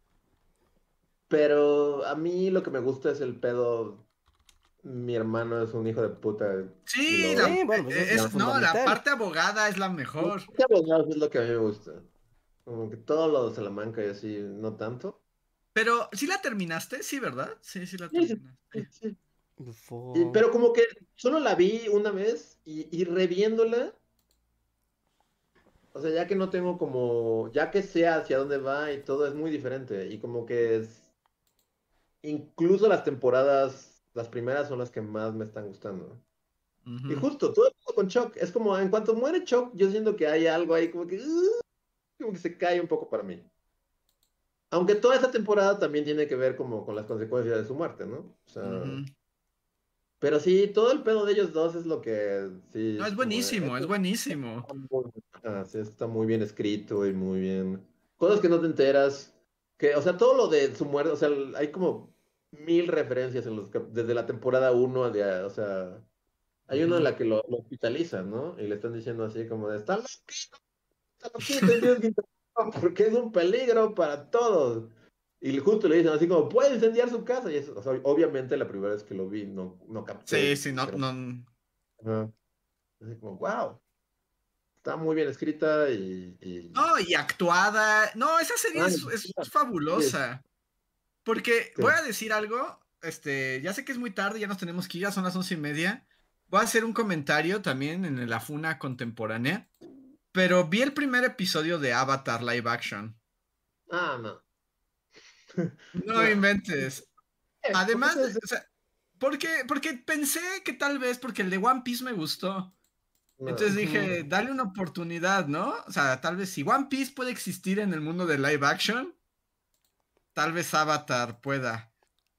pero a mí lo que me gusta es el pedo, mi hermano es un hijo de puta y
Sí,
lo...
la,
Sí, bueno, pues
e-
eso es lo
es, no, la
fundamental.
parte abogada es la
Los
mejor.
abogados es lo que a mí me gusta. Como que todo lo de Salamanca y así, no tanto.
Pero, ¿sí la terminaste? Sí, ¿verdad? Sí, sí la
Sí, sí, sí,
terminaste.
sí. Y-
Ufo.
pero como que solo la vi una vez y, y reviéndola, o sea, ya que no tengo como, ya que sé hacia dónde va y todo es muy diferente. Y como que es, incluso las temporadas, las primeras son las que más me están gustando. Y
Ujú.
justo, todo el mundo con Chuck, es como, en cuanto muere Chuck, yo siento que hay algo ahí como que, uh, como que se cae un poco para mí. Aunque toda esa temporada también tiene que ver como con las consecuencias de su muerte, ¿no? O sea,
Ujú.
pero sí, todo el pedo de ellos dos es lo que sí
No, es
es como de,
buenísimo, es
esto
buenísimo.
está muy, ah, sí, está muy bien escrito y muy bien. Cosas que no te enteras, que, o sea, todo lo de su muerte, o sea, hay como mil referencias en los cap- desde la temporada uno, de, o sea, hay una en
Ujú.
la que lo, lo hospitalizan, ¿no? Y le están diciendo así como de, está loquito, está loquito, y tienes que intervenirlo porque es un peligro para todos. Y justo le dicen así como, puede incendiar su casa. Y eso, o sea, obviamente la primera vez que lo vi no, no capté
Sí,
que,
sí, no,
que era-
no.
Ajá. Así como, wow, está muy bien escrita y... y...
No, y actuada. No, esa serie
Ah,
es, es
sí,
fabulosa. Porque voy
sí.
a decir algo. Este, ya sé que es muy tarde, ya nos tenemos que ir, ya son las once y media. Voy a hacer un comentario también en la Funa contemporánea. Pero vi el primer episodio de Avatar Live Action.
Ah, no.
No
No.
inventes.
Eh, ¿Por qué
Además,
te
de-
haces-
o sea, porque, porque pensé que tal vez porque el de One Piece me gustó.
No.
Entonces dije, dale una oportunidad, ¿no? O sea, tal vez si One Piece puede existir en el mundo de live action, tal vez Avatar pueda.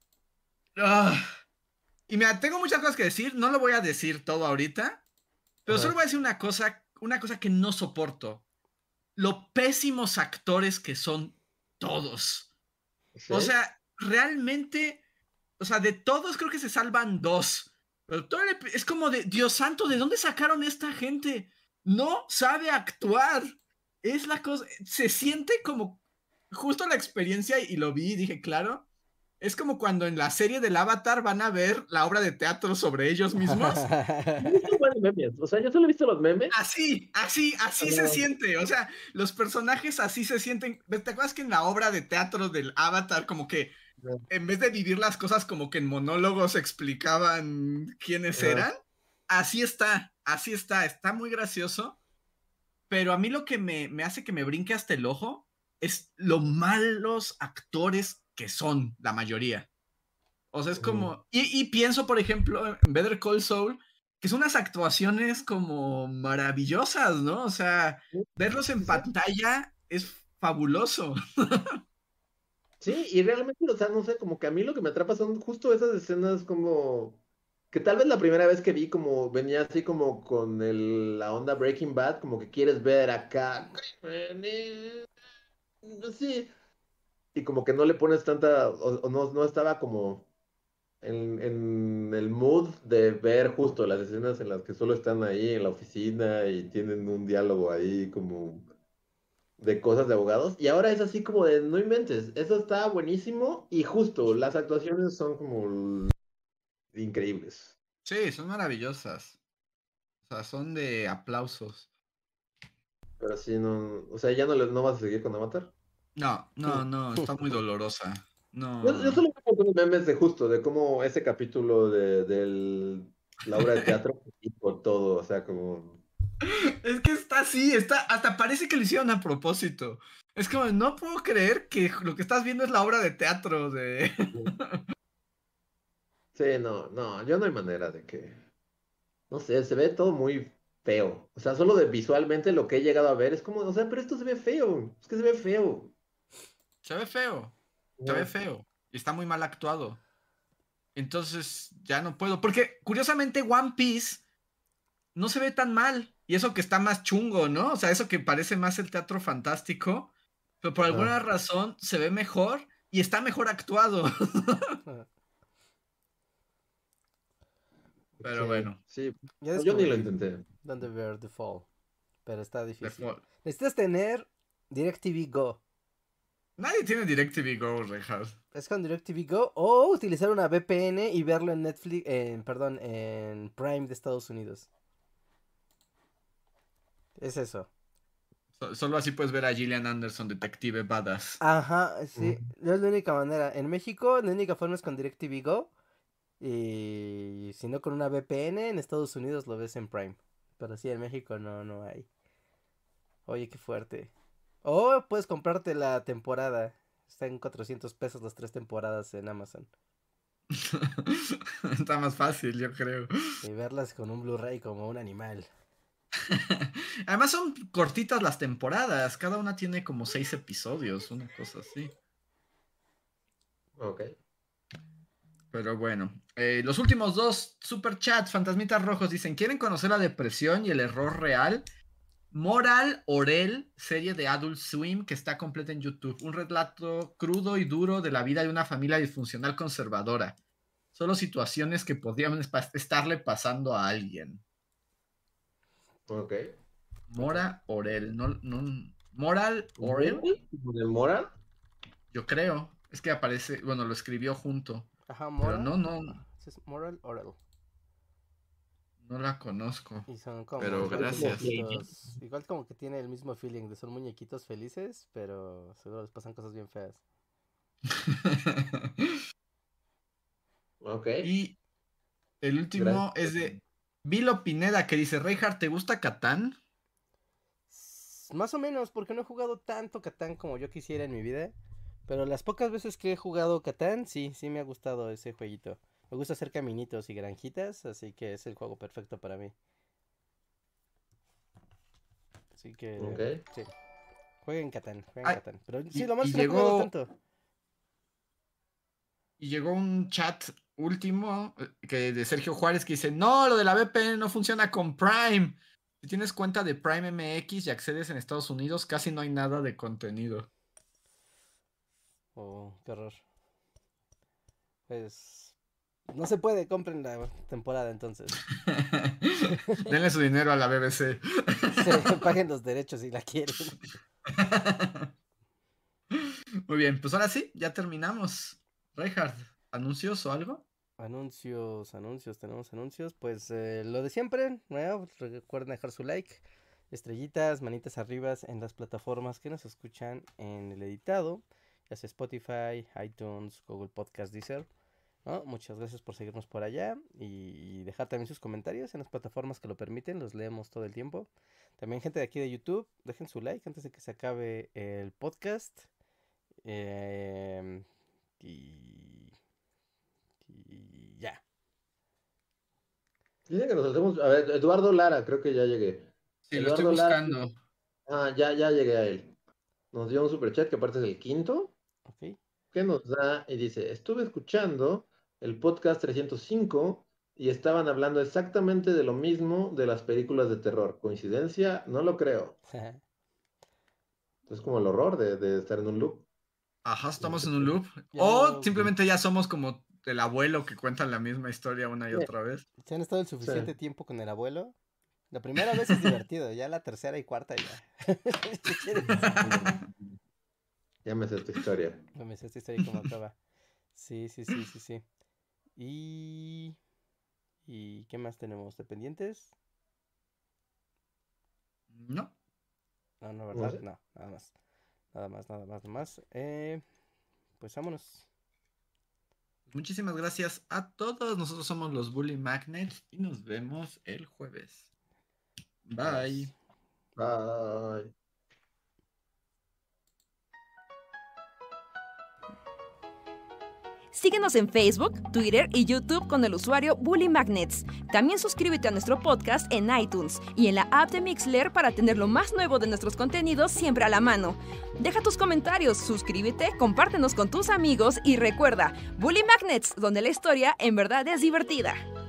Ah. Y mira, tengo muchas cosas que decir, no lo voy a decir todo ahorita, pero solo
Ajá.
voy a decir una cosa, una cosa que no soporto. Lo pésimos actores que son todos. O
¿Sí?
sea, realmente, o sea, de todos creo que se salvan dos. Pero todo el epi- es como de, Dios santo, ¿de dónde sacaron esta gente? No sabe actuar. Es la cosa, se siente como justo la experiencia y lo vi y dije, claro, es como cuando en la serie del Avatar van a ver la obra de teatro sobre ellos mismos.
Yo he visto varios memes. O sea, yo solo he visto los memes.
Así, así, así se
Ah,
siente. O sea, los personajes así se sienten. ¿Te acuerdas que en la obra de teatro del Avatar, como que
no.
en vez de vivir las cosas como que en monólogos explicaban quiénes
Ajá.
eran? Así está, así está. Está muy gracioso. Pero a mí lo que me, me hace que me brinque hasta el ojo es lo malos actores que son, la mayoría. O sea, es
Ujú.
como. Y, y pienso, por ejemplo, en Better Call Saul, que son unas actuaciones como maravillosas, ¿no? O sea,
Sí,
verlos en
sí, sí.
pantalla es fabuloso.
Sí, y realmente, o sea, no sé, como que a mí lo que me atrapa son justo esas escenas como que tal vez la primera vez que vi como venía así como con el, la onda Breaking Bad, como que quieres ver acá, sí, y como que no le pones tanta, o, o no, no estaba como en, en el mood de ver justo las escenas en las que solo están ahí en la oficina y tienen un diálogo ahí como de cosas de abogados. Y ahora es así como de, no inventes, eso está buenísimo y justo, las actuaciones son como increíbles.
Sí, son maravillosas. O sea, son de aplausos.
Pero sí, no, o sea, ya no, le- no vas a seguir con Avatar.
No, no, no, está muy dolorosa.
Yo, yo
No.
solo me conté unos memes de justo, de cómo ese capítulo de, del, la obra de teatro y por todo, o sea, como...
Es que está así, está, hasta parece que lo hicieron a propósito. Es como, no puedo creer que lo que estás viendo es la obra de teatro de...
Sí, no, no, yo no hay manera de que... No sé, se ve todo muy feo. O sea, solo de visualmente lo que he llegado a ver es como, o sea, pero esto se ve feo, es que se ve feo.
Se ve feo, se ve
No.
feo. Y está muy mal actuado. Entonces, ya no puedo. Porque, curiosamente, One Piece no se ve tan mal. Y eso que está más chungo, ¿no? O sea, eso que parece más el teatro fantástico. Pero por alguna
Ajá.
razón se ve mejor y está mejor actuado. Pero
Sí,
bueno,
sí.
Ya
No, yo ni lo
descubrí
intenté.
dónde ver The Fall, pero está
de
difícil.
fo-
Necesitas tener DirecTV Go.
nadie tiene DirecTV Go, Rejas.
Es con DirecTV Go o utilizar una V P N y verlo en Netflix, en, perdón, en Prime de Estados Unidos. Es eso.
So- solo así puedes ver a Gillian Anderson, detective badass.
Ajá, sí,
Ujú.
no es la única manera. En México la única forma es con DirecTV Go y si no con una V P N en Estados Unidos lo ves en Prime. Pero sí, en México no, no hay. Oye, qué fuerte. O puedes comprarte la temporada. Está en cuatrocientos pesos las tres temporadas en Amazon.
Está más fácil, yo creo.
Y verlas con un Blu-ray como un animal.
Además son cortitas las temporadas, cada una tiene como seis episodios, una cosa así.
Ok.
Pero bueno, eh, los últimos dos superchats, Fantasmitas Rojos, dicen, ¿quieren conocer la depresión y el error real? Moral Orel, serie de Adult Swim que está completa en YouTube. Un relato crudo y duro de la vida de una familia disfuncional conservadora. Solo situaciones que podrían estarle pasando a alguien.
Ok.
Mora Orel, no, no, Moral Orel.
¿De Moral?
Yo creo. Es que aparece, bueno, lo escribió junto.
Ajá, Moral.
Pero no, no.
Es Moral Oral.
No la conozco.
Y son como
pero gracias.
muñequitos. Igual como que tiene el mismo feeling de son muñequitos felices, pero seguro les pasan cosas bien feas.
Ok.
Y el último
Gracias.
es de Vilo Pineda, que dice, Reinhardt, ¿te gusta Catán?
Más o menos, porque no he jugado tanto Catán como yo quisiera en mi vida. Pero las pocas veces que he jugado Catán, sí, sí me ha gustado ese jueguito. Me gusta hacer caminitos y granjitas, así que es el juego perfecto para mí. Así que,
Ok.
sí. Jueguen Catán, jueguen
Ay,
Catán. Pero
y-
sí, lo malo
y
es que no he jugado
llegó-
tanto.
Y llegó un chat último eh, que de Sergio Juárez que dice, no, lo de la V P N no funciona con Prime. Si tienes cuenta de Prime M X y accedes en Estados Unidos, casi no hay nada de contenido.
Oh, qué horror. Pues no se puede, compren la temporada entonces.
Denle su dinero a la B B C.
Sí, paguen los derechos si la quieren.
Muy bien, pues ahora sí, ya terminamos. Reinhardt, ¿anuncios o algo?
Anuncios, anuncios, tenemos anuncios. Pues eh, lo de siempre, ¿no? Recuerden dejar su like, estrellitas, manitas arriba en las plataformas que nos escuchan en el editado, ya sea Spotify, iTunes, Google Podcast, Deezer, ¿no? Muchas gracias por seguirnos por allá y dejar también sus comentarios en las plataformas que lo permiten, los leemos todo el tiempo. También gente de aquí de YouTube, dejen su like antes de que se acabe el podcast. Eh, y, y ya.
Dice que nos hacemos. A ver, Eduardo Lara, creo que ya llegué.
Sí, lo estoy
Eduardo Lara-
buscando.
Ah, ya, ya llegué a él. Nos dio un superchat que aparte es el quinto.
Ok.
Que nos da y dice: Estuve escuchando el podcast trescientos cinco y estaban hablando exactamente de lo mismo de las películas de terror. ¿Coincidencia? No lo creo. Es como el horror de, de estar en un loop.
Ajá, estamos en un loop.
Ya
O
no-
simplemente ya somos como el abuelo que cuenta la misma historia una y
Sí.
otra vez.
Si han estado el suficiente tiempo con el abuelo, la primera vez es divertido, ya la tercera y cuarta ya. Si quieres,
Ya me sé esta historia.
no me sé esta historia cómo acaba. Sí, sí, sí, sí, sí. Y... ¿Y qué más tenemos? ¿Dependientes?
No.
No, no, ¿verdad?
sé.
No, nada más. Nada más, nada más, nada más. Eh, pues vámonos.
Muchísimas gracias a todos. Nosotros somos los Bully Magnets y nos vemos el jueves. Bye.
Adiós.
Bye.
Síguenos en Facebook, Twitter y YouTube con el usuario Bully Magnets. También suscríbete a nuestro podcast en iTunes y en la app de Mixler para tener lo más nuevo de nuestros contenidos siempre a la mano. Deja tus comentarios, suscríbete, compártenos con tus amigos y recuerda, Bully Magnets, donde la historia en verdad es divertida.